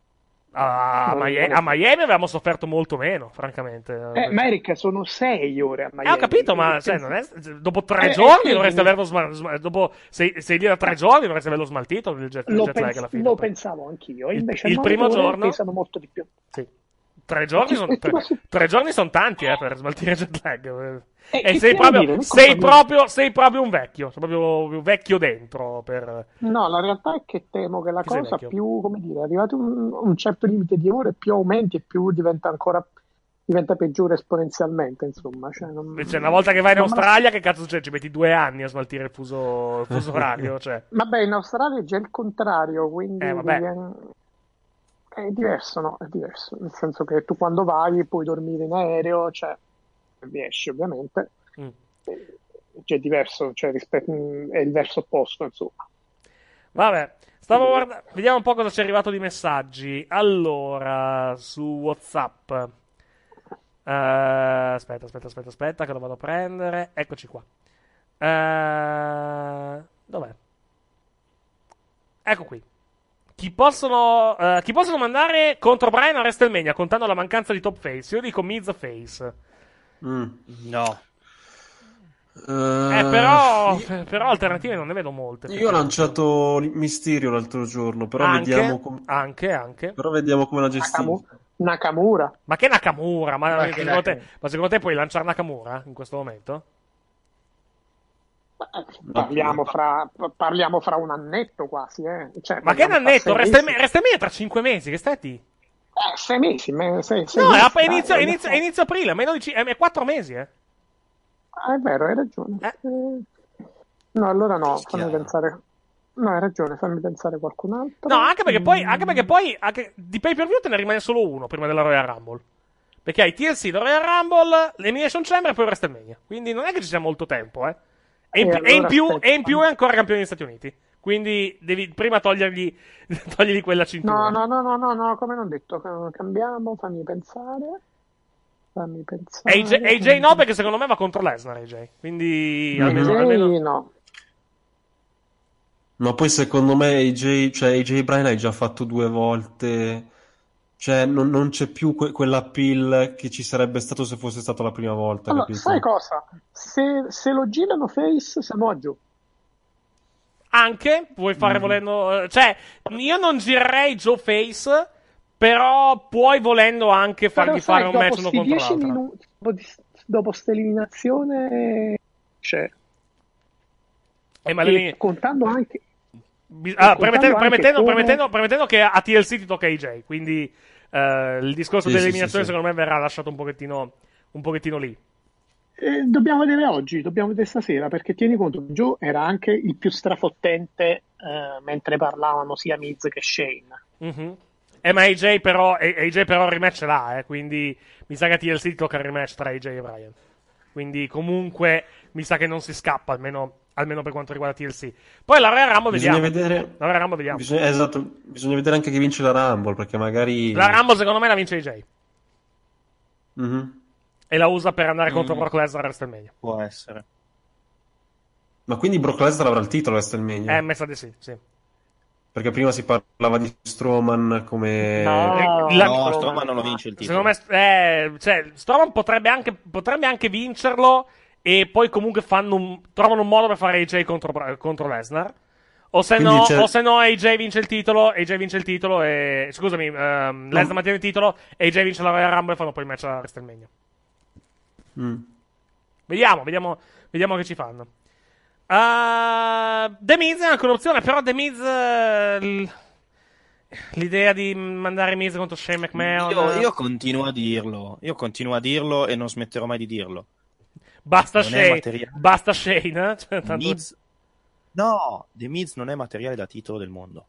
A, Non- Miami, non è- a Miami avevamo sofferto molto meno, francamente. Eh, ma Eric, sono sei ore a Eh, Miami. ho capito, ma cioè, non è- dopo tre Eh, giorni eh, dovresti eh, averlo smaltito. Dopo sei, sei lì da tre giorni dovresti averlo smaltito il jet, il Lo, jet lag pens- alla fine. lo poi. pensavo anch'io, Il- invece il nove primo ore giorno- pesano molto di più. Sì. Tre giorni E sono ti- tre, ma su- tre giorni son tanti eh, per smaltire il jet lag. Eh, E che sei ti devo proprio, dire? Non sei, colpa mia. proprio, sei proprio un vecchio. Sei proprio un vecchio dentro. Per... No, la realtà è che temo che la Che sei cosa vecchio. più, come dire, arrivato a un, un certo limite di ore, più aumenti e più diventa ancora diventa peggiore esponenzialmente, insomma. Cioè, non- Cioè, una volta che vai in non me la- Australia, che cazzo c'è? Ci metti due anni a smaltire il fuso, il fuso orario. Cioè. Vabbè, in Australia è già il contrario, quindi Eh, vabbè. è diverso, no? È diverso, nel senso che tu quando vai puoi dormire in aereo, cioè riesci ovviamente, Mm. cioè è diverso, cioè rispetto, è il verso opposto, insomma. Vabbè, stavo guardando. Vediamo un po' cosa ci è arrivato di messaggi. Allora, su WhatsApp. Eh, aspetta, aspetta, aspetta, aspetta, che lo vado a prendere. Eccoci qua. Eh, dov'è? Ecco qui. Chi possono, eh, chi possono mandare contro Brian a WrestleMania contando la mancanza di top face? Io dico Miz face. Mm. No. Eh, Eh, però, io- però alternative non ne vedo molte. Io ho lanciato il Mysterio l'altro giorno, però anche, vediamo com- anche, anche. però vediamo come la gestisce. Nakamu- Nakamura. Ma che Nakamura? Ma, Ma che secondo te, Nakamura? ma secondo te puoi lanciare Nakamura in questo momento? Parliamo fra, parliamo fra un annetto quasi, eh. Cioè, Ma che parliamo fra annetto? sei WrestleMania mesi. WrestleMania tra cinque mesi, che stai a di? Eh, sei mesi, me- sei, sei No, mesi, è, dai, inizio, è inizio, è inizio aprile, meno di c- è quattro mesi, eh. Ah, è vero, hai ragione. Eh, No, allora no, fammi pensare. No, hai ragione, fammi pensare a qualcun altro. No, anche perché poi, Mm. anche perché poi anche di pay per view te ne rimane solo uno prima della Royal Rumble. Perché hai T L C, la Royal Rumble, l'Elimination Chamber e poi WrestleMania. Quindi non è che ci sia molto tempo, eh. E in, E pi- e in allora più, aspetta. e in più è ancora campione degli Stati Uniti. Quindi devi prima togliergli, togliergli quella cintura. No, no, no, no, no, no, come non detto, ca- cambiamo, fammi pensare. Fammi pensare. A J, A J no, perché secondo me va contro Lesnar, A J. Quindi almeno, A J almeno... no. No, poi secondo me A J, cioè A J Bryan hai già fatto due volte, cioè non, non c'è più que- quell'appeal che ci sarebbe stato se fosse stato la prima volta, Allora, capito? sai cosa? Se, se lo girano face, siamo a giù. Anche, puoi fare Mm. volendo... eh, Cioè, io non girerei Joe Face, però puoi volendo anche fargli Però fare sai, un dopo match uno sti contro dieci l'altro. minuti, dopo, di- dopo sta eliminazione, c'è. Eh, ma E lì- contando anche... Bis- ah, contando premettendo, anche premettendo, come- premettendo, premettendo che a T L C ti tocca A J, quindi eh, il discorso Sì, dell'eliminazione sì, sì, sì. secondo me verrà lasciato un pochettino, un pochettino lì. Eh, dobbiamo vedere oggi, dobbiamo vedere stasera, perché tieni conto, Joe era anche il più strafottente eh, mentre parlavano sia Miz che Shane. Mhm. Eh, ma A J però, A J però il rematch ce l'ha, eh, quindi mi sa che a T L C ti tocca il rematch tra A J e Bryan. Quindi comunque mi sa che non si scappa, almeno, almeno per quanto riguarda T L C. Poi la Royal Rumble Bisogna vediamo. vedere, La Royal Rumble vediamo. bisogna, esatto, bisogna vedere anche chi vince la Rumble, perché magari... La Rumble secondo me la vince A J. Mhm. E la usa per andare Mm. contro Brock Lesnar a WrestleMania. Può essere. Ma quindi Brock Lesnar avrà il titolo a WrestleMania? Eh, mi sa di sì, sì. Perché prima si parlava di Strowman come... No, La- No, Strowman non lo vince il titolo. Secondo me, eh, cioè, Strowman potrebbe anche, potrebbe anche vincerlo e poi comunque fanno un, trovano un modo per fare A J contro, contro Lesnar. O se, Quindi no, c'è- o se no A J vince il titolo, A J vince il titolo e... Scusami, ehm, Lesnar mantiene il titolo, A J vince la Royal Rumble e fanno poi il match a WrestleMania. Mm. Vediamo, vediamo, vediamo che ci fanno. Uh, The Miz è anche un'opzione, però The Miz... eh, l- l'idea di mandare Miz contro Shane McMahon... Io, io continuo a dirlo, io continuo a dirlo e non smetterò mai di dirlo. Basta non è Shane, materiale. basta Shane, eh? Cioè, tanto- Miz- No, The Miz non è materiale da titolo del mondo.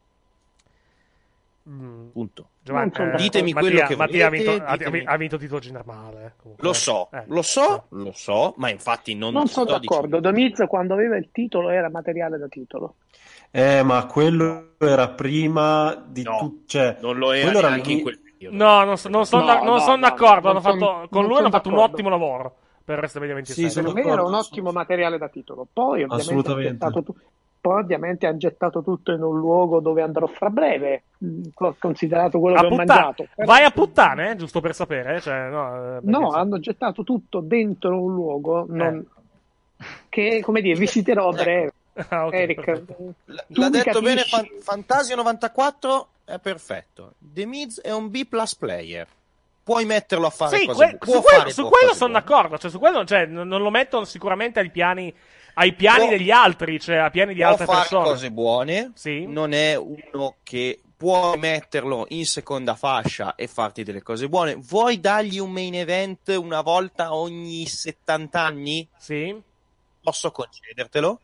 Mm. Punto. Giovanni, Non sono eh, Ditemi Mattia, quello che Mattia ha volete, vinto, ha- ditemi. ha vinto titolo generale. eh, comunque. Lo so, Eh, lo so, lo so, ma infatti non, Non sto sono d'accordo, The Miz quando aveva il titolo era materiale da titolo. Eh, ma quello era prima di No, tutto... Cioè, non lo era quello era neanche in lì- quel periodo. No, non, so- non sono No, da- non no, son no, d'accordo. non hanno son- fatto- con non lui son hanno fatto un d'accordo. ottimo lavoro per WrestleMania ventisei. Sì, sono Secondo me era un d'accordo. ottimo materiale da titolo. Poi ovviamente, ha Assolutamente. gettato, tu- poi ovviamente ha gettato tutto in un luogo dove andrò fra breve, mh, considerato quello A che ho putta- mangiato. Però- Vai a puttane, eh, giusto per sapere. Cioè, no, eh, No, perché- hanno gettato tutto dentro un luogo non- Eh. che, come dire, visiterò a breve. Ah, ok, Eric, perfetto. tu L'ha mi detto bene capisci? Fan- Fantasio novantaquattro è perfetto. The Miz è un B plus player. Puoi metterlo a fare Sì, cose que- buone. su, Può quello- fare su può quello cose sono buone. d'accordo. Cioè, su quello, cioè, non, non lo mettono sicuramente ai piani, ai piani Può- degli altri, cioè a piani di Può altre fare persone. cose buone. Sì. Non è uno che puoi metterlo in seconda fascia e farti delle cose buone. Vuoi dargli un main event una volta ogni settanta anni? Sì. Posso concedertelo,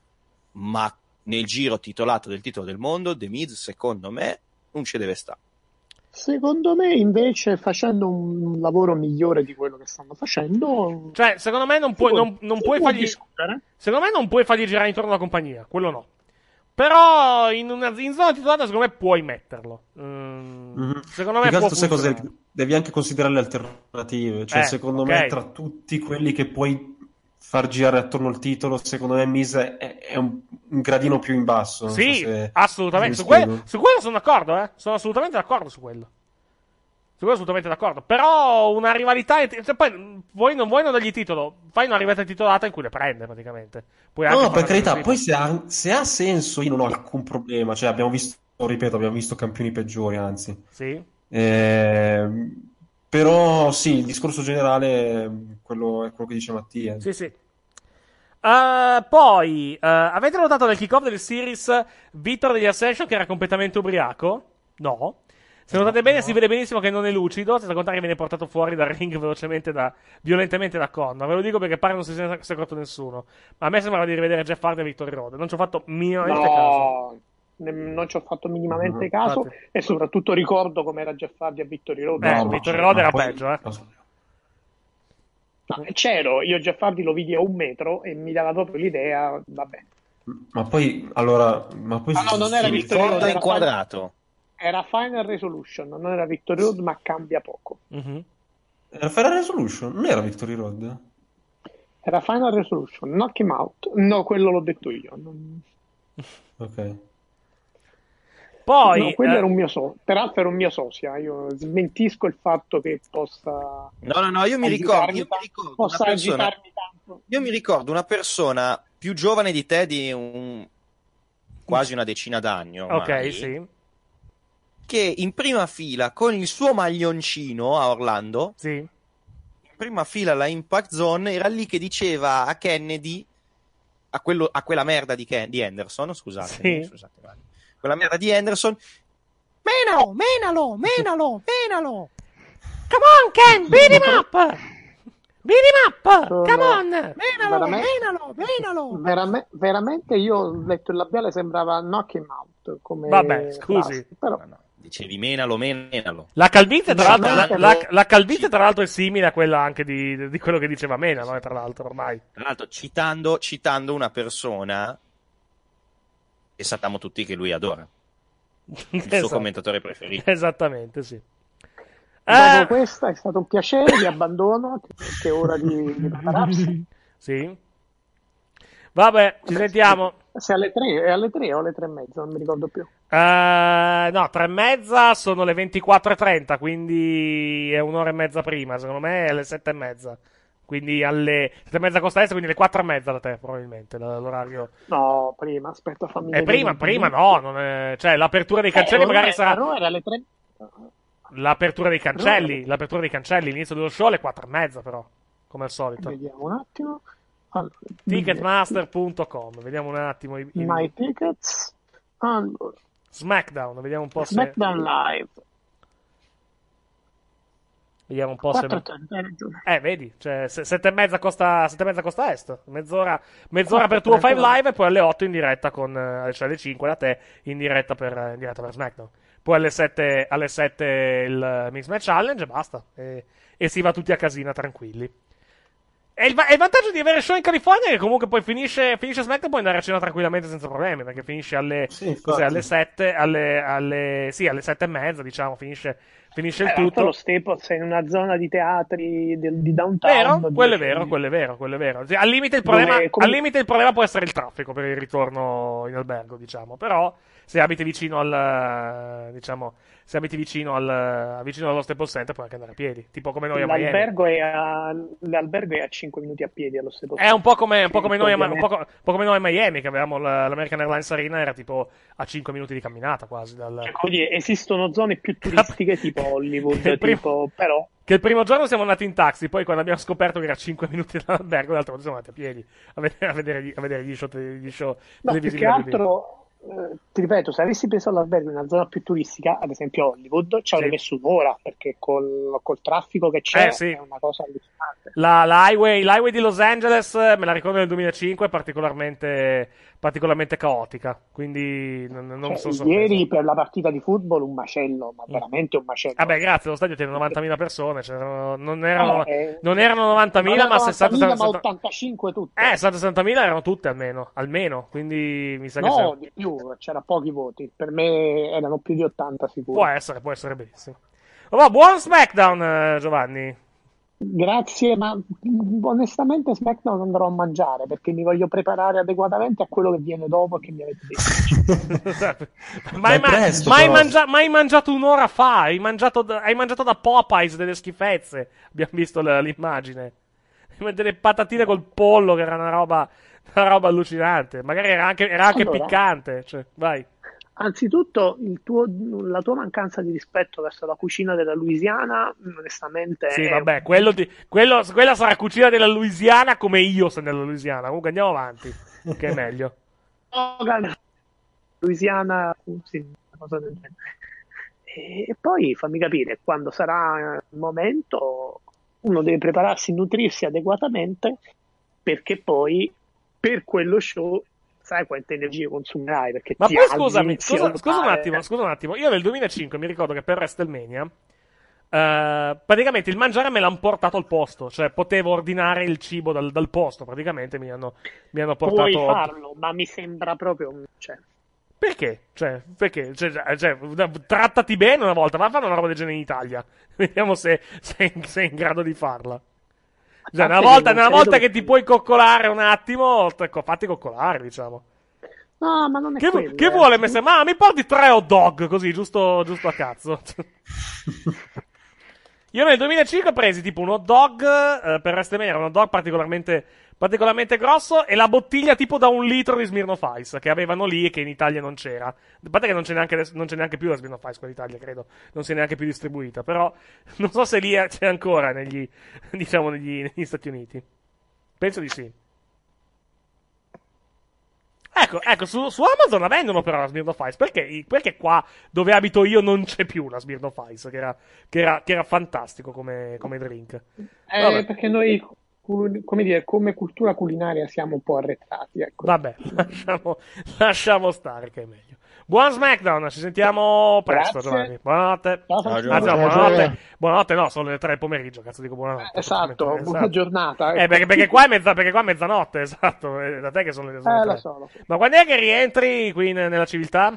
ma nel giro titolato del titolo del mondo, The Miz, secondo me, non ci deve stare. Secondo me, invece, facendo un lavoro migliore di quello che stanno facendo, Cioè, secondo me non puoi, può- non, non si puoi può fargli. discutere. Secondo me non puoi fargli girare intorno alla compagnia, quello no. Però in, una, in zona titolata, secondo me puoi metterlo. Mm, Mhm. Secondo Più me che può altro, sai cos'è? funzionare. Devi anche considerare le alternative. Cioè, Eh, secondo ok. me, tra tutti quelli che puoi far girare attorno al titolo, secondo me Miz è, è un, un gradino più in basso. Non Sì, so se- assolutamente. se Su, mi que- spiego. su quello sono d'accordo, eh. Sono assolutamente d'accordo su quello. Su quello assolutamente d'accordo. Però una rivalità. Cioè, poi vuoi non vuoi non dargli titolo. Fai una rivalità titolata in cui le prende praticamente. Puoi anche No, per farla carità, così. poi se ha, se ha senso, io non ho alcun problema. Cioè, abbiamo visto, ripeto, abbiamo visto campioni peggiori, anzi. Sì. Eh, però sì, il discorso generale, quello è quello che dice Mattia. Sì, sì. Uh, poi, uh, avete notato nel kick-off del series Victor degli Ascension che era completamente ubriaco? No. Se notate bene, si vede benissimo che non è lucido. Senza contare che viene portato fuori dal ring velocemente, da, violentemente da Connor. Ve lo dico perché pare non si sia accorto nessuno. Ma a me sembrava di rivedere Jeff Hardy e Victory Road. Non ci ho fatto minimamente no, caso. Ne, non ci ho fatto minimamente Mm-hmm. caso. Infatti. E soprattutto ricordo com'era Jeff Hardy a Victory Road. Eh, No, Victory no, Road no, era poi- peggio, eh. No, c'ero, io Jeff Hardy lo vidi a un metro e mi dava proprio l'idea, vabbè. Ma poi, allora, ma poi Ah, no, non era Il Victory Road, ricordo era inquadrato. Era Final Resolution, non era Victory Road, ma cambia poco. Mm-hmm. Era Final Resolution, non era Victory Road? Era Final Resolution, Knock Him Out. No, quello l'ho detto io. Non... Ok. Poi, no, quello eh, era un mio so- peraltro era un mio sosia. Io smentisco il fatto che possa. No, no, no, io mi ricordo, io mi ricordo possa una persona, agitarmi tanto. io mi ricordo una persona più giovane di te di un quasi una decina d'anni ormai, ok, sì. che in prima fila con il suo maglioncino a Orlando, sì. in prima fila alla Impact Zone, era lì che diceva a Kennedy, a, quello, a quella merda di, Ken, di Anderson, scusate, Sì. scusate, vai. quella merda di Anderson, menalo, menalo, menalo, menalo. Come on, Ken, beat him up! Beat him up! Sono- Come on! Menalo, Veramente- menalo, menalo. Verame- veramente io ho letto il labiale, sembrava Knock Him Out. Come Vabbè, scusi. frase, però Dicevi menalo, menalo. La calvizie, tra l'altro, la, Veramente- la- la calvizie, tra l'altro, è simile a quella anche di, di quello che diceva Mena, no? Tra l'altro, ormai. Tra l'altro, citando, citando una persona che sappiamo tutti che lui adora, il suo Esatto. commentatore preferito. Esattamente, sì. dopo Eh, questa è stato un piacere, vi abbandono, che è ora di, di prepararsi. sì. Vabbè, ci sentiamo. Se alle tre, è alle tre o alle tre e mezza, non mi ricordo più. Eh, no, tre e mezza sono le ventiquattro e trenta, quindi è un'ora e mezza prima. Secondo me è alle sette e mezza. Quindi alle sette e mezza costa est, quindi alle quattro e mezza da te, probabilmente. l- L'orario. No, prima, aspetta, fammi È prima, vedere. prima no. Non è... Cioè, l'apertura dei cancelli Eh, magari no, sarà. no, era alle tre. L'apertura dei cancelli. L'apertura dei cancelli. L'inizio dello show alle quattro e mezza, però. Come al solito. Vediamo un attimo. Allora, Ticketmaster punto com. Vediamo un attimo. I, i- My Tickets. Allora, SmackDown. Vediamo un po' se. SmackDown Live. Vediamo un po' se. quattro e trenta, hai ragione. Eh, vedi, cioè, se- sette e mezza costa, sette e mezza costa est. Mezz'ora, mezz'ora per tuo Five Live e poi alle otto in diretta con, eh, cioè alle cinque da te, in diretta per, eh, in diretta per SmackDown. Poi alle sette, alle sette il Mix Match Challenge e basta. E, e si va tutti a casina tranquilli. E il, va- e il vantaggio di avere show in California è che comunque poi finisce, finisce SmackDown, puoi andare a cena tranquillamente senza problemi, perché finisce alle, Sì, cos'è, infatti. alle sette, alle, alle, sì, alle sette e mezza, diciamo, finisce, finisce il Eh, tanto tutto. lo Staples è in una zona di teatri del- di downtown. Vero? dove- Quello è vero, quello è vero, quello è vero. Sì, al limite il problema, Dove- come- al limite il problema può essere il traffico per il ritorno in albergo, diciamo. Però se abiti vicino al, diciamo, se abiti vicino al, vicino allo Staples Center puoi anche andare a piedi, tipo come noi a Miami. L'albergo è a, l'albergo è a cinque minuti a piedi allo Staples È un po' come, un po' Sì, come noi a, Ma- un ovviamente. po' co- un po' come noi a Miami, che avevamo l- l'American Airlines Arena, era tipo a cinque minuti di camminata quasi dal... Cioè, come dire, esistono zone più turistiche tipo Hollywood, Il primo- tipo, però Che il primo giorno siamo andati in taxi, poi quando abbiamo scoperto che era cinque minuti dall'albergo, l'altro giorno siamo andati a piedi a vedere, a vedere, gli, a vedere gli show, gli show no, più televisivi che da vivo. altro eh, ti ripeto, se avessi preso l'albergo in una zona più turistica, ad esempio Hollywood, ci avrei Sì. messo un'ora, perché col, col traffico che c'è Eh, sì. è una cosa allucinante. La, la highway, l'highway di Los Angeles, eh, me la ricordo nel duemilacinque, è particolarmente, particolarmente caotica, quindi non, non Cioè, sono sorpreso. ieri per la partita di football un macello, ma veramente un macello. Vabbè, grazie, lo stadio tiene novantamila persone, cioè, non erano, Eh, non erano novantamila, non ma erano sessanta, novantamila, ma sessanta, ottantacinque tutte. eh, sessanta sessantamila erano tutte almeno, almeno, quindi mi sa che No, sia- di più, c'era pochi voti. Per me erano più di ottanta sicuro. può essere, può essere benissimo. Vabbè, buon SmackDown, eh, Giovanni. Grazie, ma mh, onestamente SmackDown andrò a mangiare perché mi voglio preparare adeguatamente a quello che viene dopo e che mi avete detto. Ma hai, Ma è ma- presto, ma hai però. mangia- ma hai mangiato un'ora fa, hai mangiato, da, hai mangiato da Popeyes delle schifezze, abbiamo visto l- l'immagine. Delle patatine col pollo, che era una roba, una roba allucinante, magari era anche, era anche Allora. piccante, cioè, vai. Anzitutto, il tuo, la tua mancanza di rispetto verso la cucina della Louisiana, onestamente, Sì, è vabbè, quello di- quello- quella sarà cucina della Louisiana come io sono della Louisiana. Comunque andiamo avanti, che è meglio. slogan Louisiana, sì, una cosa del genere. E poi fammi capire, quando sarà il momento, uno deve prepararsi, nutrirsi adeguatamente, perché poi per quello show sai quante energie consumerai. Perché Ma ti poi alzi, scusami, inizi a scusa, scusa un urlare. attimo, scusa un attimo. Io nel duemilacinque mi ricordo che per WrestleMania eh, praticamente il mangiare me l'hanno portato al posto, cioè potevo ordinare il cibo dal, dal posto, praticamente mi hanno, mi hanno portato. Puoi farlo, ma mi sembra proprio un- cioè, Perché? Cioè, perché? Cioè, cioè, trattati bene una volta, va a fare una roba del genere in Italia. Vediamo se sei in, sei in grado di farla. Cioè, una parte volta, che non una credo volta che- che ti puoi coccolare un attimo, ecco, fatti coccolare, diciamo. no, ma non è Che, quello, che eh. vuole, messer? Ma mi porti tre hot dog, così, giusto, giusto a cazzo. Io nel duemilacinque ho presi tipo un hot dog, eh, per WrestleMania era un hot dog particolarmente, particolarmente grosso, e la bottiglia tipo da un litro di Smirnoff Ice, che avevano lì e che in Italia non c'era. A parte che non c'è neanche, adesso- non c'è neanche più la Smirnoff Ice qua in Italia, credo. Non si è neanche più distribuita, però non so se lì è- c'è ancora negli, diciamo, negli, negli Stati Uniti. Penso di sì. Ecco, ecco, su, su Amazon la vendono però la Smirnoff Ice. Perché, perché qua dove abito io non c'è più la Smirnoff Ice, che era, che era, che era fantastico come, come drink. Eh, Vabbè. perché noi, cu- come dire, come cultura culinaria siamo un po' arretrati, ecco. Vabbè, lasciamo, lasciamo stare che è meglio. Buon SmackDown, ci sentiamo presto, Grazie. Giovanni. Buonanotte. Ciao, Anzi, Giovanni. no, Ciao, buonanotte. Giovanni. Buonanotte, no, sono le tre del pomeriggio, cazzo dico buonanotte. Esatto, Esatto. buona giornata. Eh, perché, perché qua è mezza, perché qua è mezzanotte, esatto. È da te che sono le, sono le Eh, tre. lo so, lo so. Ma quando è che rientri qui in- nella civiltà?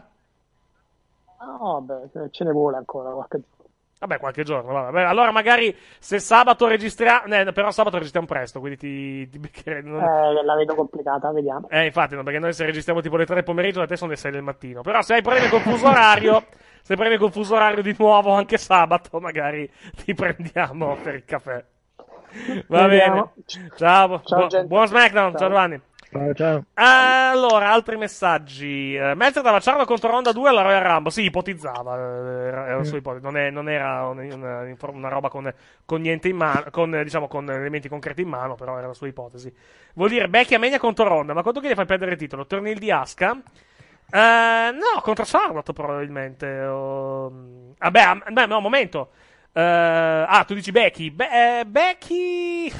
No, vabbè, ce ne vuole ancora qualche giorno. Vabbè, qualche giorno, vabbè. Beh, allora magari se sabato registriamo, eh, però sabato registriamo presto, quindi ti, ti beccherei- non- Eh, la vedo complicata, vediamo. Eh, infatti, no, perché noi se registriamo tipo le tre del pomeriggio, da te sono le sei del mattino. Però se hai problemi col fuso orario, se hai problemi col fuso orario di nuovo anche sabato, magari ti prendiamo per il caffè. Va Vediamo. bene. Ciao, Ciao, bu- gente. buon SmackDown, ciao Ciao. Giovanni. Ciao, ciao. Allora, altri messaggi. Eh, Meltzer dava Ciarlo contro Ronda due alla Royal Rumble. Sì, ipotizzava. eh, Era, era la sua ipotesi. Non, è- non era una, una- una roba con, con niente in mano, con, eh, diciamo, con elementi concreti in mano, però era la sua ipotesi. Vuol dire Becky a Mania contro Ronda. Ma quanto che gli fai perdere il titolo? Torni il di Asuka? Eh, no, contro Charlotte probabilmente. o- Vabbè, a- beh, no, momento. Eh, ah, tu dici Becky? Be- eh, Becky.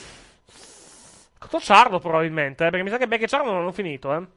Contro Charlotte probabilmente, eh, perché mi sa che Becky e Charlotte non hanno finito, eh.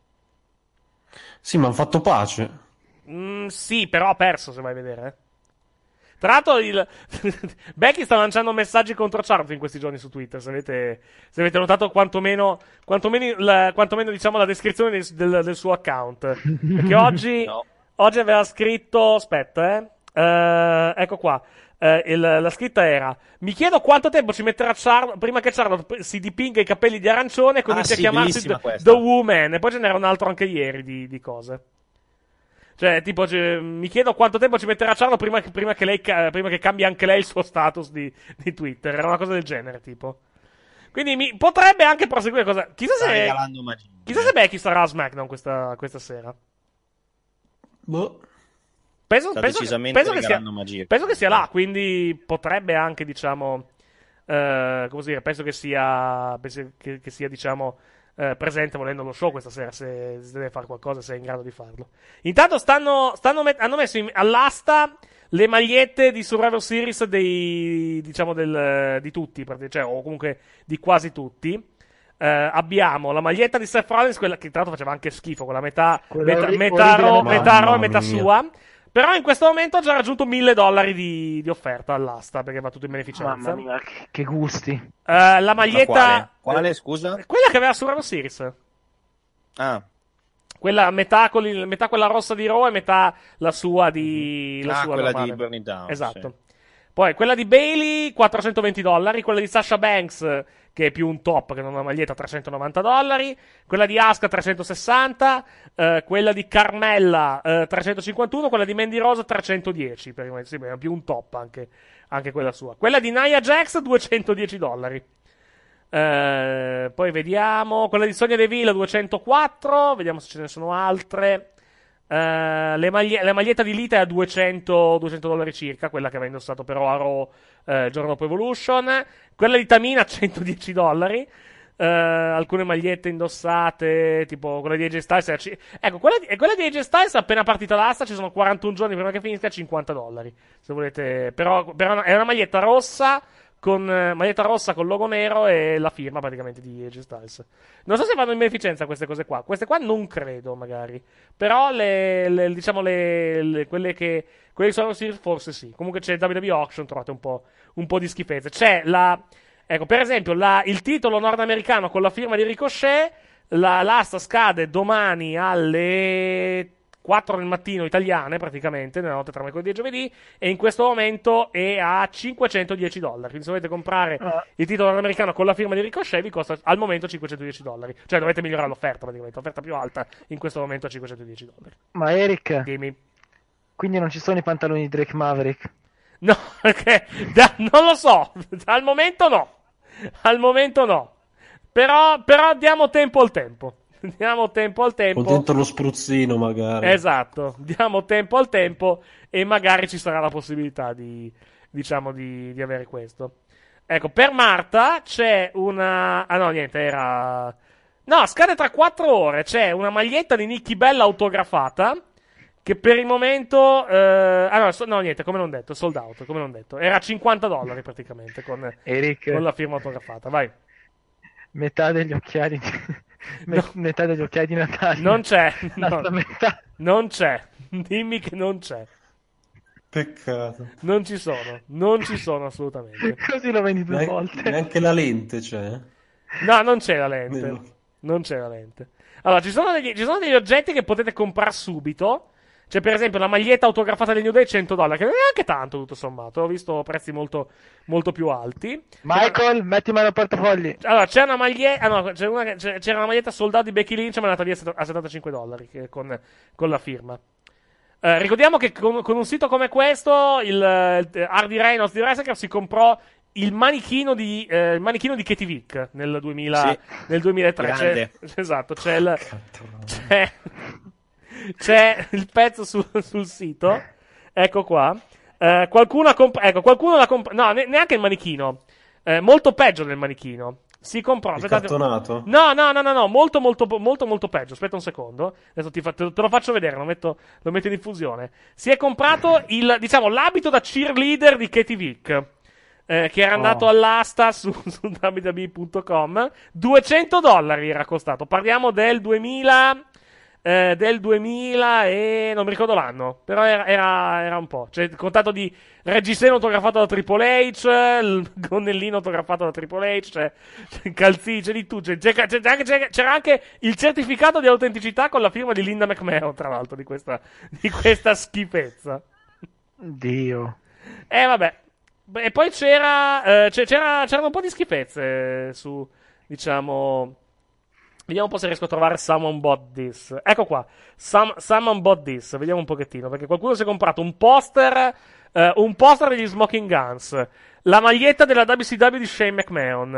Sì, ma hanno fatto pace. Mm, sì, però ha perso, se vai a vedere. eh. Tra l'altro, il... Becky sta lanciando messaggi contro Charlotte in questi giorni su Twitter. Se avete, se avete notato, quantomeno, quantomeno, la, quantomeno diciamo, la descrizione del, del- del suo account. Perché oggi, No. oggi aveva scritto. Aspetta, eh. Eh, ecco qua. Eh, il- la scritta era: mi chiedo quanto tempo ci metterà Charlotte prima che Charlotte si dipinga i capelli di arancione e cominci Ah, a sì, chiamarsi bellissima The, questa. The Woman. E poi ce n'era un altro anche ieri di, di cose. Cioè, tipo, cioè, mi chiedo quanto tempo ci metterà Charlo prima, che- prima che lei ca- prima che cambi anche lei il suo status di, di Twitter. Era una cosa del genere, tipo. Quindi mi, potrebbe anche proseguire cosa. Chissà Sta se. regalando magia. Chissà se Becky sarà a SmackDown questa, questa sera. Boh. Penso, Sta penso, decisamente penso che sia, regalando magia. penso che sia là, quindi potrebbe anche, diciamo. Eh, come si dire, penso che sia. Penso che, che sia, diciamo. eh, presente volendo lo show questa sera, se, se deve fare qualcosa, se è in grado di farlo. Intanto stanno, stanno met- hanno messo in- all'asta le magliette di Survivor Series dei, diciamo, del, di tutti, prati- cioè, o comunque di quasi tutti. Eh, abbiamo la maglietta di Seth Rollins, quella che tra l'altro faceva anche schifo, con la metà, Quella metà, orri- metà, orribile ro- da metà fare. ro e metà Mamma mia. sua. Però in questo momento ha già raggiunto mille dollari di, di offerta all'asta, perché va tutto in beneficenza. Mamma mia, che, che gusti. Eh, la Ma maglietta. quale? Quale, scusa? Quella che aveva Survivor Series. Ah, Quella metà, con il- metà quella rossa di Raw e metà la sua di. La Ah, sua quella normale. di Burning Down, Esatto. Poi quella di Bailey, quattrocentoventi dollari. Quella di Sasha Banks, che è più un top che non una maglietta, trecentonovanta dollari. Quella di Asuka, trecentosessanta. Eh, quella di Carmella, eh, trecentocinquantuno. Quella di Mandy Rose, trecentodieci. Perché sì, è più un top anche, anche quella sua. Quella di Nia Jax, duecentodieci dollari. Eh, poi vediamo quella di Sonia Deville, duecentoquattro. Vediamo se ce ne sono altre. Eh, le maglie- la maglietta di Lita è a duecento, duecento dollari circa, quella che aveva indossato però a Raw eh, il giorno dopo Evolution. Quella di Tamina, centodieci dollari. Uh, alcune magliette indossate, tipo quella di A J Styles. C- ecco, quella di, quella di A J Styles appena partita l'asta, ci sono quarantuno giorni prima che finisca, cinquanta dollari. Se volete, però, però è una maglietta rossa con uh, maglietta rossa con logo nero e la firma praticamente di A J Styles. Non so se vanno in beneficenza queste cose qua. Queste qua non credo, magari. Però le, le diciamo le, le quelle che quelle che sono sì, forse sì. Comunque c'è W W E Auction, trovate un po', un po' di schifezze. C'è la Ecco, per esempio, la, il titolo nordamericano con la firma di Ricochet, la, l'asta scade domani alle quattro del mattino italiane, praticamente, nella notte tra mercoledì e giovedì, e in questo momento è a cinquecentodieci dollari. Quindi se volete comprare ah. il titolo nordamericano con la firma di Ricochet, vi costa al momento cinquecentodieci dollari. Cioè dovete migliorare l'offerta, praticamente, l'offerta più alta in questo momento a cinquecentodieci dollari. Ma Eric, dimmi. Quindi non ci sono i pantaloni di Drake Maverick? No, perché da, non lo so, al momento no, al momento no, però, però diamo tempo al tempo, diamo tempo al tempo. Con dentro lo spruzzino magari. Esatto, diamo tempo al tempo e magari ci sarà la possibilità di, diciamo, di, di avere questo. Ecco, per Marta c'è una, ah no niente, era, no, scade tra quattro ore, c'è una maglietta di Nikki Bella autografata, che per il momento eh, ah no, so, no niente, come non detto, sold out, come non detto, era a cinquanta dollari praticamente con, Eric, con la firma autografata. Vai. Metà degli occhiali di... no. metà degli occhiali di Natale non c'è, no. metà. Non c'è, dimmi che non c'è. Peccato, non ci sono, non ci sono assolutamente. Così lo vendi due ne- volte. Neanche la lente c'è. No, non c'è la lente, no. non c'è la lente. Allora, ci sono degli, ci sono degli oggetti che potete comprare subito. C'è per esempio la maglietta autografata del New Day, cento dollari, che non è neanche tanto tutto sommato, ho visto prezzi molto, molto più alti. Michael, c'era... metti mano al portafogli. Allora, c'è una maglietta, ah no, c'è una, c'è, c'era una maglietta soldati di Becky Lynch, ma è andata via a settantacinque dollari che, con, con la firma. Eh, ricordiamo che con, con un sito come questo, il, il Hardy Reynolds di Wrestling si comprò il manichino di, eh, il manichino di Katie Vick nel, duemila, sì. nel duemilatré. C'è, esatto, c'è il... C'è... C'è il pezzo su, sul sito, ecco qua. Eh, qualcuno ha comp- ecco, qualcuno l'ha comprato. No, ne- neanche il manichino. Eh, molto peggio del manichino. Si comprò. Il cartonato? No, no, no, no, no, molto, molto, molto, molto peggio. Aspetta un secondo. Adesso ti fa- te, te lo faccio vedere. Lo metto, lo metto in diffusione. Si è comprato il, diciamo, l'abito da cheerleader di Katie Vick. Eh, che era andato oh. all'asta su, su w w e punto com. duecento dollari era costato. Parliamo del duemila. Eh, del duemila e non mi ricordo l'anno, però era, era, era un po'. C'è il contatto di reggiseno autografato da Triple H, il gonnellino autografato da Triple H, c'è, c'è calzini, c'è di tutto. C'è, c'è, c'è anche, c'è, c'era anche il certificato di autenticità con la firma di Linda McMahon, tra l'altro, di questa, di questa schifezza. Dio. E vabbè. E poi c'era, eh, c'era, c'erano un po' di schifezze su, diciamo. Vediamo un po' se riesco a trovare Someone Bought This. Ecco qua, Some, Someone Bought This. Vediamo un pochettino, perché qualcuno si è comprato un poster, eh, un poster degli Smoking Guns, la maglietta della W C W di Shane McMahon,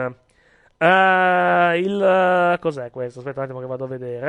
uh, il... Uh, cos'è questo? Aspetta un attimo che vado a vedere.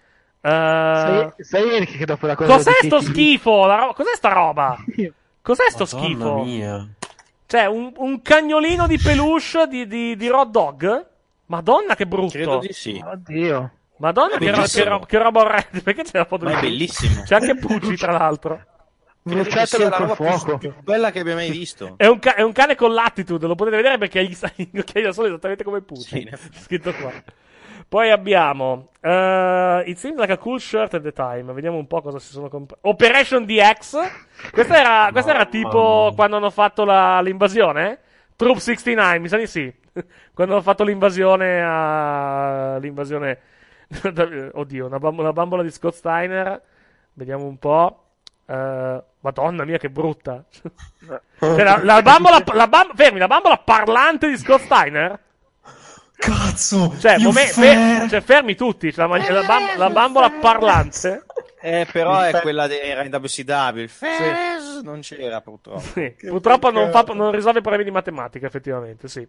Uh, sai, sai che dopo la cosa cos'è sto schifo? La ro- cos'è sta roba? Cos'è sto Madonna schifo? Mia. Cioè, un, un cagnolino di peluche di, di, di Rod Dog? Madonna che brutto. Credo di sì. Oddio. Madonna che, ro- che, ro- che roba orrenda. Perché c'è la foto Ma di è Pucci? bellissimo. C'è anche Pucci tra l'altro. Bruciatelo la col roba fuoco. più, più bella che abbia mai visto. È un, ca- è un cane con l'attitude, lo potete vedere perché gli, gli occhiali da sole esattamente come Pucci. Sì, Scritto qua. Poi abbiamo uh, It seems like a cool shirt at the time. Vediamo un po' cosa si sono comprati. Operation D X. Questa era, questa era tipo quando hanno fatto la, l'invasione. Troop sessantanove, mi sa di sì. Quando hanno fatto l'invasione a... L'invasione... Oddio, una, bamb- una bambola di Scott Steiner. Vediamo un po'. Uh, Madonna mia, che brutta. Cioè, la, la bambola... La bam- fermi, la bambola parlante di Scott Steiner? Cazzo! Cioè, momen- fer- cioè fermi tutti. Cioè, la, la, bam- la bambola parlante... Eh, però Il è fe- quella de- era in W C W. Il Ferres Sì. non c'era purtroppo. Sì, purtroppo non, fa, non risolve i problemi di matematica, effettivamente, sì.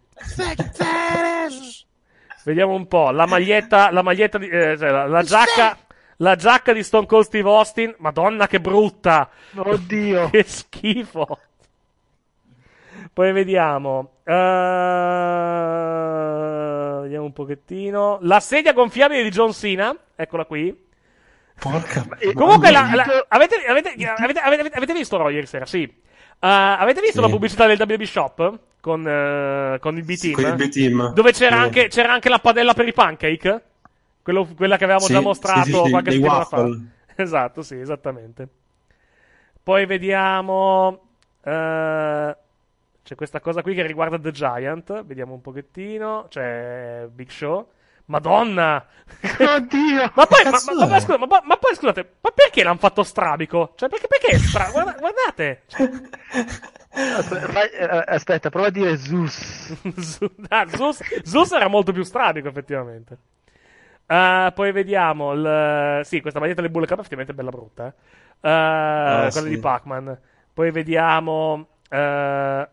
Vediamo un po'. La maglietta, la maglietta di, eh, cioè, la, la giacca, la giacca di Stone Cold Steve Austin. Madonna che brutta. Oddio. Che schifo. Poi vediamo. Uh, vediamo un pochettino. La sedia gonfiabile di John Cena, eccola qui. Porca. Comunque, la, la, avete, avete, avete, avete, avete visto Roy ieri sera? Sì. Uh, avete visto sì. la pubblicità del W W E Shop con, uh, con il B-Team? Con il B-Team. Dove c'era, sì. anche, c'era anche la padella per i pancake? Quello, quella che avevamo sì, già mostrato sì, sì, sì, qualche settimana fa. Esatto, sì, esattamente. Poi vediamo. Uh, c'è questa cosa qui che riguarda The Giant. Vediamo un pochettino. C'è Big Show. Madonna! Oddio! ma, poi, ma, ma, ma, scusa, ma, ma poi scusate, ma perché l'hanno fatto strabico? Cioè, perché, perché è stra... Guarda, guardate! Aspetta, aspetta, prova a dire Zeus. ah, Zeus. Zeus era molto più strabico, effettivamente. Uh, poi vediamo il... Sì, questa maglietta del Bullet Club è effettivamente bella brutta. Eh? Uh, ah, quella sì. di Pac-Man. Poi vediamo... Uh...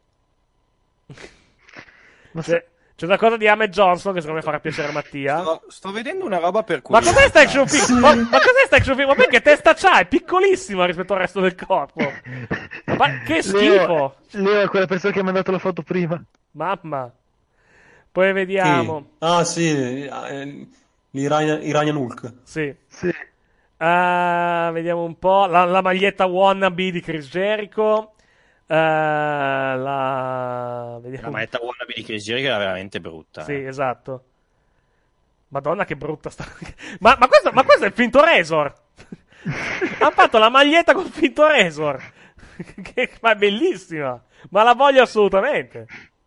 C'è, c'è una cosa di Ahmed Johnson che secondo me farà piacere a Mattia. Sto, sto vedendo una roba per cui... Ma cos'è sta action figure? Ma, ma cos'è sta action figure? Ma perché testa c'ha? È piccolissima rispetto al resto del corpo. Ma che schifo! Leo, Leo è quella persona che mi ha mandato la foto prima. Mamma. Poi vediamo. Sì. Ah sì, eh, l'Iranian, Iranian Hulk. Sì. Sì. Uh, vediamo un po'. La, la maglietta wannabe di Chris Jericho. Uh, la... la maglietta wannabe di Chris Jericho era veramente brutta. Sì, eh. esatto. Madonna che brutta sta... ma, ma, questo, ma questo è il finto Razor. Hanno fatto la maglietta con il finto Razor. che, ma è bellissima. Ma la voglio assolutamente.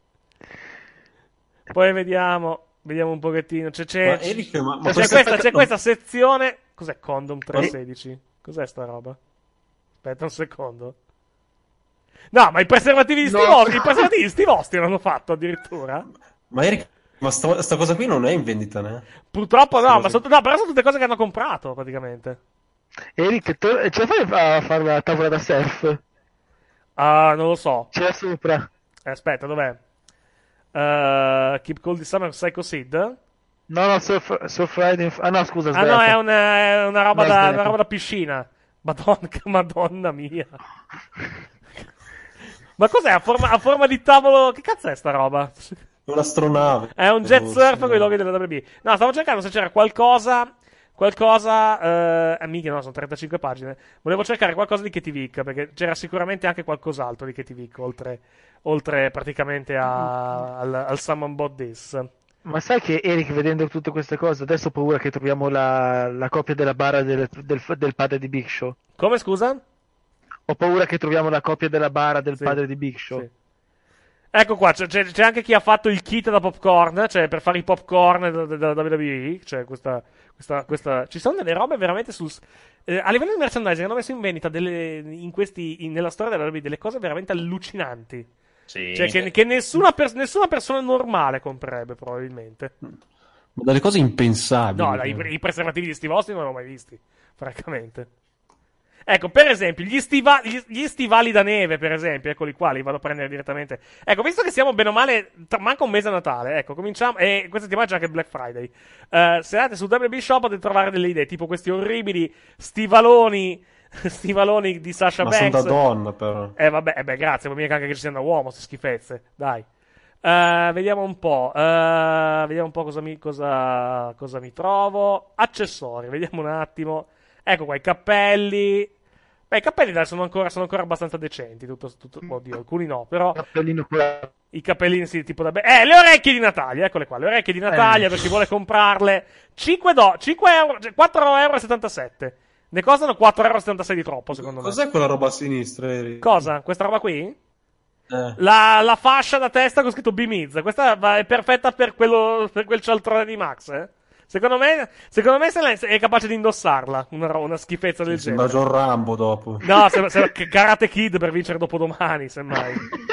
Poi vediamo... Vediamo un pochettino. C'è, c'è, ma Eric, ma, ma c'è, questa, c'è questa sezione. Cos'è Condom trecentosedici? Cos'è sta roba? Aspetta un secondo. No, ma i preservativi di no. Steve Austin, i preservativi di Steve Austin l'hanno fatto addirittura. Ma Eric, ma sta, sta cosa qui non è in vendita, né? Purtroppo no, sta ma sono, no, però sono tutte cose che hanno comprato praticamente. Eric, tu, ce la fai a fare la tavola da surf? Ah, non lo so. C'è sopra. Eh, aspetta, dov'è? Uh, Keep Cold this Summer Psycho Sid? No, no, Surf, surf Riding... Ah no, scusa, Ah no, è una, è una, roba, no, da, una roba da piscina. Madonna, madonna mia. Ma cos'è? A forma, a forma di tavolo... Che cazzo è sta roba? Un'astronave. È un jet surf con i loghi della W W E. No, stavo cercando se c'era qualcosa... Qualcosa... Eh, mica no, sono trentacinque pagine. Volevo cercare qualcosa di Katie Vick, perché c'era sicuramente anche qualcos'altro di Katie Vick, oltre, oltre praticamente a, al, al Summon Bot This. Ma sai che Eric, vedendo tutte queste cose, adesso ho paura che troviamo la, la copia della bara del, del, del padre di Big Show. Come, scusa? Ho paura che troviamo la copia della bara del Sì. padre di Big Show. Sì. Ecco qua, c'è, c'è anche chi ha fatto il kit da popcorn, cioè per fare i popcorn della W W E, cioè questa, questa, questa... Ci sono delle robe veramente sul... Eh, a livello di merchandising hanno messo in vendita delle, in questi, in, nella storia della W W E delle cose veramente allucinanti. Sì. Cioè che, che nessuna, per, nessuna persona normale comprerebbe probabilmente. Ma delle cose impensabili. No, i, i preservativi di Steve Austin non li ho mai visti, francamente. Ecco, per esempio, gli, stiva- gli, gli stivali da neve, per esempio, eccoli qua, li vado a prendere direttamente. Ecco, visto che siamo bene o male, tra- manca un mese a Natale, ecco, cominciamo, e questa settimana c'è anche il Black Friday. Uh, se andate su W W E Shop potete trovare delle idee, tipo questi orribili stivaloni, stivaloni di Sasha Ma Banks. sono da donna, però. Eh, vabbè, eh beh, grazie, vuol mica anche che ci siano da uomo, queste schifezze, dai. Uh, vediamo un po', uh, vediamo un po' cosa mi, cosa, cosa mi trovo. Accessori, vediamo un attimo. Ecco qua, i cappelli. Beh, i cappelli dai, sono ancora, sono ancora abbastanza decenti. Tutto, tutto, oddio, alcuni no, però. Cappellino qua. I cappellini, sì, tipo da. Be- eh, le orecchie di Natalia, eccole qua. Le orecchie di Natalia, Eh. per chi vuole comprarle. cinque, do- cinque euro, cioè quattro euro e settantasette. Ne costano quattro euro e settantasei di troppo, secondo me. Cos'è quella roba a sinistra, Eric? Cosa? Questa roba qui? Eh. La, la fascia da testa con scritto B-Miz. Questa va- è perfetta per, quello, per quel cialtrone di Max, eh? Secondo me, secondo me se lei è capace di indossarla, una, ro- una schifezza del Sì, sembra genere. John Rambo dopo. No, sembra, sembra Karate Kid per vincere dopodomani, semmai.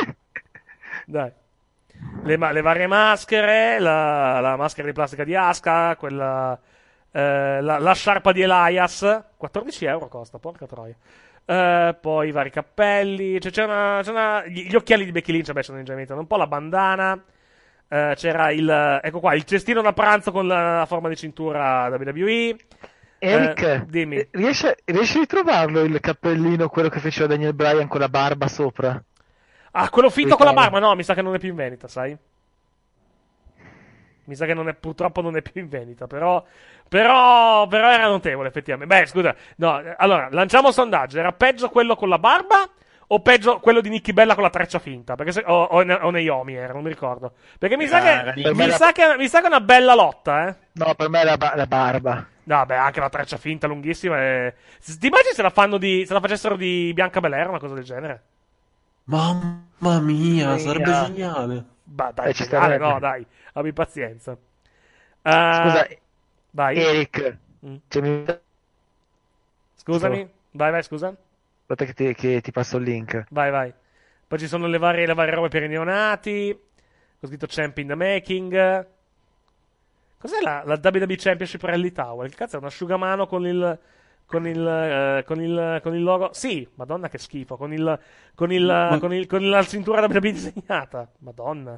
Dai. Le, ma- le varie maschere, la, la maschera di plastica di Asuka, quella, eh, la, la sciarpa di Elias, quattordici euro costa, porca troia. Eh, poi i vari cappelli, cioè, c'è una, c'è una, gli, gli occhiali di Becky Lynch, vabbè, sono in già un po', la bandana. Uh, c'era il, ecco qua, il cestino da pranzo con la, la forma di cintura W W E. Eric, uh, dimmi. Riesci, riesci a ritrovarlo il cappellino, quello che faceva Daniel Bryan con la barba sopra? Ah, quello finto con la barba? No, mi sa che non è più in vendita, sai? Mi sa che non è, purtroppo non è più in vendita, però, però, però era notevole, effettivamente. Beh, scusa, no, allora, lanciamo un sondaggio. Era peggio quello con la barba o peggio quello di Nicky Bella con la treccia finta? Perché se, o, o, o Naomi era, non mi ricordo. Perché mi, sa, Ah, che, mi, era- sa, che, mi sa che è una bella lotta, eh. No, per me è la, ba- la barba. No, beh, anche la treccia finta lunghissima. È... Ti immagini se la fanno di. Se la facessero di Bianca Belair, una cosa del genere? Mamma mia, Mia. sarebbe geniale. Bah, dai, Eh, ci geniale, starebbe. no, dai, abbi pazienza. Uh, Scusa, vai. Eric. Mm. Cioè, mi- Scusami, vai, vai, scusa. Aspetta che ti, che ti passo il link. Vai, vai. Poi ci sono le varie, le varie robe per i neonati. Ho scritto Champ in the Making. Cos'è la, la W W E Championship Rally Tower? Che cazzo è un asciugamano con il. Con il, eh, con il. Con il logo. Sì, madonna che schifo. Con il. Con il. Ma- Con, il, con la cintura W W E disegnata. Madonna.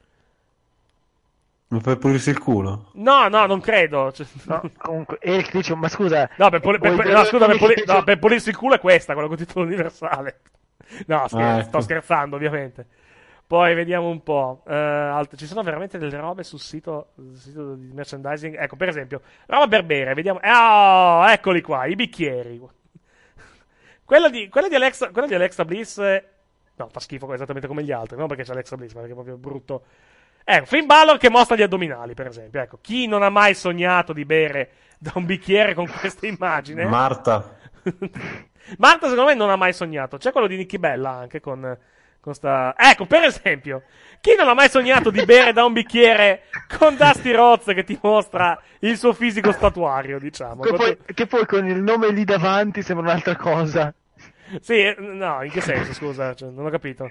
Ma per pulirsi il culo? No, no, non credo. Cioè- No, comunque, Eric dice, ma scusa... No, per, puli- per- vuoi per- vedere no, scusa, per, come puli- si no, fece- per pulirsi il culo è questa, quella con titolo universale. No, scher- Ah, ecco. sto scherzando, ovviamente. Poi vediamo un po'. Eh, alt- ci sono veramente delle robe sul sito, sul sito di merchandising. Ecco, per esempio, roba per bere, vediamo. Oh, eccoli qua, i bicchieri. Quello di, quello di Alexa, quello di Alexa Bliss. eh, No, fa schifo esattamente come gli altri, non perché c'è Alexa Bliss, ma perché è proprio brutto. Ecco, Finn Balor che mostra gli addominali, per esempio. Ecco, chi non ha mai sognato di bere da un bicchiere con questa immagine? Marta. Marta, secondo me, non ha mai sognato. C'è quello di Nicky Bella anche con, con sta. Ecco, per esempio, chi non ha mai sognato di bere da un bicchiere con Dusty Rhodes che ti mostra il suo fisico statuario, diciamo. Che Con poi, tu- che poi con il nome lì davanti sembra un'altra cosa. Sì, eh, no, in che senso, scusa? Cioè, non ho capito.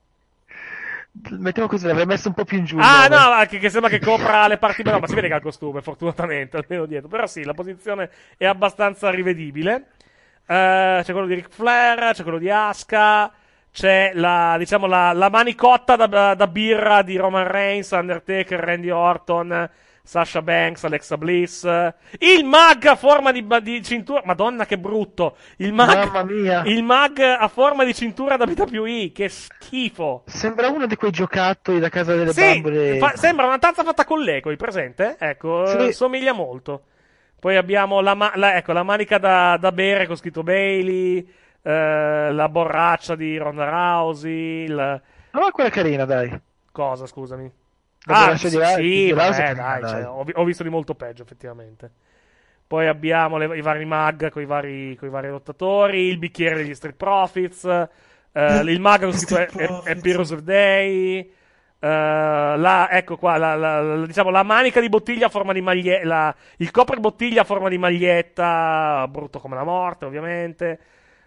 Mettiamo così, l'avrei messo un po' più in giù. il Ah, nome. no, ma che, che sembra che copra le parti. No, ma si vede che ha il costume, fortunatamente, almeno dietro. Però sì, la posizione è abbastanza rivedibile. Eh, c'è quello di Ric Flair, c'è quello di Asuka, c'è la, diciamo, la, la manicotta da, da birra di Roman Reigns, Undertaker, Randy Orton, Sasha Banks, Alexa Bliss, il mag a forma di, di cintura. Madonna, che brutto! Il mag, Mamma mia. il mag a forma di cintura da W W E, che schifo! Sembra uno di quei giocattoli da casa delle Sì, bambole. fa- sembra una tazza fatta con l'eco, hai presente? Ecco, Sì. eh, somiglia molto. Poi abbiamo la, ma- la- ecco, la manica da, da bere con scritto Bailey, eh, la borraccia di Ronda Rousey, il... No, ma quella è carina, dai. Cosa, scusami? La Ah, borraccia sì, di Ra- sì, di vabbè, Rousey, dai, dai. cioè, ho, vi- ho visto di molto peggio, effettivamente. Poi abbiamo le- i vari mag con i vari, coi vari lottatori, il bicchiere degli Street Profits, eh, il mag con scritto Street Happy Profits. Heroes of Day, eh, la, ecco qua, la, la- la- diciamo, la manica di bottiglia a forma di maglietta, il copre bottiglia a forma di maglietta, brutto come la morte, ovviamente,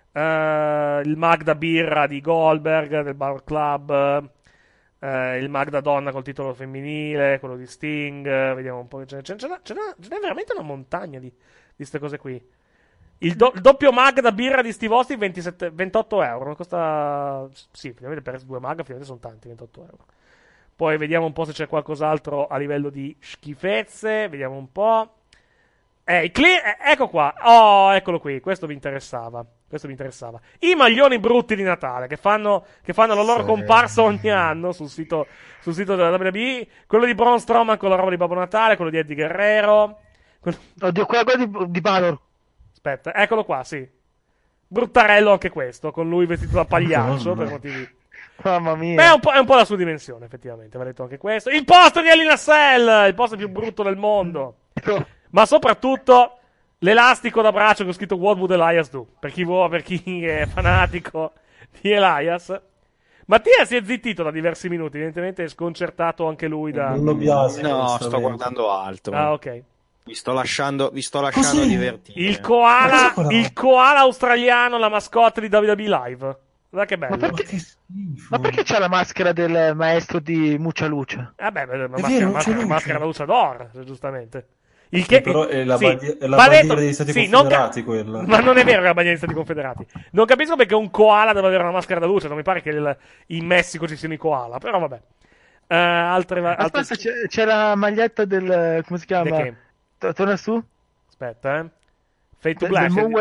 eh, il mag da birra di Goldberg, del Bar Club, eh, il mag da donna col titolo femminile, quello di Sting, eh, vediamo un po', ce n'è, ce n'è- ce n'è- ce n'è veramente una montagna di queste cose qui. Il, do- il doppio mag da birra di Steve Austin, ventisette ventotto euro. Non costa. Sì, effettivamente per due mag, effettivamente sono tanti, ventotto euro. Poi vediamo un po' se c'è qualcos'altro a livello di schifezze. Vediamo un po'. Eh, i cle- eh, ecco qua. Oh, eccolo qui. Questo mi interessava. Questo mi interessava. I maglioni brutti di Natale che fanno, che fanno la loro Sì. comparsa ogni anno sul sito, sul sito della W W E. Quello di Braun Strowman con la roba di Babbo Natale. Quello di Eddie Guerrero. Quello- Oddio, quella, quella di, di Balor. Aspetta, eccolo qua, sì. Bruttarello anche questo, con lui vestito da pagliaccio, per motivi. Mamma mia. Beh, è un, po', è un po' la sua dimensione, effettivamente, va detto anche questo. Il posto di Elina Cell, il posto più brutto del mondo. Ma soprattutto l'elastico da braccio con scritto What would Elias do? Per chi vuole, per chi è fanatico di Elias. Mattia si è zittito da diversi minuti, evidentemente è sconcertato anche lui da... Non lo piace. No, sto onestamente. guardando altro. Ah, ok. Vi sto lasciando, vi sto lasciando Cos'è? divertire. Il Ma koala, cos'è quella il koala australiano, la mascotte di W W E Live. Guarda che bello. Ma perché, Ma che schifo. ma perché c'ha la maschera del maestro di Muccia Lucia? Vabbè, beh, ma È maschera, vero, non c'è maschera, luce. maschera da luciador, giustamente. Il che, Però è la sì, bandiera- è la va bandiera detto- degli Stati sì, non Confederati, quella. Ma non è vero che è la bandiera degli Stati Confederati. Non capisco perché un koala deve avere una maschera da luce. Non mi pare che il- in Messico ci siano i koala, però vabbè. Eh, altre, altre... Aspetta, c'è, c'è la maglietta del... come si chiama? De che? To- Torna su? Aspetta, eh. Fade to Del, Black. del Nowhere of,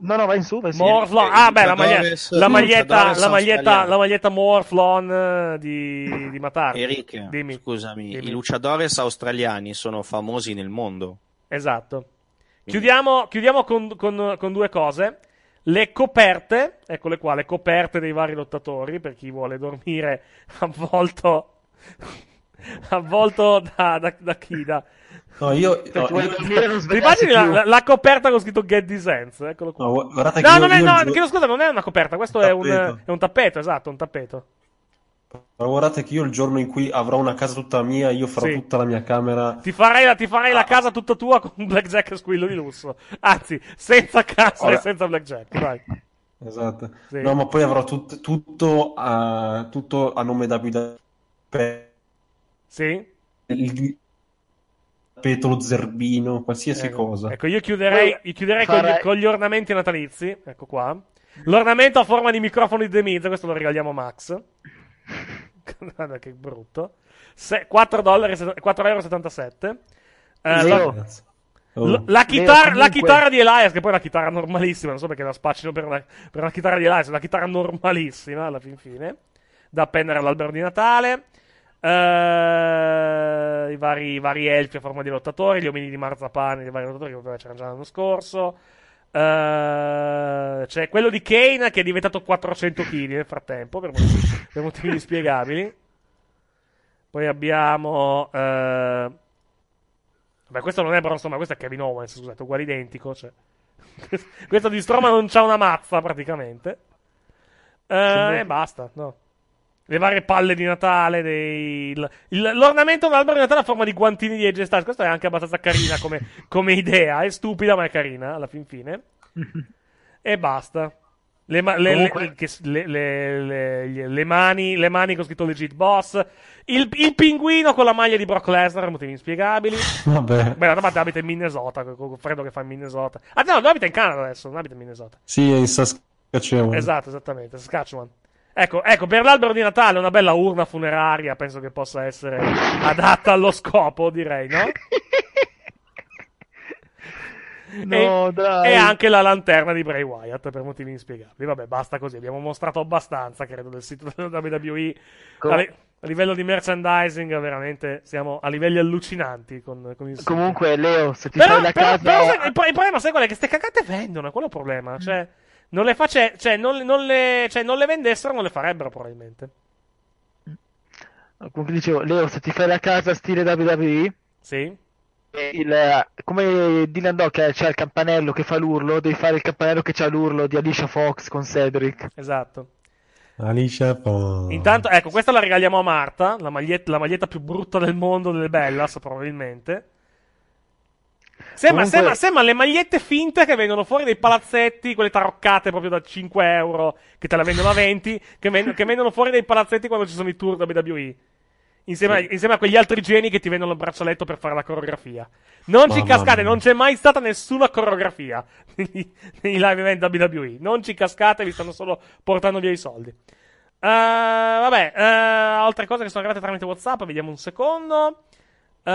No, no, vai in su, vai in su. Morflon. Ah, beh, la, maglia- Luchadores- la maglietta, Luchadores la maglietta, australiani. la maglietta Morflon eh, di, di Matar. Eric, Dimmi. scusami, Dimmi. i luchadores australiani sono famosi nel mondo. Esatto. Chiudiamo, chiudiamo con, con, con due cose. Le coperte, eccole qua, le coperte dei vari lottatori, per chi vuole dormire avvolto, avvolto da, da, da chi? Da... No, io, no, vuoi io- dormire non Ti svegliarsi immagini la, più. la, la coperta con scritto Get the Sense? Eccolo qua. no, guardate che No, io- non è, io no, il gio- chiedo scusa, non è una coperta, questo è un, tappeto. è un tappeto, esatto, un tappeto. Ma guardate che io il giorno in cui avrò una casa tutta mia, io farò Sì. tutta la mia camera. Ti farei, la, ti farei Ah. la casa tutta tua con un blackjack e squillo di lusso. Anzi, senza casa Ora- e senza blackjack, vai. Esatto. Sì. No, ma poi avrò tut- tutto, a, tutto a nome da guida. Per Sì? il tappeto, lo zerbino, qualsiasi Ecco. cosa. Ecco, io chiuderei, io chiuderei con, gli, Farei- con gli ornamenti natalizi. Ecco qua. L'ornamento a forma di microfono di The Miz, questo lo regaliamo a Max. Guarda che brutto. Se- quattro dollari, quattro euro e settantasette. Eh, Leo. la, Oh. l- la Leo, chitarra, la comunque- chitarra di Elias, che poi è una chitarra normalissima, non so perché la spaccino per una, per una chitarra di Elias, è una chitarra normalissima alla fin fine, da appendere all'albero di Natale. Eh, i, vari, i vari elfi a forma di lottatori, gli omini di marzapane, i vari lottatori che ovviamente c'erano già l'anno scorso. Eh, c'è quello di Kane che è diventato quattrocento chili nel frattempo per motivi, per motivi inspiegabili. Poi abbiamo eh, beh, questo non è Braun Strowman, questo è Kevin Owens, scusate, uguale identico, cioè. Questo di Strowman non c'ha una mazza praticamente. Eh, e basta, no. Le varie palle di Natale, dei... il- il- l'ornamento dell'albero di Natale a forma di guantini di Edge Styles. Questa è anche abbastanza carina come, come idea. È stupida, ma è carina alla fin fine. E basta. Le, ma- le- le- Comunque- che s- le- le- le- gli- le mani, le mani con scritto Legit Boss. Il, il pinguino con la maglia di Brock Lesnar, motivi inspiegabili. Vabbè. Beh, ma abita in Minnesota, con con il freddo che fa in Minnesota. Ah, no, lui abita in Canada adesso, non abita in Minnesota. Sì, è in Saskatchewan. Esatto, esattamente, Saskatchewan. Ecco, ecco, per l'albero di Natale una bella urna funeraria penso che possa essere adatta allo scopo, direi, no? No, e, dai. e anche la lanterna di Bray Wyatt per motivi inspiegabili. Vabbè, basta così, abbiamo mostrato abbastanza, credo, del sito della W W E. Com- a, li- a livello di merchandising, veramente siamo a livelli allucinanti con, con il sito. Comunque, Leo, se ti Però, fai la però- casa... però sai- il, pro- il problema, sai qual è? Che ste cagate vendono, è quello il problema. Cioè, non le face, cioè, non, non le, cioè, non le vendessero, non le farebbero probabilmente. Comunque dicevo, Leo, se ti fai la casa stile W W E, Sì? il, come Dylan Dock c'è il campanello che fa l'urlo, devi fare il campanello che c'ha l'urlo di Alicia Fox con Cedric. Esatto. Alicia Fox. Intanto, ecco, questa la regaliamo a Marta, la maglietta, la maglietta più brutta del mondo delle Bellas, probabilmente. Sembra, Comunque- sembra, sembra le magliette finte che vengono fuori dai palazzetti, quelle taroccate proprio da cinque euro, che te la vendono a venti, che, ven- che vengono fuori dai palazzetti quando ci sono i tour W W E. Insieme, a, insieme a quegli altri geni che ti vendono il braccialetto per fare la coreografia. Non ci Mamma cascate, mia. non c'è mai stata nessuna coreografia nei nei live event W W E. Non ci cascate, vi stanno solo portando via i soldi. Eh, vabbè, eh, altre cose che sono arrivate tramite WhatsApp, vediamo un secondo. Eh,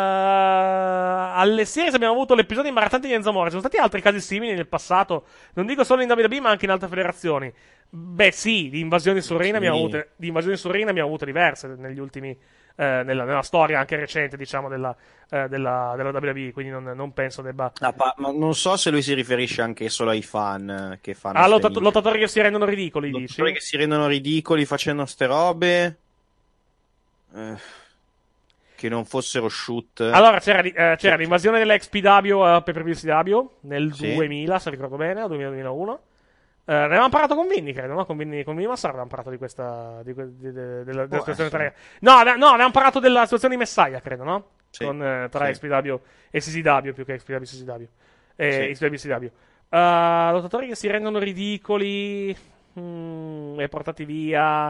alle series abbiamo avuto l'episodio imbarazzante di Enzo Amore. Ci sono stati altri casi simili nel passato, non dico solo in W W E, ma anche in altre federazioni. Beh, sì, di invasioni su Ring Sì. abbiamo avute, di invasioni su Ring abbiamo avute diverse negli ultimi, eh, nella, nella storia anche recente, diciamo, della, eh, della, della W W E. Quindi non, non penso debba. Ah, pa- ma non so se lui si riferisce anche solo ai fan eh, che fanno Ah, ste lottat- minchie. lottatori che si rendono ridicoli, dici? Lottatori che si rendono ridicoli facendo ste robe eh, che non fossero shoot. Allora, c'era, di- eh, c'era l'invasione dell'X P W a Pay Per View C W nel Sì. duemila, se ricordo bene, o duemila-duemilauno. Eh, ne avevamo parlato con Vinny, credo, no? Con Vinny, con Vinny Massaro avevamo parlato di questa. Di, que- di- de- della, della Può situazione essere. tra. No, ave- no, avevamo parlato della situazione di Messiah, credo, no? Sì, Con, eh, tra sì. X P W e C C W più che X P W e C C W. E Sì. X P W e C C W. Eh, lottatori che si rendono ridicoli mm, e portati via.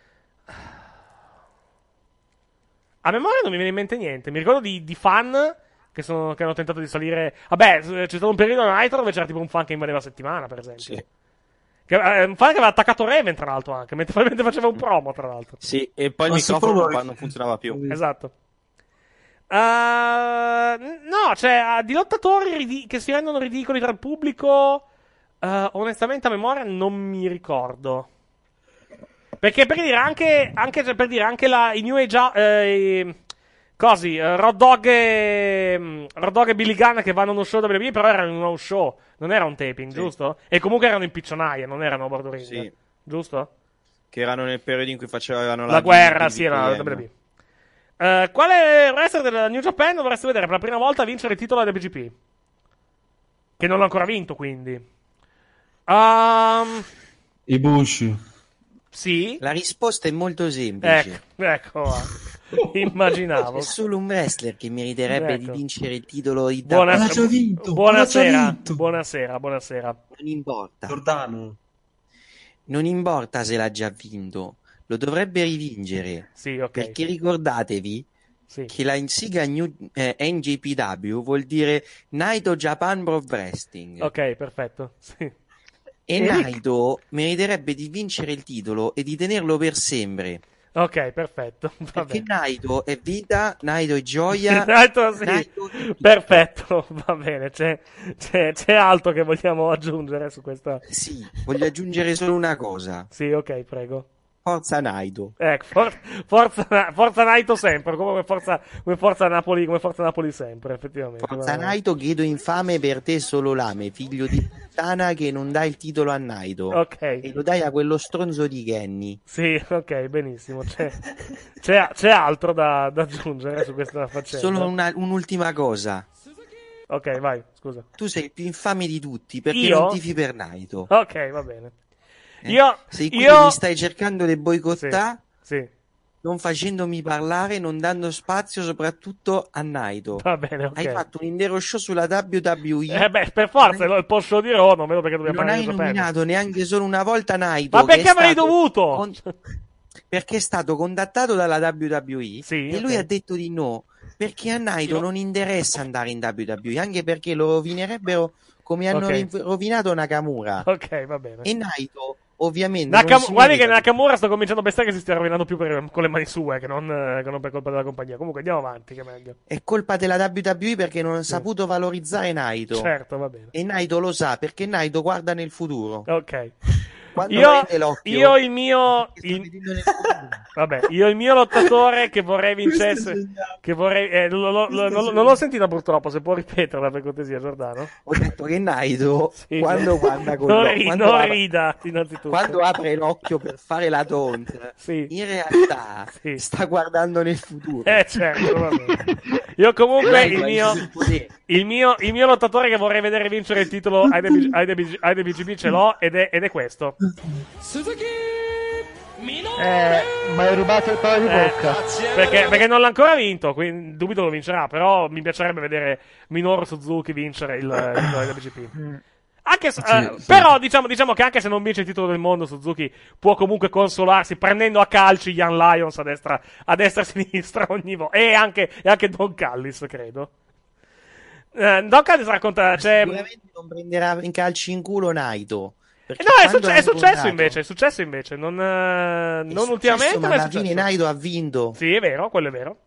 A memoria non mi viene in mente niente. Mi ricordo di, di fan che, sono, che hanno tentato di salire. Vabbè, c'è stato un periodo a Nitro dove c'era tipo un fan che invadeva settimana, per esempio. Sì. Che, eh, un fan che aveva attaccato Raven, tra l'altro, anche mentre, mentre faceva un promo, tra l'altro. Sì, e poi il Ma microfono secondo- non, non funzionava più. Esatto. Uh, no, cioè, uh, di lottatori ridi- che si rendono ridicoli tra il pubblico. Uh, Uh, onestamente a memoria non mi ricordo. Perché per dire anche, anche per dire anche la, i New Age eh, così, uh, Road Dogg e um, Road Dogg e Billy Gunn che vanno a uno show W W E, però erano in uno show, non era un taping, sì. giusto? E comunque erano in piccionaia, non erano a bordo ring, sì. giusto? Che erano nel periodo in cui facevano la, la guerra, di, sì, di era la W W E. Uh, quale wrestler del New Japan dovreste vedere per la prima volta vincere il titolo della W G P? Che non l'ha ancora vinto, quindi. Um, Ibushi. Sì. La risposta è molto semplice. Ecco, ecco va. Immaginavo. C'è solo un wrestler che meriterebbe ecco. di vincere il titolo di Buona... W W E. già vinto, buonasera, vinto. buonasera, buonasera. Non importa. Giordano. Non importa se l'ha già vinto, lo dovrebbe rivincere. Sì, ok. Perché ricordatevi sì. che la insiga New, eh, N J P W vuol dire Naito Japan Pro Wrestling. Ok, perfetto. Sì. E Naito meriterebbe di vincere il titolo e di tenerlo per sempre. Ok, perfetto. Va Perché bene. Naito è vita, Naito è gioia. Naito, sì. Naito è perfetto, va bene. C'è, c'è, c'è altro che vogliamo aggiungere su questa? Sì, voglio aggiungere solo una cosa. Sì, ok, prego. Forza Naito. Ecco, for, forza, forza Naito sempre, come forza, come forza Napoli, come forza Napoli sempre, effettivamente. Forza Naito, chiedo infame per te solo lame, figlio di puttana che non dai il titolo a Naito. Ok. E lo dai a quello stronzo di Kenny. Sì, ok, benissimo. C'è, c'è, c'è altro da, da aggiungere su questa faccenda. Solo una, un'ultima cosa. Ok, vai, scusa. Tu sei il più infame di tutti perché Io? non tifi per Naito. Ok, va bene. Eh? Io, sei qui io... che mi stai cercando di boicottare, sì, sì. non facendomi parlare, non dando spazio soprattutto a Naito. Va bene, ok. Hai fatto un intero show sulla W W E. Eh beh, per forza, hai... il post show di Raw, non vedo perché dobbiamo non parlare hai di nominato neanche solo una volta Naito. Ma perché avrei stato... dovuto? Con... Perché è stato contattato dalla W W E sì, e okay. lui ha detto di no. Perché a Naito Io... non interessa andare in W W E, anche perché lo rovinerebbero come hanno okay. rovinato Nakamura. Ok, va bene. E Naito ovviamente Nakam- non guardi che Nakamura sto cominciando a pensare che si stia rovinando più per, con le mani sue che non, eh, che non per colpa della compagnia. Comunque andiamo avanti, che è meglio. È colpa della W W E perché non ha sì. saputo valorizzare Naito. Certo, va bene. E Naito lo sa perché Naito guarda nel futuro. Ok. Quando io, l'occhio, io il mio il... vabbè, io il mio lottatore che vorrei vincesse che vorrei eh, lo, lo, lo, non, non l'ho sentita purtroppo, se può ripeterla per cortesia, Giordano. Ho detto che Naito sì. quando guarda con non, l'occhio, ri- quando non apre, rida innanzitutto. Quando apre l'occhio per fare la taunt sì. in realtà sì. sta guardando nel futuro. Eh certo, va bene. Io comunque il mio, il mio il mio lottatore che vorrei vedere vincere il titolo I W G P ce l'ho ed è, ed è questo. Suzuki eh, ma hai rubato il palo di bocca eh, perché, perché non l'ha ancora vinto, quindi dubito lo vincerà, però mi piacerebbe vedere Minoru Suzuki vincere il, il I W G P. Anche se, sì, uh, sì. Però diciamo, diciamo che anche se non vince il titolo del mondo, Suzuki può comunque consolarsi prendendo a calci Young Lions a destra, a destra e a sinistra ogni volta, e anche, e anche Don Callis, credo. Uh, Don Callis racconta, cioè... sicuramente non prenderà in calci in culo Naito. Eh no, è, succe- è successo invece, è successo invece, non, uh, non successo, ultimamente, ma ma è alla successo. fine Naito ha vinto. Sì, è vero, quello è vero.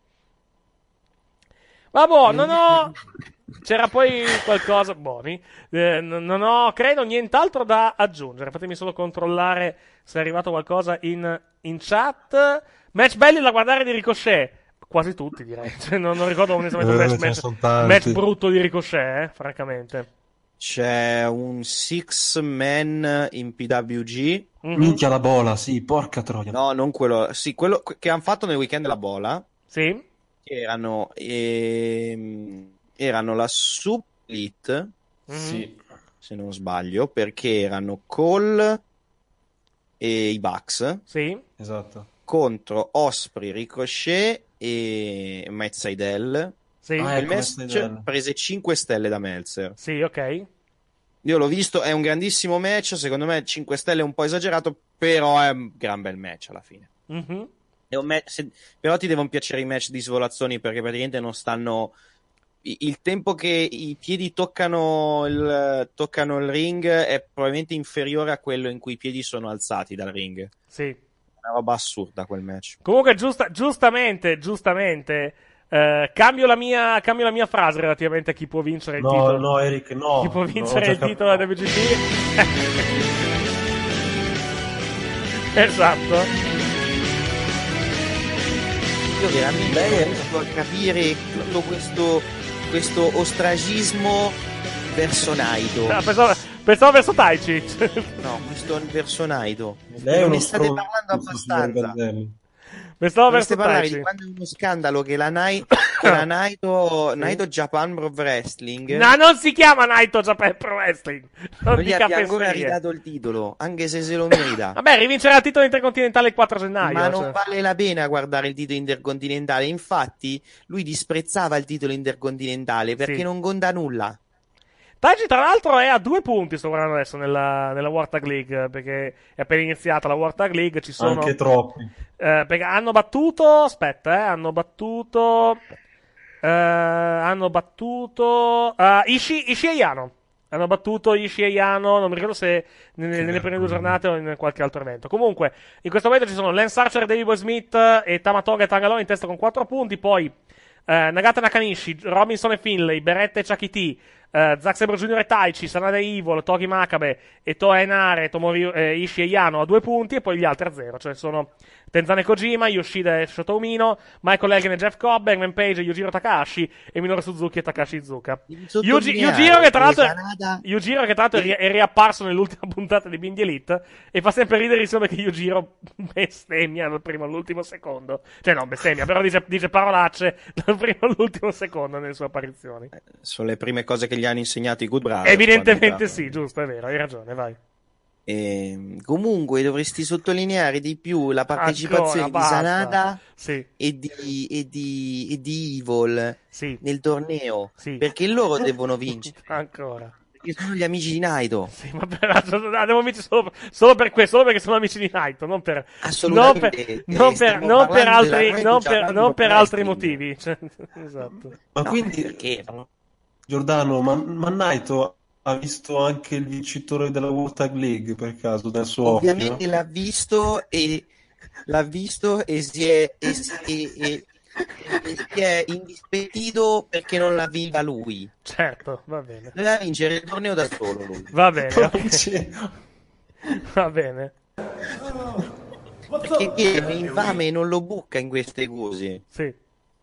Vabbè, non ho... C'era poi qualcosa... Boni. Eh, non ho, credo, nient'altro da aggiungere. Fatemi solo controllare se è arrivato qualcosa in, in chat. Match belli da guardare di Ricochet. Quasi tutti, direi. Cioè, non, non ricordo onestamente un eh, match, match, match brutto di Ricochet, eh, francamente. C'è un six man in P W G. Mm-hmm. Minchia la bola, sì, porca troia. No, non quello. Sì, quello che hanno fatto nel weekend della bola. Sì. Erano... Ehm... erano la Sublit, sì. se non sbaglio, perché erano Cole e i Bucks, sì, esatto, contro Osprey, Ricochet e Matt Sydal. Sì. Ah, il match prese cinque stelle da Meltzer. Sì, ok. Io l'ho visto, è un grandissimo match, secondo me cinque stelle è un po' esagerato, però è un gran bel match alla fine. Mm-hmm. È un match, se... però ti devono piacere i match di svolazzoni perché praticamente non stanno... Il tempo che i piedi toccano il, toccano il ring è probabilmente inferiore a quello in cui i piedi sono alzati dal ring. Sì. Una roba assurda quel match. Comunque, giusta, giustamente, giustamente, Uh, cambio, la mia, cambio la mia frase relativamente a chi può vincere il no, titolo. No, Eric, no. Chi può vincere no, il titolo da W G P? Esatto. Io veramente non riesco a capire tutto questo, questo ostracismo verso Naito. Ah, pensavo, pensavo verso Taichi. No, questo verso Naito. Lei è non uno ne state stronzo, parlando abbastanza. Pensavo Dovreste verso parlare Taichi. di quando è uno scandalo che la, Nai- che la Naito, Naito Japan Pro Wrestling No, non si chiama Naito Japan Pro Wrestling. Non, non gli dica abbia ancora fesserie. ridato il titolo, anche se se lo merita. Vabbè, rivincerà il titolo intercontinentale il quattro gennaio. Ma cioè. non vale la pena guardare il titolo intercontinentale. Infatti, lui disprezzava il titolo intercontinentale perché Sì. non conta nulla. Taichi, tra l'altro, è a due punti, sto guardando adesso, nella, nella World Tag League, perché è appena iniziata la World Tag League, ci sono... Anche troppi. Eh, perché hanno battuto... Aspetta, eh, hanno battuto... Eh, hanno battuto... Uh, Ishii, Ishii e Yano. Hanno battuto Ishii e Yano, non mi ricordo se nelle, nelle prime due giornate o in qualche altro evento. Comunque, in questo momento ci sono Lance Archer, Davey Boy Smith e Tamatonga e Tangaloa in testa con quattro punti, poi eh, Nagata Nakanishi, Robinson e Finlay, Beretta e Chucky T, Uh, Zack Sabre Junior e Taichi, Sanada Evil, Togi Makabe e Toa Henare, Tomori eh, Ishii e Yano a due punti e poi gli altri a zero, cioè sono Tenzan e Kojima, Yoshida e Shota Umino, Michael Elgin e Jeff Cobb, Hangman Page e Yujiro Takahashi e Minoru Suzuki e Takashi Iizuka. Yuji, Yujiro che tra l'altro Sanada... Yujiro che tra l'altro è, ri- è riapparso nell'ultima puntata di Bindi Elite e fa sempre riderissimo perché Yujiro bestemmia dal primo all'ultimo secondo, cioè no bestemmia, però dice, dice parolacce dal primo all'ultimo secondo nelle sue apparizioni. Sono le prime cose che gli hanno insegnato i Good Brothers. Evidentemente sì, giusto, è vero, hai ragione, vai. E, comunque dovresti sottolineare di più la partecipazione Ancora, di basta. Sanada Sì. e, di, e, di, e di Evil Sì. nel torneo, Sì. perché loro devono vincere, Ancora. perché sono gli amici di Naito. Sì, ma per, devo vincere solo, solo per questo, solo perché sono amici di Naito, non per non per, Assolutamente. non Eh, per, stiamo non per parlando altri, della non Naito per, Japan non per Pro altri Wrestling. motivi. Cioè, esatto. Ma No, quindi, perché? Giordano, ma, ma Naito ha visto anche il vincitore della World Tag League per caso nel suo Ovviamente occhio? l'ha visto e l'ha visto e si è, e si, e, e, e si è indispettito perché non l'ha vinta lui. Certo, va bene. Doveva vincere il torneo da solo lui. Va bene. Non ok. c'è- Va bene. Perché è infame e non lo bucca in queste cose. Sì.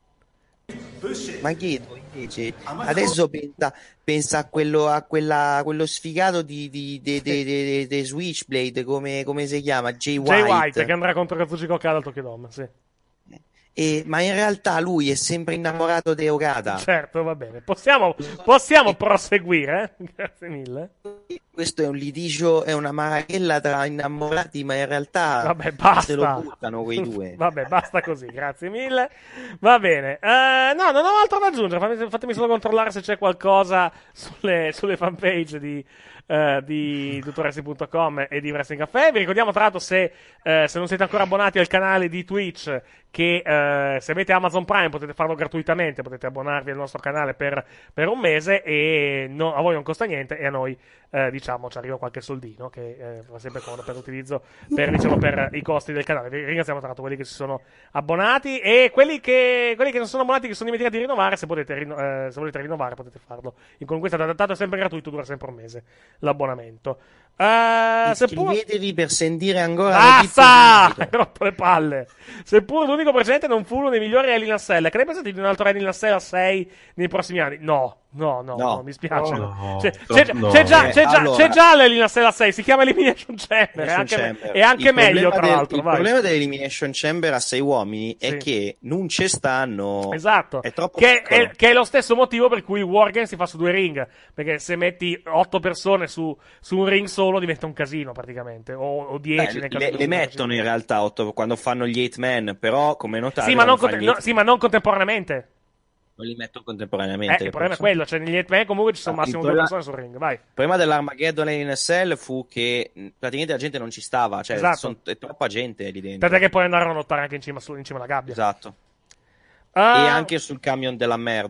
Ma chiedo invece, adesso pensa, pensa a quello, a quella, quello sfigato di, di, di, di, di, di- di Switchblade, come, come si chiama? Jay White. Jay White che andrà contro Kazuchika Okada al Tokyo Dome, sì. E, ma in realtà lui è sempre innamorato di Okada. Certo, va bene. Possiamo, possiamo proseguire? eh? Grazie mille. Questo è un litigio, è una marachella tra innamorati, ma in realtà Vabbè, basta. se lo buttano quei due. Vabbè, basta così, grazie mille. Va bene. Eh, no, non ho altro da aggiungere. Fatemi, fatemi solo controllare se c'è qualcosa sulle, sulle fanpage di, eh, di tutto wrestling punto com e di Wrestling Café. Vi ricordiamo, tra l'altro, se, eh, se non siete ancora abbonati al canale di Twitch, che eh, se avete Amazon Prime potete farlo gratuitamente, potete abbonarvi al nostro canale per, per un mese e no, a voi non costa niente e a noi eh, diciamo ci arriva qualche soldino che eh, fa sempre comodo per l'utilizzo per, diciamo, per i costi del canale. Vi ringraziamo tra l'altro quelli che si sono abbonati e quelli che, quelli che non sono abbonati, che sono dimenticati di rinnovare, se, potete, rinno- eh, se volete rinnovare potete farlo in qualunque stato adattato, è sempre gratuito, dura sempre un mese l'abbonamento. Uh, seppur... Iscrivetevi per sentire ancora Basta! Hai rotto le palle. Seppur l'unico precedente non fu uno dei migliori Hell in a Cell, che ne pensate di un altro Hell in a Cell a sei nei prossimi anni? No, no, no, no, No. mi spiace. No, c'è, no, c'è, no. c'è già, Eh, c'è già, allora- c'è già l'Hell in a Cell a sei, si chiama Elimination Chamber, è Elimination anche, Chamber. è anche Il meglio problema tra del- l'altro. Il vai. problema dell'Elimination Chamber a sei uomini Sì. è che non ci stanno. Esatto, È troppo che piccolo. è, che è lo stesso motivo per cui il Wargame si fa su due ring, perché se metti otto persone su, su un ring solo diventa un casino praticamente, o, o dieci Beh, nel caso le, di le un mettono in realtà otto quando fanno gli eight man, però come notate Sì, ma non, fanno conte- gli no, eight- sì, ma non contemporaneamente. non li metto Eh, contemporaneamente. il problema è persone. quello, cioè negli eight man comunque ci sono Ah, massimo il due problema- persone sul ring, vai. Il problema dell'Armageddon in N S L fu che mh, praticamente la gente non ci stava, cioè Esatto. son- è troppa gente lì dentro. Tant'è che poi andarono a lottare anche in cima, su- in cima alla gabbia. Esatto. Ah, E anche sul camion della merda.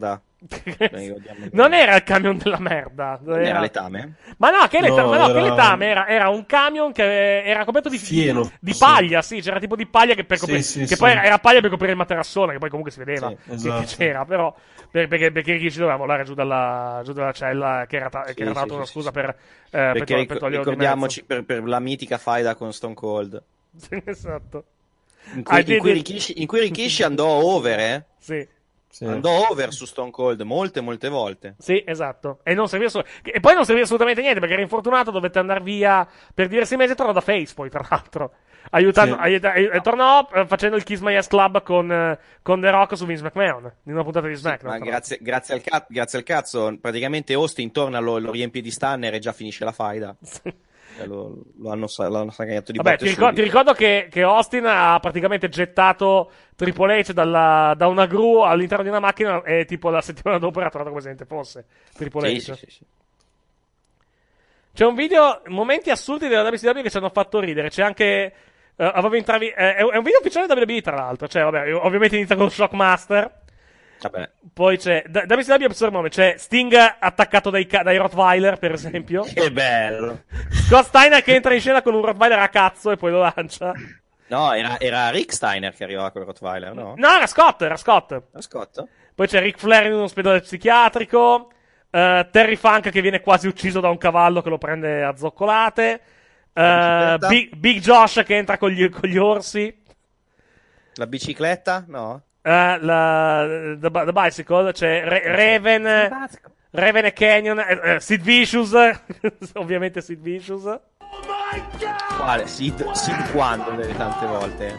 Non era il camion della merda. Non era letame? Ma no, che letame, No, ma no, che era- letame era, era un camion che era coperto di, Fieno, di sì. paglia, sì, c'era tipo di paglia che, per Sì, coprire, sì, che sì. poi era, era paglia per coprire il materassone, che poi comunque si vedeva Sì, che- esatto. che c'era, però per- perché, perché ci doveva volare giù dalla, giù dalla cella, che era, ta- Sì, che era sì, dato sì, una sì, scusa sì. per eh, Perché petro- ric- petrolio di ricordiamoci per, per la mitica faida con Stone Cold. mezzo. Esatto. In cui, Ah, in di- cui di- Rikishi, in cui Rikishi andò over, eh? Sì. Sì. Andò over su Stone Cold molte, molte volte. Sì, esatto. E non serviva assolut- e poi non serviva assolutamente niente perché era infortunato, dovette andare via per diversi mesi e tornò da Face poi, tra l'altro. Aiutando, Sì. aiuta- ai- e tornò eh, facendo il Kiss My Ass Club con, eh, con The Rock su Vince McMahon in una puntata di SmackDown. Ma tra grazie, grazie, al ca- grazie al cazzo, praticamente Austin torna, lo, lo riempie di stunner e già finisce la faida. E lo, lo hanno, sa- l'hanno saccagliato di Vabbè, botte ti, ricor- subito. ti ricordo che, che Austin ha praticamente gettato Triple H dalla- da una gru all'interno di una macchina e tipo la settimana dopo era tornato come se niente fosse Triple Sì, H. sì, sì, sì. C'è un video, momenti assurdi della W C W che ci hanno fatto ridere. C'è anche. eh, avevo intravi- eh, è un è un video ufficiale della W W E, tra l'altro. Cioè, vabbè, ovviamente inizia con Shockmaster. Vabbè. Poi c'è. Da- W C W Absurd Moment. C'è Sting attaccato dai, ca- dai Rottweiler, per esempio. Che bello. Scott Steiner che entra in scena con un Rottweiler a cazzo e poi lo lancia. No, era, era Rick Steiner che arrivava con il Rottweiler, no? No, era Scott, era Scott. Era Scott? Poi c'è Ric Flair in un ospedale psichiatrico. eh, Terry Funk che viene quasi ucciso da un cavallo che lo prende a zoccolate. eh, bicicletta? Big, Big Josh che entra con gli, con gli orsi. La bicicletta? No? Eh, la, the, the Bicycle. C'è Re- Raven. Raven e Canyon. eh, eh, Sid Vicious. Ovviamente Sid Vicious. Quale? Sid, Sid quando? Delle tante volte.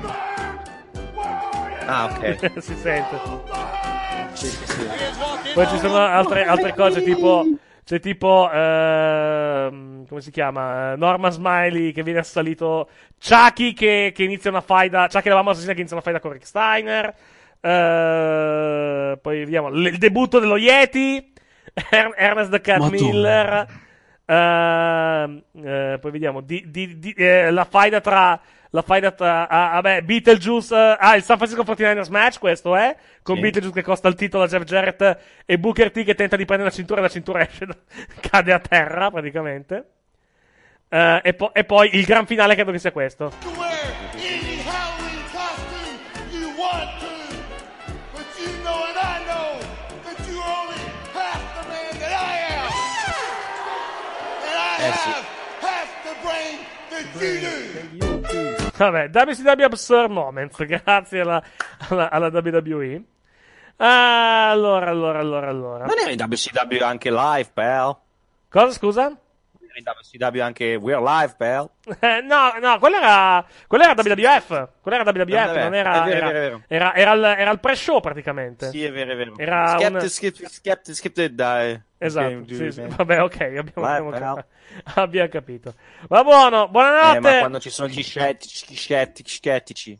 Ah, ok. Si sente. Sì, sì, sì. Poi ci sono altre, altre cose tipo. C'è tipo. ehm, come si chiama? Eh, Norman Smiley che viene assalito. Chucky che, che inizia una faida. Chucky l'avamo assassina che inizia una faida con Rick Steiner. Eh, poi vediamo. l- il debutto dello Yeti. Er- Ernest the Cat Madonna. Miller. Eh, eh, poi vediamo. Di, di- di- eh, la faida tra. La faida tra. Ah, vabbè, Beetlejuice. eh, ah, il San Francisco quarantanovers match. Questo è. Con Sì. Beetlejuice che costa il titolo a Jeff Jarrett. E Booker T che tenta di prendere la cintura e la cintura esce. Cade a terra praticamente. Eh, e, po- e poi il gran finale credo che sia questo. Any Halloween costume you want to, but you know and I know that you're only half the man that I am, and I Eh, sì. have half the brain that you do. Vabbè, W C W Absurd Moments, grazie alla, alla, alla W W E. Ah, allora, allora, allora, allora. Non era in W C W anche live, pal? Cosa, scusa? Non era in W C W anche We're Live, pal? Eh, no, no, quello era, quello era W W F. Quello era W W F, Vabbè, non era. è vero, era, è vero, è vero. Era, era il, era il pre-show praticamente. Sì, è vero, è vero. Era skeptic, un- skeptic, skeptic, skeptic, dai. Esatto, Ok, sì, sì. man. Vabbè, ok, abbiamo, Vai, abbiamo, però. cap- abbiamo capito. Va buono, buonanotte. Eh, ma quando ci sono gli scettici, gli scettici, scettici.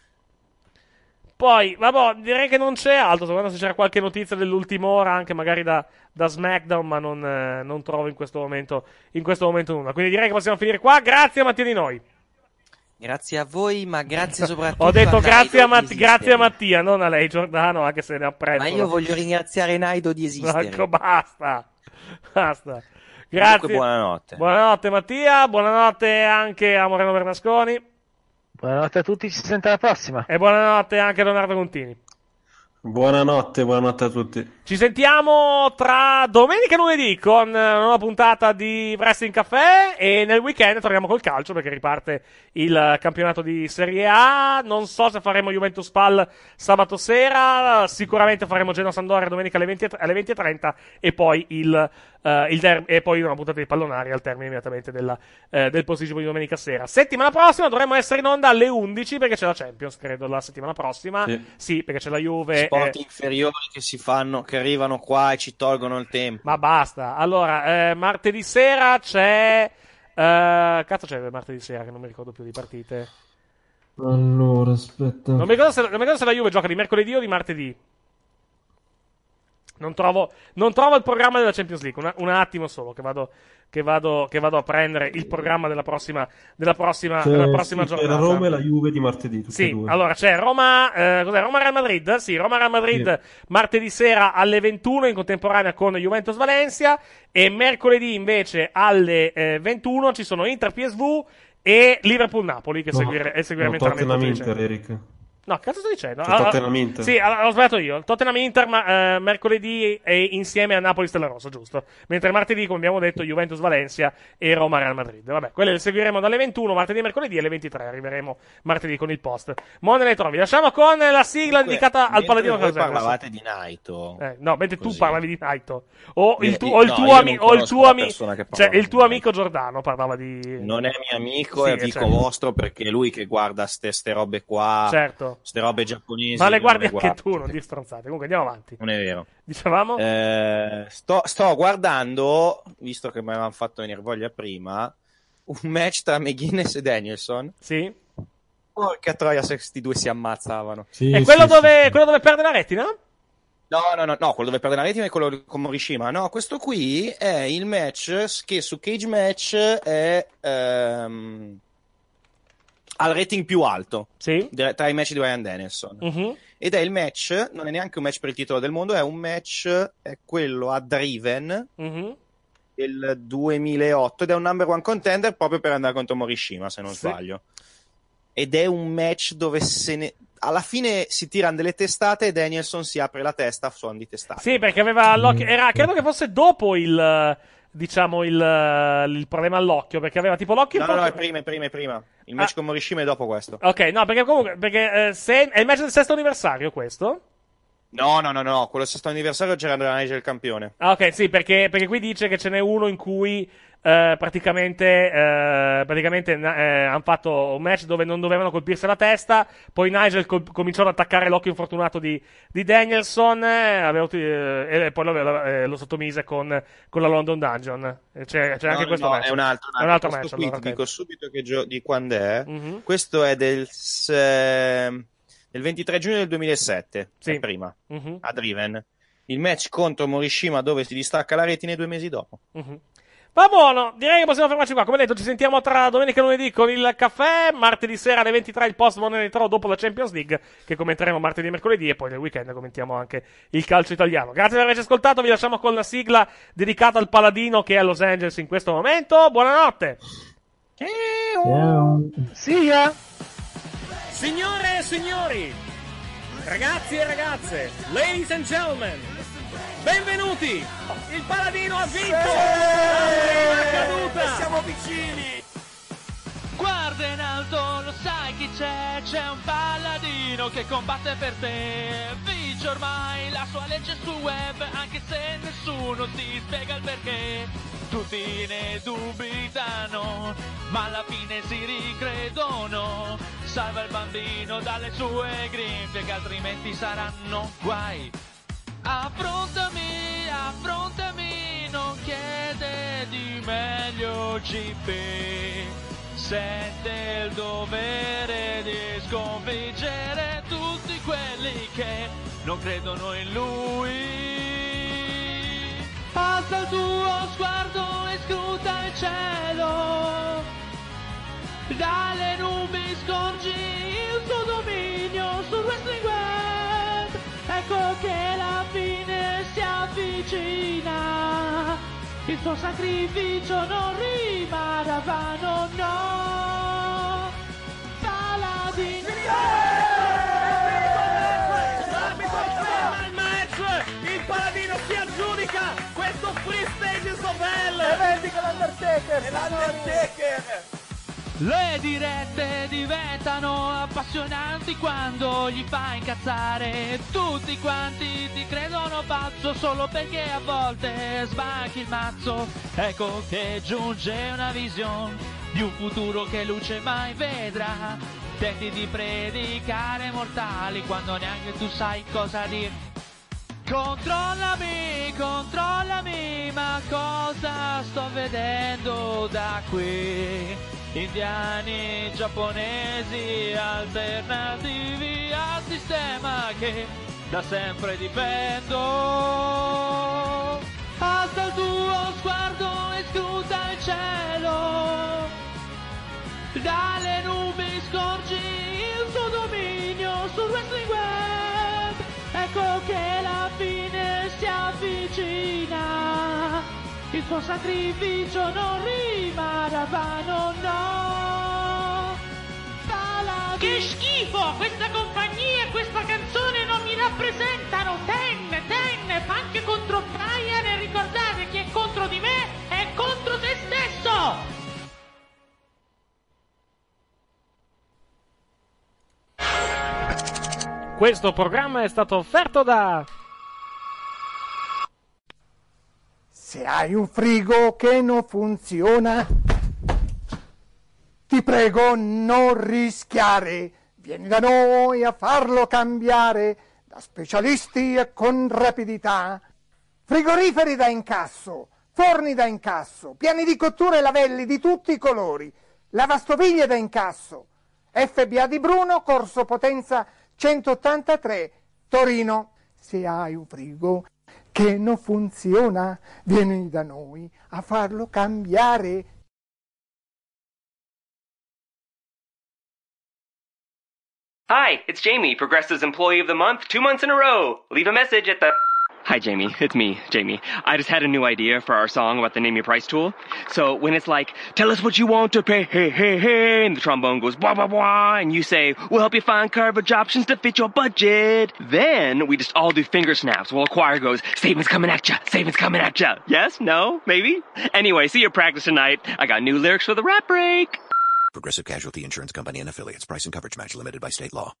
Poi, vabbè, direi che non c'è altro. Sto guardando se c'era qualche notizia dell'ultima ora, anche magari da, da SmackDown, ma non, eh, non trovo in questo momento in questo momento nulla. Quindi direi che possiamo finire qua. Grazie a Mattia di noi. Grazie a voi, ma grazie soprattutto Ho detto a grazie a, Naido Matt- di grazie a esistere. Mattia, non a lei, Giordano, anche se ne apprezzo. Ma io voglio ringraziare Naido di esistere. Ecco, basta. Basta. Grazie. Comunque, buonanotte. Buonanotte Mattia, buonanotte anche a Moreno Bernasconi. Buonanotte a tutti, ci si sente alla prossima. E buonanotte anche a Leonardo Contini. Buonanotte, buonanotte a tutti. Ci sentiamo tra domenica e lunedì con una nuova puntata di Wrestling Café e nel weekend torniamo col calcio perché riparte il campionato di Serie A. Non so se faremo Juventus Spal sabato sera, sicuramente faremo Genoa Sampdoria domenica alle venti, alle venti e trenta e poi il Uh, il der- e poi una puntata di pallonari al termine immediatamente della, uh, del posticipo di domenica sera. Settimana prossima dovremmo essere in onda alle undici perché c'è la Champions, credo, la settimana prossima. Sì. Sì, perché c'è la Juve. Sport eh, inferiori che si fanno, che arrivano qua e ci tolgono il tempo. Ma basta. Allora, eh, martedì sera c'è. eh, cazzo c'è martedì sera che non mi ricordo più di partite. Allora, aspetta. Non mi ricordo se, non mi ricordo se la Juve gioca di mercoledì o di martedì. Non trovo, non trovo il programma della Champions League. Una, un attimo solo, che vado, che vado, che vado a prendere il programma della prossima, della prossima, C'è, della prossima sì, c'è giornata. la Roma e la Juve di martedì, tutte Sì, e due. allora c'è Roma, eh, cos'è? Roma Real Madrid? Sì, Roma Real Madrid Sì. martedì sera alle ventuno in contemporanea con Juventus Valencia, e mercoledì invece alle eh, ventuno ci sono Inter P S V e Liverpool Napoli, che No, seguire, e seguiremo no, entramente Tottenham tutti Inter, insieme. Eric. No, cazzo sto dicendo? C'è Allora, Tottenham Inter. sì, allora, ho sbagliato io. Tottenham Inter ma, eh, mercoledì e insieme a Napoli Stella Rossa, giusto? Mentre martedì, come abbiamo detto, Juventus Valencia e Roma Real Madrid. Vabbè, quelle le seguiremo dalle ventuno, martedì e mercoledì, alle ventitré arriveremo martedì con il post. Mo' ne trovi. Lasciamo con la sigla Comunque, dedicata al Paladino voi Caserta. parlavate di Naito. Eh, no, mentre Così. tu parlavi di Naito. O il, Io- tu- io- o il no, tuo io amico, non o il conosco tuo la amico, persona che cioè parla il tuo amico Giordano parlava di. Non è mio amico, Sì, è amico certo. vostro, perché è lui che guarda ste, ste robe qua, Certo. ste robe giapponesi. Ma le io non guardi anche guardo. tu, non di stronzate. Comunque andiamo avanti. Non è vero. Dicevamo? Eh, sto, sto guardando, visto che mi avevano fatto venire voglia prima, un match tra McGuinness e Danielson. Sì. Porca troia, se questi due si ammazzavano. Sì, È quello, sì, dove, sì. quello dove perde la retina? No, no, no, no, quello dove perde la retina è quello con Morishima. No, questo qui è il match che su Cage Match è ehm, al rating più alto, sì, tra i match di Ryan Danielson. Uh-huh. Ed è il match, non è neanche un match per il titolo del mondo, è un match, è quello a Driven Uh-huh. del duemilaotto ed è un number one contender proprio per andare contro Morishima, se non Sì. sbaglio. Ed è un match dove se ne... alla fine si tirano delle testate e Danielson si apre la testa a suon di testate. Sì, perché aveva all'occhio. Era, credo che fosse dopo il. Diciamo il, il problema all'occhio. Perché aveva tipo l'occhio. No, un no, po'. no, è prima, è prima, è prima. Il match Ah. con Morishima è dopo questo. Ok, no, perché comunque. Perché eh, se è il match del sesto anniversario questo. No, no, no, no, quello del sesto anniversario c'era Nigel il campione. Ah, ok, sì, perché, perché qui dice che ce n'è uno in cui eh, praticamente, eh, praticamente eh, hanno fatto un match dove non dovevano colpirsi la testa, poi Nigel co- cominciò ad attaccare l'occhio infortunato di, di Danielson eh, aveva, eh, e poi lo, eh, lo sottomise con, con la London Dungeon. C'è, c'è anche No, questo no, match. è un altro, È un altro Questo match. qui Allora, ti ok. dico subito che gio- di quando è. Mhm. Questo è del, s- eh, del ventitré giugno del duemilasette, Sì. è prima, Mhm. a Driven. Il match contro Morishima dove si distacca la retina due mesi dopo. Mhm. Va buono, direi che possiamo fermarci qua. Come detto, ci sentiamo tra domenica e lunedì con il caffè. Martedì sera alle ventitré il post Monday Night Raw dopo la Champions League, che commenteremo martedì e mercoledì, e poi nel weekend commentiamo anche il calcio italiano. Grazie per averci ascoltato, vi lasciamo con la sigla dedicata al Paladino che è a Los Angeles in questo momento. Buonanotte. Ciao. Sia! Signore e signori, ragazzi e ragazze, ladies and gentlemen, benvenuti! Il Paladino ha vinto! La caduta! Siamo vicini! Guarda in alto, lo sai chi c'è? C'è un paladino che combatte per te. Vince ormai la sua legge sul web, anche se nessuno ti spiega il perché. Tutti ne dubitano, ma alla fine si ricredono. Salva il bambino dalle sue grinfie, che altrimenti saranno guai. Affrontami, affrontami, non chiede di meglio G P. Sente il dovere di sconfiggere tutti quelli che non credono in lui. Alza il tuo sguardo e scruta il cielo. Dalle nubi scorgi il suo dominio sul wrestling web. Ecco che la fine si avvicina. Il suo sacrificio non rimarrà vano, no. Paladino. Il match! Il Paladino si aggiudica questo free stage in Sovel! E vendica l'Undertaker! L'Undertaker! Le dirette diventano appassionanti quando gli fai incazzare. Tutti quanti ti credono pazzo solo perché a volte sbanchi il mazzo. Ecco che giunge una visione di un futuro che luce mai vedrà. Tenti di predicare mortali quando neanche tu sai cosa dire. Controllami, controllami, ma cosa sto vedendo da qui? Indiani, giapponesi, alternativi al sistema che da sempre dipendo. Alza il tuo sguardo e scruta il cielo, dalle nubi scorgi il suo dominio sul wrestling web. Ecco che la fine si avvicina, il suo sacrificio non rimarrà vano, no. Paladino. Che schifo! Questa compagnia e questa canzone non mi rappresentano. Ten, ten, anche contro Brian, e ricordate chi è contro di me è contro se stesso. Questo programma è stato offerto da... Se hai un frigo che non funziona, ti prego non rischiare. Vieni da noi a farlo cambiare, da specialisti e con rapidità. Frigoriferi da incasso, forni da incasso, piani di cottura e lavelli di tutti i colori, lavastoviglie da incasso. F B A di Bruno, Corso Potenza centottantatré, Torino. Se hai un frigo che non funziona, vieni da noi a farlo cambiare. Hi, it's Jamie, Progressive's Employee of the Month, two months in a row. Leave a message at the... Hi, Jamie. It's me, Jamie. I just had a new idea for our song about the Name Your Price tool. So when it's like, tell us what you want to pay, hey, hey, hey, and the trombone goes, blah, blah, blah, and you say, we'll help you find coverage options to fit your budget. Then we just all do finger snaps while a choir goes, savings coming at ya, savings coming at ya. Yes? No? Maybe? Anyway, see your practice tonight. I got new lyrics for the rap break. Progressive Casualty Insurance Company and Affiliates. Price and coverage match limited by state law.